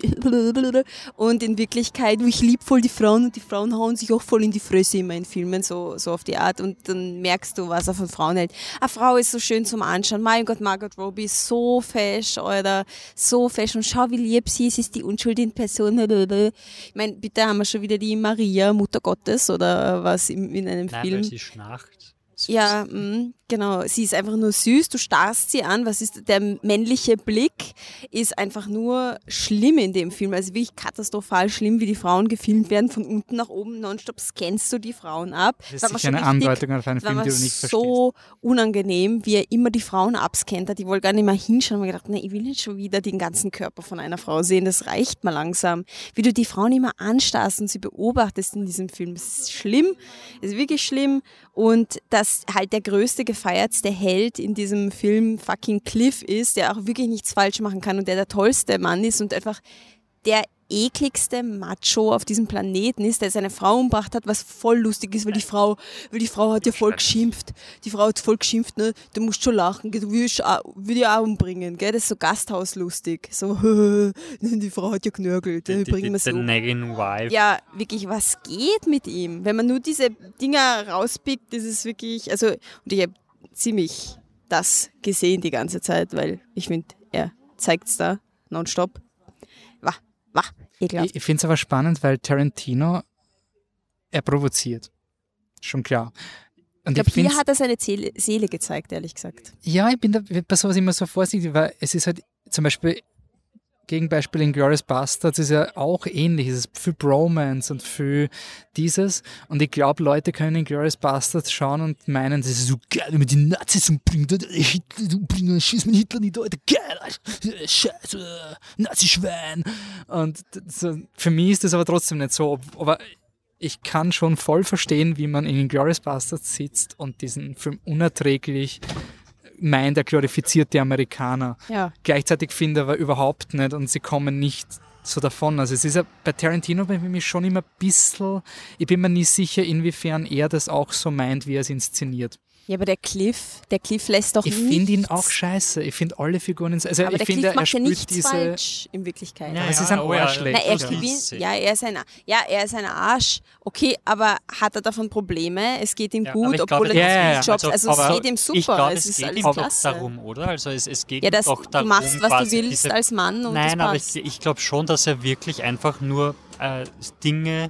und in Wirklichkeit, ich liebe voll die Frauen und die Frauen hauen sich auch voll in die Fresse immer in Filmen, so, so auf die Art und dann merkst du, was er von Frauen hält. Eine Frau ist so schön zum Anschauen, mein Gott, Margot Robbie ist so fesch, Alter, so fesch und schau, wie lieb sie ist, ist die Unschuld in Person. Ich meine, bitte haben wir schon wieder die Maria, Mutter Gottes oder was in, in einem Nein, Film. Weil sie schnarcht. Süß. Ja, mh, genau. Sie ist einfach nur süß. Du starrst sie an. Was ist der männliche Blick? Ist einfach nur schlimm in dem Film. Also wirklich katastrophal schlimm, wie die Frauen gefilmt werden. Von unten nach oben nonstop scannst du die Frauen ab. Das ist sicher eine Andeutung auf einen Film, den du nicht verstehst. So unangenehm, wie er immer die Frauen abscannt hat. Ich wollte gar nicht mehr hinschauen. Ich habe gedacht, nee, ich will nicht schon wieder den ganzen Körper von einer Frau sehen. Das reicht mal langsam. Wie du die Frauen immer anstarrst und sie beobachtest in diesem Film. Das ist schlimm. Das ist wirklich schlimm. Und dass halt der größte, gefeiertste Held in diesem Film fucking Cliff ist, der auch wirklich nichts falsch machen kann und der der tollste Mann ist und einfach der ekligste Macho auf diesem Planeten ist, der seine Frau umgebracht hat, was voll lustig ist, weil die Frau, weil die Frau hat ja voll geschimpft. Die Frau hat voll geschimpft, ne? Du musst schon lachen, gell? Du würdest die auch umbringen, gell? Das ist so Gasthauslustig. So, die Frau hat ja genörgelt, die, bringen wir sie um. Wife. Ja, wirklich, was geht mit ihm? Wenn man nur diese Dinger rauspickt, das ist wirklich, also, und ich habe ziemlich das gesehen die ganze Zeit, weil ich finde, er zeigt es da nonstop. Wah, wah, ekelhaft. Ich, ich finde es aber spannend, weil Tarantino, er provoziert. Schon klar. Und ich glaube, hier hat er seine Seele, Seele gezeigt, ehrlich gesagt. Ja, ich bin da bei sowas immer so vorsichtig, weil es ist halt zum Beispiel, Gegenbeispiel in Inglourious Basterds ist ja auch ähnlich. Es ist für Bromance und für dieses. Und ich glaube, Leute können Inglourious Basterds schauen und meinen, das ist so geil, wenn man die Nazis umbringt. Hitler umbringen, schießt man Hitler nicht, Leute, geil, scheiße, Nazi-Schwein. Und so, für mich ist das aber trotzdem nicht so. Aber ich kann schon voll verstehen, wie man in Inglourious Basterds sitzt und diesen Film unerträglich meint, er glorifiziert die Amerikaner. Ja. Gleichzeitig finde ich aber überhaupt nicht und sie kommen nicht so davon. Also es ist ja bei Tarantino bei mir schon immer ein bisschen, ich bin mir nie sicher, inwiefern er das auch so meint, wie er es inszeniert. Ja, aber der Cliff, der Cliff lässt doch Ich finde ihn auch scheiße. Ich finde alle Figuren, also aber ich der finde, Cliff er macht ja spielt nichts diese... falsch in Wirklichkeit. Ja, es ist ein oh ja, Arschlecht. Na, er ja. gewinnt, ja, er ist ein, ja, er ist ein Arsch. Okay, aber hat er davon Probleme? Es geht ihm Ja, gut, aber ich obwohl glaube, er ja, ja, nichts Jobs, also, aber es geht ihm super, ich glaube, es es ist geht alles ihm doch klasse. darum, oder? Also es, es geht Ja, das, doch darum, du machst, was du quasi willst diese, als Mann und Nein, das aber passt. ich, ich glaube schon, dass er wirklich einfach nur äh, Dinge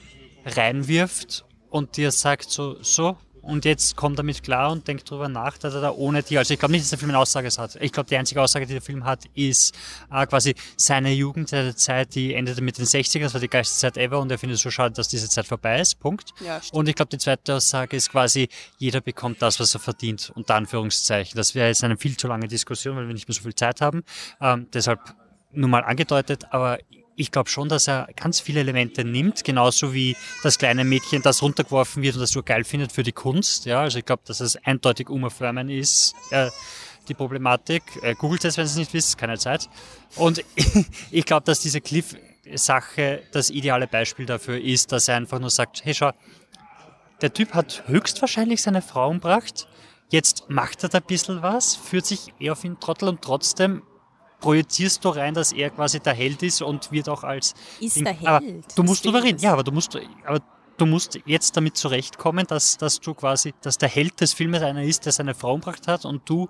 reinwirft und dir sagt so, so, und jetzt kommt er mit klar und denkt drüber nach, dass er da ohne die, also ich glaube nicht, dass der Film eine Aussage hat. Ich glaube, die einzige Aussage, die der Film hat, ist äh, quasi seine Jugend, seine Zeit, die endete mit den sechzigern, das war die geilste Zeit ever und er findet es so schade, dass diese Zeit vorbei ist, Punkt. Ja, stimmt. Und ich glaube, die zweite Aussage ist quasi, jeder bekommt das, was er verdient, unter Anführungszeichen. Das wäre jetzt eine viel zu lange Diskussion, weil wir nicht mehr so viel Zeit haben. Ähm, deshalb nur mal angedeutet, aber ich glaube schon, dass er ganz viele Elemente nimmt, genauso wie das kleine Mädchen, das runtergeworfen wird und das so geil findet für die Kunst. Ja, also ich glaube, dass es eindeutig Uma Thurman ist, äh, die Problematik. Äh, googelt es, wenn ihr es nicht wisst, keine Zeit. Und ich glaube, dass diese Cliff-Sache das ideale Beispiel dafür ist, dass er einfach nur sagt, hey schau, der Typ hat höchstwahrscheinlich seine Frau umgebracht, jetzt macht er da ein bisschen was, führt sich eher auf ihn Trottel und trotzdem projizierst du rein, dass er quasi der Held ist und wird auch als... Ist Ding, der Held. aber du musst Das drüber reden, ist- ja, aber du musst, aber du musst jetzt damit zurechtkommen, dass, dass du quasi, dass der Held des Filmes einer ist, der seine Frau umgebracht hat und du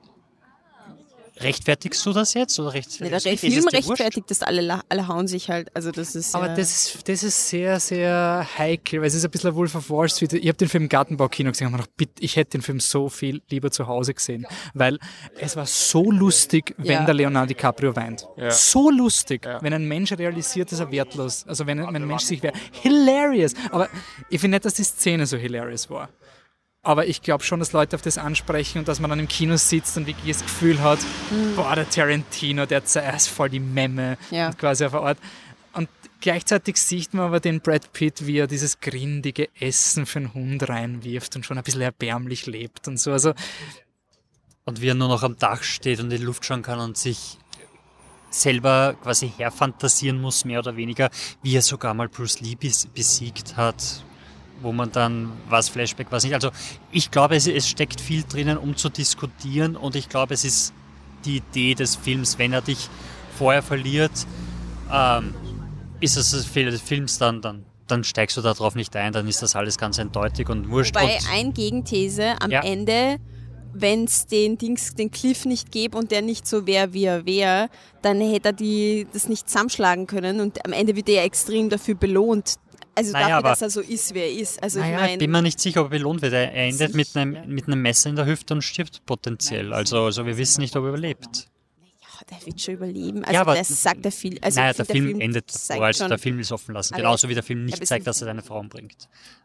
rechtfertigst du das jetzt? Oder Nee, rechtfertigst der ist es Film dir wurscht? rechtfertigt das, alle, la- alle hauen sich halt, also das ist Aber ja, das ist, das ist sehr, sehr heikel, weil es ist ein bisschen ein Wolf of Wall Street. Ich habe den Film im Gartenbaukino gesehen und habe mir gedacht, bitte, ich hätte den Film so viel lieber zu Hause gesehen, weil es war so lustig, wenn Ja. der Leonardo DiCaprio weint. Ja. So lustig, wenn ein Mensch realisiert, dass er wertlos, also wenn, wenn ein Mensch sich wehrt. Hilarious! Aber ich finde nicht, dass die Szene so hilarious war. Aber ich glaube schon, dass Leute auf das ansprechen und dass man dann im Kino sitzt und wirklich das Gefühl hat, boah, der Tarantino, der ist voll die Memme Ja. und quasi auf der Art. Und gleichzeitig sieht man aber den Brad Pitt, wie er dieses grindige Essen für einen Hund reinwirft und schon ein bisschen erbärmlich lebt und so. Also Und wie er nur noch am Dach steht und in die Luft schauen kann und sich selber quasi herfantasieren muss, mehr oder weniger, wie er sogar mal Bruce Lee bes- besiegt hat, wo man dann, was Flashback, was nicht. Also ich glaube, es, es steckt viel drinnen, um zu diskutieren und ich glaube, es ist die Idee des Films, wenn er dich vorher verliert, ähm, ist es das Fehler des Films, dann, dann, dann steigst du darauf nicht ein, dann ist das alles ganz eindeutig und wurscht. Wobei und, ein Gegenthese am Ja. Ende, wenn es den Dings, den Cliff nicht gäbe und der nicht so wäre, wie er wäre, dann hätte er die, das nicht zusammenschlagen können und am Ende wird er ja extrem dafür belohnt. Also Naja, dafür, aber- dass er so ist, wer er ist. Also naja, ich ich meine, bin mir nicht sicher, ob er belohnt wird. Er er endet mit einem, mit einem Messer in der Hüfte und stirbt potenziell. Also, also wir wissen nicht, ob er überlebt. der wird schon überleben. Also Ja, aber- das sagt der Film. Also naja, ich der find, Film, endet zeigt davor, also schon- der Film will es offen lassen. Aber- Genauso wie der Film Ja, nicht aber es zeigt, ist- dass er seine Frau umbringt.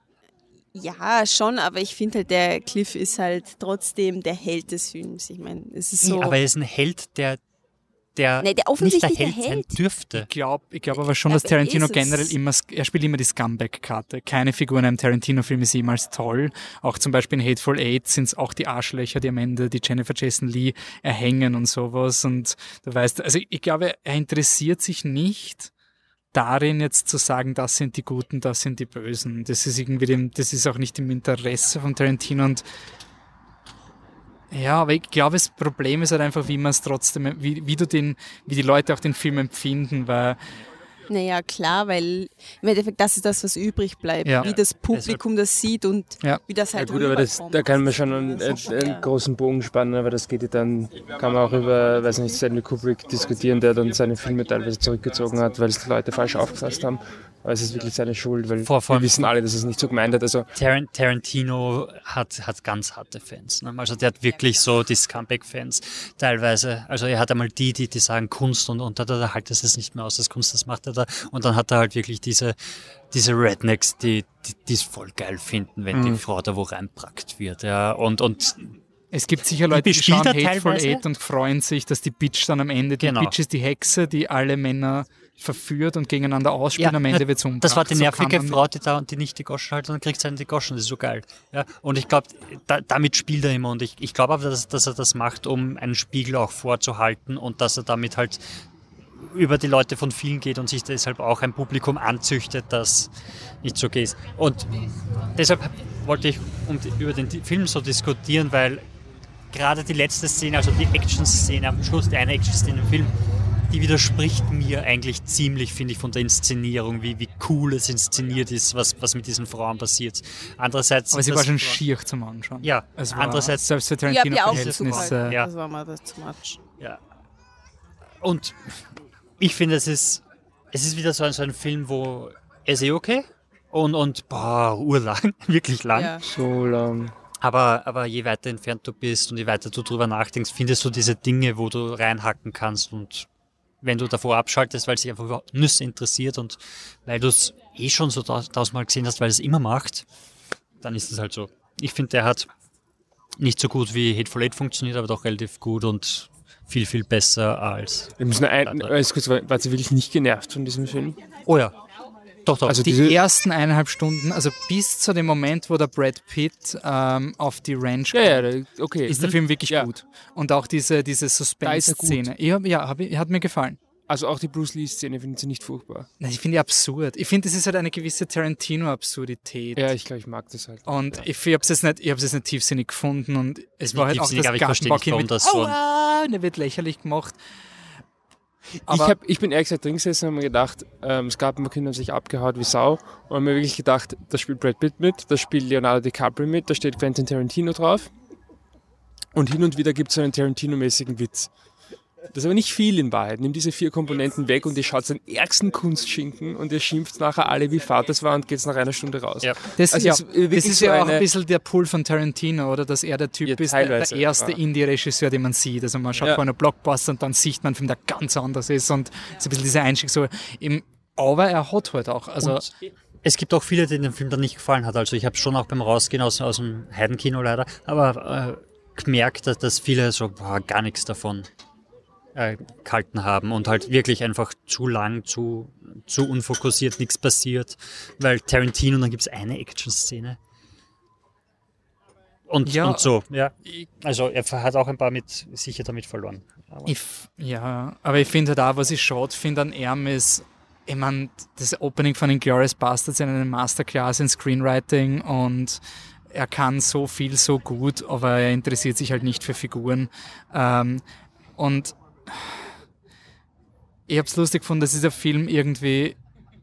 Ja, schon, aber ich finde halt, der Cliff ist halt trotzdem der Held des Films. Ich meine, es ist so... Nee, aber er ist ein Held, der, der, Nee, der nicht der offensichtlich Held der sein Held. dürfte. ich glaube ich glaub aber schon, Ja, dass Tarantino ist es. generell immer, er spielt immer die Scumbag-Karte. Keine Figur in einem Tarantino-Film ist jemals toll. Auch zum Beispiel in Hateful Eight sind es auch die Arschlöcher, die am Ende die Jennifer Jason Leigh erhängen und sowas. Und du weißt, also ich glaube, er interessiert sich nicht darin jetzt zu sagen, das sind die Guten, das sind die Bösen. Das ist irgendwie dem, das ist auch nicht im Interesse von Tarantino und ja, aber ich glaube, das Problem ist halt einfach, wie man es trotzdem, wie, wie du den, wie die Leute auch den Film empfinden, weil Naja, klar, weil im Endeffekt das ist das, was übrig bleibt. Ja. Wie das Publikum das sieht und Ja. wie das Ja halt gut, aber das, rüberkommt. da kann man schon einen, einen, einen großen Bogen spannen, aber das geht ja dann, kann man auch über, weiß nicht, Stanley Kubrick diskutieren, der dann seine Filme teilweise zurückgezogen hat, weil es die Leute falsch aufgefasst haben. Aber es ist wirklich seine Schuld, weil Vor- vor- wir wissen alle, dass er es nicht so gemeint hat. Also Taran- Tarantino hat, hat ganz harte Fans. Ne? Also der hat wirklich so die Scumbag-Fans teilweise. Also er hat einmal die, die, die sagen Kunst und, und da, da, da haltet es nicht mehr aus, das Kunst, das macht er da. Und dann hat er halt wirklich diese, diese Rednecks, die, die es voll geil finden, wenn Mhm. die Frau da wo reinprackt wird. Ja. Und, und es gibt sicher Leute, die bespielt schauen er Hateful teilweise? Eight und freuen sich, dass die Bitch dann am Ende, die Genau. Bitch ist die Hexe, die alle Männer verführt und gegeneinander ausspielt, am Ende wird es umgebracht. das war die So nervige kann man- Frau, die da die nicht die Goschen hält und dann kriegt sie einen die Goschen, das ist so geil. Ja, und ich glaube, da, damit spielt er immer und ich, ich glaube aber, dass, dass er das macht, um einen Spiegel auch vorzuhalten und dass er damit halt über die Leute von vielen geht und sich deshalb auch ein Publikum anzüchtet, das nicht so geht. Und deshalb wollte ich um, die- über den Film so diskutieren, weil gerade die letzte Szene, also die Action-Szene am Schluss, die eine Action-Szene im Film, die widerspricht mir eigentlich ziemlich, finde ich, von der Inszenierung, wie, wie cool es inszeniert ist, was, was mit diesen Frauen passiert. Andererseits... Aber sie das- war schon schier zum Anschauen. Ja, Es war andererseits... selbst für Ich habe ja auch Tarantino-Verhältnisse. zugehört. Ja. Das war mal das too much. Ja. Und ich finde, es ist, es ist wieder so ein, so ein Film, wo er ist eh okay und, und boah, urlang, wirklich lang. Ja. so lang. Aber, aber je weiter entfernt du bist und je weiter du drüber nachdenkst, findest du diese Dinge, wo du reinhacken kannst. Und wenn du davor abschaltest, weil es dich einfach überhaupt nicht interessiert und weil du es eh schon so taus- tausendmal gesehen hast, weil es immer macht, dann ist es halt so. Ich finde, der hat nicht so gut wie Hateful Eight funktioniert, aber doch relativ gut und viel, viel besser als... Wir müssen ein, alles kurz, war, war sie wirklich nicht genervt von diesem Film? Oh ja, doch, doch. Also Die diese, ersten eineinhalb Stunden, also bis zu dem Moment, wo der Brad Pitt ähm, auf die Ranch ja, kommt, ja, okay. ist der Film wirklich Ja. gut. Und auch diese, diese Da ist er gut. Suspense-Szene. Ja, ja hab, ich- hat mir gefallen. Also auch die Bruce Lee-Szene finden sie nicht furchtbar. Nein, ich finde die absurd. Ich finde, es ist halt eine gewisse Tarantino-Absurdität. Ja, ich glaube, ich mag das halt. Und ja. ich, ich habe es jetzt nicht, ich habe es jetzt nicht tiefsinnig gefunden und es Nicht war halt auch tiefsinnig, das aber ich verstehe nicht, warum mit, das so- Aua, und er wird lächerlich gemacht. Ich, hab, ich bin ehrlich gesagt drin gesessen und habe mir gedacht, ähm, Scarpa-McKinnon hat sich abgehauen wie Sau und habe mir wirklich gedacht, da spielt Brad Pitt mit, da spielt Leonardo DiCaprio mit, da steht Quentin Tarantino drauf und hin und wieder gibt es so einen Tarantino-mäßigen Witz. Das ist aber nicht viel in Wahrheit. Nimm diese vier Komponenten weg und ihr schaut den ärgsten Kunstschinken und ihr schimpft nachher alle, wie fad das war und geht nach einer Stunde raus. Ja. Das, also ja, es ist, das ist so ja auch eine, ein bisschen der Pull von Tarantino, oder? Dass er der Typ ja, ist, der, der erste ja. Indie-Regisseur, den man sieht. Also man schaut ja. vor einer Blockbuster und dann sieht man einen Film, der ganz anders ist und so ein bisschen dieser Einstieg so im, aber er hat halt auch, also und es gibt auch viele, denen der Film dann nicht gefallen hat. Also ich habe schon auch beim Rausgehen aus, aus dem Heidenkino leider, aber äh, gemerkt, dass, dass viele so boah, gar nichts davon äh, gehalten haben und halt wirklich einfach zu lang, zu, zu unfokussiert, nichts passiert, weil Tarantino, dann gibt es eine Action-Szene. Und, Ja, und so, ja. Also er hat auch ein paar mit, sicher damit verloren. Aber ich, ja, aber ich finde halt auch, was ich schade finde an ihm ist, ich meine, das Opening von Inglourious Basterds ist eine Masterclass in Screenwriting und er kann so viel, so gut, aber er interessiert sich halt nicht für Figuren. Ähm, und ich habe es lustig gefunden, dass dieser Film irgendwie,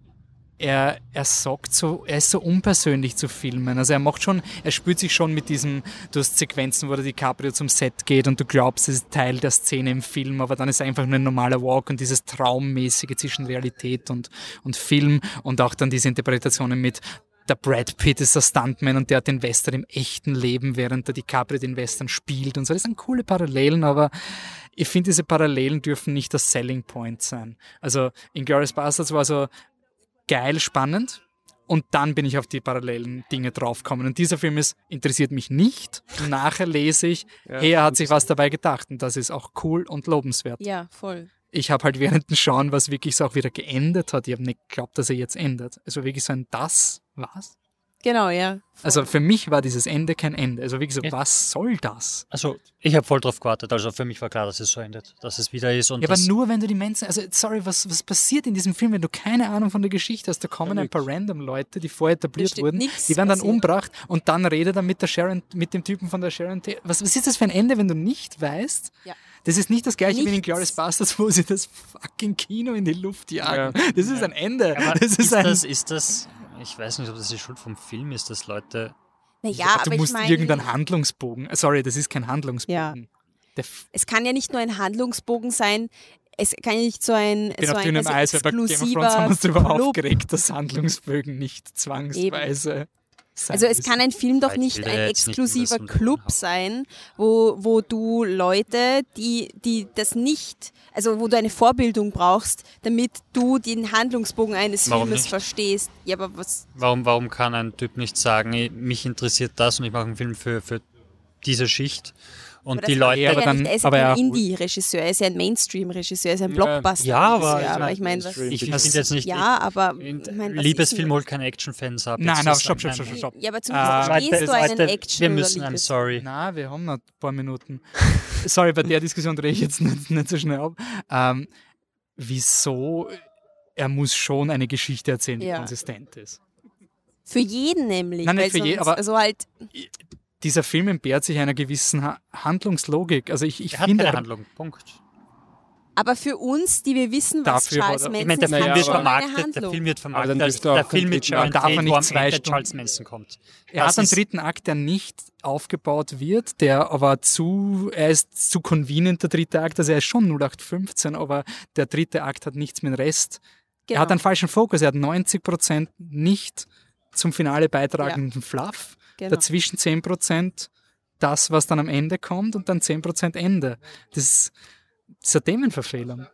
er, er sagt so, er ist so unpersönlich zu filmen. Also er macht schon, er spürt sich schon mit diesem, du hast Sequenzen, wo der DiCaprio zum Set geht und du glaubst, es ist Teil der Szene im Film, aber dann ist es einfach nur ein normaler Walk und dieses Traummäßige zwischen Realität und, und Film und auch dann diese Interpretationen mit, der Brad Pitt ist der Stuntman und der hat den Western im echten Leben, während der DiCaprio den Western spielt und so. Das sind coole Parallelen, aber ich finde, diese Parallelen dürfen nicht das Selling Point sein. Also Inglourious Basterds war so geil, spannend und dann bin ich auf die parallelen Dinge draufgekommen. Und dieser Film ist, interessiert mich nicht. Nachher lese ich, ja, hey, er hat sich was dabei gedacht und das ist auch cool und lobenswert. Ja, voll. Ich habe halt während dem Schauen, was wirklich so auch wieder geendet hat, ich habe nicht geglaubt, dass er jetzt endet. Also wirklich so ein das, was? Genau, ja. Voll. Also für mich war dieses Ende kein Ende. Also wirklich so, ja. Was soll das? Also ich habe voll drauf gewartet. Also für mich war klar, dass es so endet, dass es wieder ist. Und ja, aber nur wenn du die Menschen, also sorry, was, was passiert in diesem Film, wenn du keine Ahnung von der Geschichte hast? Da kommen ja, ein paar random Leute, die vorher etabliert wurden, die werden dann passiert. umgebracht und dann redet er mit der Sharon, mit dem Typen von der Sharon Tate. Was, was ist das für ein Ende, wenn du nicht weißt? Ja. Das ist nicht das gleiche Nichts. wie in Inglourious Basterds, wo sie das fucking Kino in die Luft jagen. Ja. Das ist ja. ein Ende. Aber das ist, ist, ein das, ist das, ich weiß nicht, ob das die Schuld vom Film ist, dass Leute... Naja, ja, du aber musst ich mein, irgendeinen Handlungsbogen... Sorry, das ist kein Handlungsbogen. Ja. Es kann ja nicht nur ein Handlungsbogen sein, es kann ja nicht so ein... Ich bin so auf ein dünnem also Eis, weil bei Game of Thrones haben wir uns darüber aufgeregt, dass Handlungsbögen nicht zwangsweise... Eben. Also es kann ein Film doch nicht ein exklusiver nicht Club sein, wo, wo du Leute, die, die das nicht, also wo du eine Vorbildung brauchst, damit du den Handlungsbogen eines warum Filmes nicht? verstehst. Ja, aber was? Warum, warum kann ein Typ nicht sagen, mich interessiert das und ich mache einen Film für, für diese Schicht? Und die Leute, aber ja dann, er ist aber ja kein Indie-Regisseur, er ist ja ein Mainstream-Regisseur, er ist ein Blockbuster-Regisseur. Ja, aber, aber ich meine, was... Ich finde jetzt nicht... Ja, aber... Ich mein, Liebesfilm holt keine Action-Fans ab. Nein, nein, stopp, stopp, stopp, stopp. Ja, aber zumindest verstehst du einen Action Wir müssen, I'm sorry. Nein, wir haben noch ein paar Minuten. Sorry, bei der Diskussion drehe ich jetzt nicht, nicht so schnell ab. Ähm, wieso? Er muss schon eine Geschichte erzählen, die ja. konsistent ist. Für jeden nämlich. Nein, nicht für jeden, aber... Also halt, dieser Film entbehrt sich einer gewissen ha- Handlungslogik. Also ich, ich er hat finde, keine Handlung, Punkt. Aber für uns, die wir wissen, was Dafür Charles Manson ich meine, der Film ist, wird schon eine vermarktet, Handlung. der Film wird vermarktet, der Film mit Sharon darf er Tate, nicht wo am zwei Ende Stunden- Charles Manson kommt. er Das hat einen ist- dritten Akt, der nicht aufgebaut wird, der aber zu, er ist zu convenient, der dritte Akt, also er ist schon null acht fünfzehn, aber der dritte Akt hat nichts mit dem Rest. Genau. Er hat einen falschen Fokus, er hat neunzig Prozent nicht zum Finale beitragenden ja. Fluff, Genau. dazwischen zehn Prozent das, was dann am Ende kommt und dann zehn Prozent Ende. Das ist, das ist eine Themenverfehlung.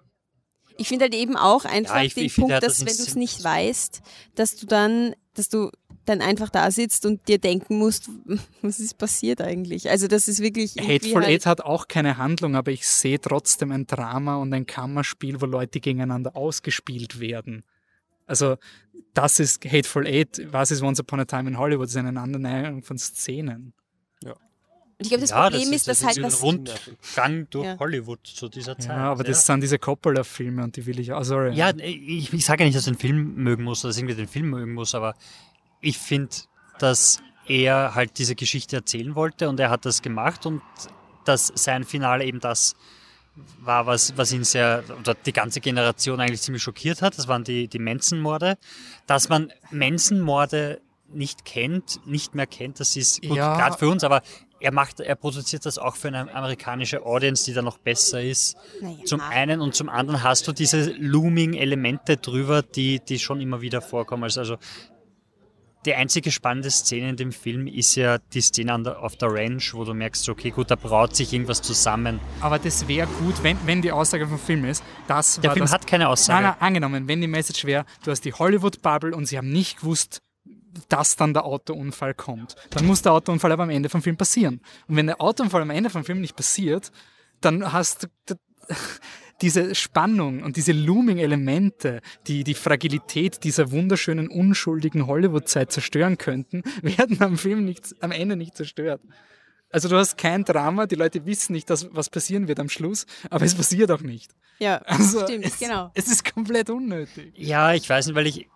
Ich finde halt eben auch einfach Ja, ich- den ich finde, Punkt, er hat dass das wenn du es instant- nicht weißt, dass du dann, dass du dann einfach da sitzt und dir denken musst, was ist passiert eigentlich? Also das ist wirklich irgendwie Hateful halt, Eight hat auch keine Handlung, aber ich sehe trotzdem ein Drama und ein Kammerspiel, wo Leute gegeneinander ausgespielt werden. Also das ist Hateful Eight, was ist Once Upon a Time in Hollywood, das ist eine Aneinanderreihung von Szenen. Ja. ich glaube, das ja, Problem das ist, dass das halt ist das... ein Rundgang durch Ja. Hollywood zu dieser Zeit. Ja, aber das sind diese Coppola-Filme und die will ich auch. Sorry. Ja, ich, ich sage ja nicht, dass du den Film mögen musst oder dass irgendwie den Film mögen muss, aber ich finde, dass er halt diese Geschichte erzählen wollte und er hat das gemacht und dass sein Finale eben das war, was, was ihn sehr, oder die ganze Generation eigentlich ziemlich schockiert hat. Das waren die, die Manson-Morde. Dass man Manson-Morde nicht kennt, nicht mehr kennt, das ist gut, Ja. gerade für uns, aber er macht, er produziert das auch für eine amerikanische Audience, die da noch besser ist. Naja. Zum einen und zum anderen hast du diese Looming-Elemente drüber, die, die schon immer wieder vorkommen. Also, also die einzige spannende Szene in dem Film ist ja die Szene an der, auf der Ranch, wo du merkst, okay, gut, da braut sich irgendwas zusammen. Aber das wäre gut, wenn, wenn die Aussage vom Film ist, das Der war Film das, hat keine Aussage. Nein, nein, angenommen, wenn die Message wäre, du hast die Hollywood-Bubble und sie haben nicht gewusst, dass dann der Autounfall kommt. Dann muss der Autounfall aber am Ende vom Film passieren. Und wenn der Autounfall am Ende vom Film nicht passiert, dann hast du d- diese Spannung und diese Looming-Elemente, die die Fragilität dieser wunderschönen, unschuldigen Hollywood-Zeit zerstören könnten, werden am Film nicht, am Ende nicht zerstört. Also du hast kein Drama, die Leute wissen nicht, dass, was passieren wird am Schluss, aber es passiert auch nicht. Ja, Also stimmt, es, genau. Es ist komplett unnötig. Ja, ich weiß nicht, weil ich...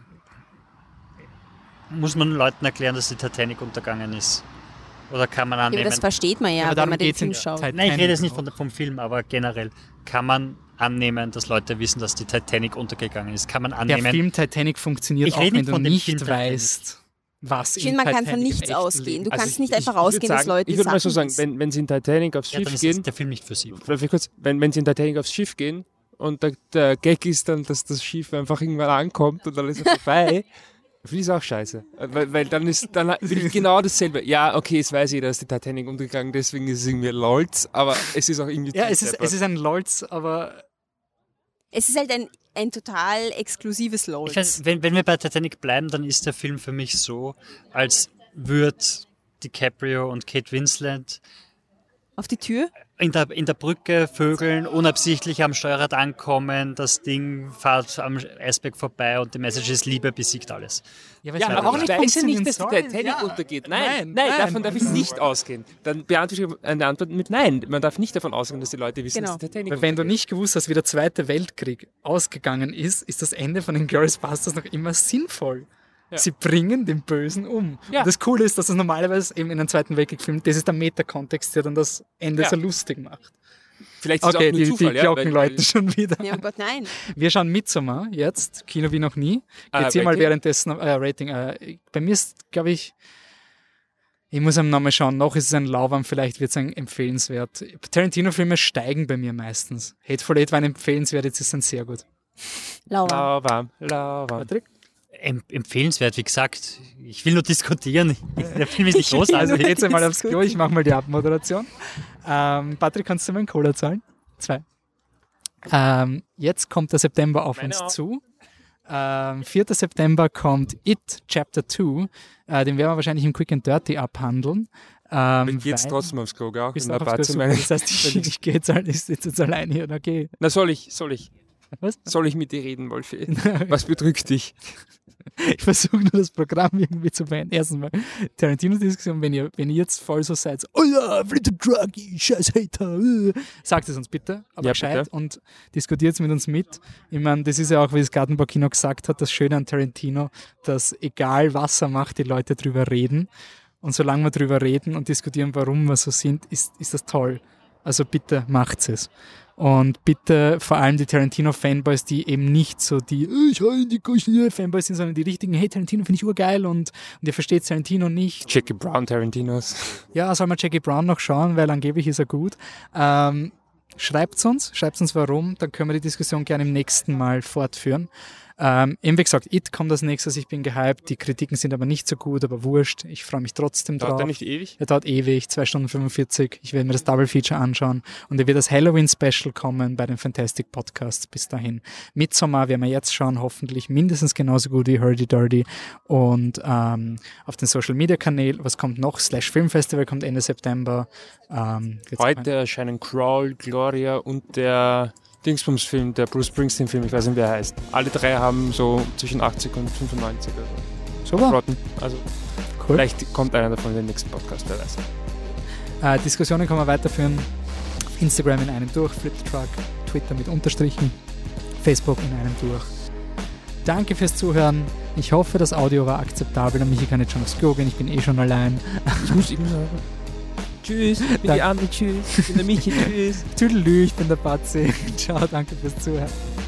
Muss man Leuten erklären, dass die Titanic untergegangen ist? Oder kann man Ja, annehmen... aber das versteht man ja, aber wenn darum man den geht's Film in schaut. Titanic. Nein, ich rede jetzt nicht von, vom Film, aber generell. Kann man annehmen, dass Leute wissen, dass die Titanic untergegangen ist? Kann man annehmen... Der Film Titanic funktioniert Ich auch, rede wenn nicht du von dem nicht Film Titanic. weißt, was Ich in finde, man kann Titanic von im nichts echten ausgehen. Leben Du passiert. kannst nicht ich- einfach ich würd ausgehen, dass sagen, Leute Ich würde mal so Sachen sagen, wenn, wenn sie in Titanic aufs Ja, Schiff dann ist gehen, der Film nicht für sie. vielleicht kurz, wenn, wenn sie in Titanic aufs Schiff gehen und der, der Gag ist dann, dass das Schiff einfach irgendwann ankommt und dann ist es vorbei, finde ich es auch scheiße. Weil, weil dann ist dann will ich genau dasselbe. Ja, okay, es weiß jeder, dass die Titanic untergegangen, deswegen ist es irgendwie LOLz, aber es ist auch irgendwie... Ja, es ist, es ist ein Lolz, aber Es ist halt ein, ein total exklusives Ich Lolz. weiß, wenn, wenn wir bei Titanic bleiben, dann ist der Film für mich so, als würde DiCaprio und Kate Winslet Auf die Tür? in der, in der Brücke vögeln, unabsichtlich am Steuerrad ankommen, das Ding fährt am Eisberg vorbei und die Message ist, Liebe besiegt alles. Ja, aber Ja, es aber wird auch nicht, funktionieren weiß nicht, dass die sollen. Titanic Ja. untergeht. Nein, Nein, nein, nein. davon darf ich nicht ausgehen. Dann beantworte ich eine Antwort mit Nein. Man darf nicht davon ausgehen, dass die Leute wissen, Genau. dass die Titanic Weil wenn du untergeht. nicht gewusst hast, wie der Zweite Weltkrieg ausgegangen ist, ist das Ende von den Glorious Bastards noch immer sinnvoll. Ja. Sie bringen den Bösen um. Ja. Und das Coole ist, dass es normalerweise eben in einem Zweiten Weltkrieg-Film, das ist der Metakontext, der dann das Ende Ja. so lustig macht. Vielleicht ist es Okay, auch nur die, Zufall, die ja, Glocken weil- läuten schon wieder. Ja, oh Gott, nein. Wir schauen Midsommar jetzt, Kino wie noch nie. Ah, Jetzt hier mal Rating? währenddessen, äh, Rating. Äh, bei mir ist, glaube ich, ich muss am Namen schauen, noch ist es ein Lauwarm, vielleicht wird es ein empfehlenswert. Tarantino-Filme steigen bei mir meistens. Hateful Eight war ein empfehlenswert, jetzt ist es ein sehr gut. Laura. Lauwarm, lauwarm. Patrick? Em- empfehlenswert, wie gesagt. Ich will nur diskutieren. Der Film ist nicht großartig. Also geht's einmal aufs Klo, ich mache mal die Abmoderation. Ähm, Patrick, kannst du mir einen Cola zahlen? Zwei. Ähm, jetzt kommt der September auf Meine uns auch. zu. Ähm, vierter September kommt It Chapter zwei. Äh, den werden wir wahrscheinlich im Quick and Dirty abhandeln. Ähm, Ich gehe jetzt weil- trotzdem aufs Klo, gell? Bist In du der auch aufs Klo? Badzimmer. Das heißt, ich, ich gehe jetzt, halt- ich sitze jetzt alleine hier. Okay. Na, soll ich, soll ich. Was? Soll ich mit dir reden, Wolfi? Was bedrückt dich? Ich versuche nur das Programm irgendwie zu beenden. Erstens mal Tarantino-Diskussion, wenn ihr, wenn ihr jetzt voll so seid, oh ja, Flitter Druggy, scheiß Hater, äh. sagt es uns bitte, aber Ja, gescheit bitte. und diskutiert es mit uns mit. Ich meine, das ist ja auch, wie das Gartenbaukino gesagt hat, das Schöne an Tarantino, dass egal was er macht, die Leute drüber reden. Und solange wir drüber reden und diskutieren, warum wir so sind, ist, ist das toll. Also bitte macht's es. Und bitte vor allem die Tarantino-Fanboys, die eben nicht so die "Oh, ich heule die Kuschel-Fanboys sind, sondern die richtigen, hey, Tarantino finde ich urgeil und, und ihr versteht Tarantino nicht. Jackie Brown Tarantinos. Ja, soll man Jackie Brown noch schauen, weil angeblich ist er gut. Ähm, schreibt's uns, schreibt's uns warum, dann können wir die Diskussion gerne im nächsten Mal fortführen. Ähm, eben wie gesagt, It kommt als nächstes, ich bin gehypt, die Kritiken sind aber nicht so gut, aber wurscht, ich freue mich trotzdem drauf. Dauert der nicht ewig? Er dauert ewig, zwei Stunden fünfundvierzig. Ich werde mir das Double Feature anschauen. Und er wird das Halloween-Special kommen bei den Fantastic Podcasts bis dahin. Midsommar werden wir jetzt schauen, hoffentlich mindestens genauso gut wie Hurdy Dirty. Und ähm, auf den Social-Media-Kanälen, was kommt noch? Slash Filmfestival kommt Ende September. Ähm, wird's Heute erscheinen Crawl, Gloria und der Dingsbums-Film, der Bruce Springsteen-Film, ich weiß nicht, wie er heißt. Alle drei haben so zwischen achtzig und fünfundneunzig oder so. Super. Rotten. Also Cool. vielleicht kommt einer davon in den nächsten Podcast, wer weiß. Äh, Diskussionen kann man weiterführen. Instagram in einem durch, Fliptruck, Twitter mit Unterstrichen, Facebook in einem durch. Danke fürs Zuhören. Ich hoffe, das Audio war akzeptabel. Der Michi kann jetzt schon aufs Klo gehen. Ich bin eh schon allein. Ich muss immer sagen. Tschüss, ich bin die Andi, tschüss. Ich bin der Michi, tschüss. Tüdelü, ich bin der Batzi. Ciao, danke fürs Zuhören.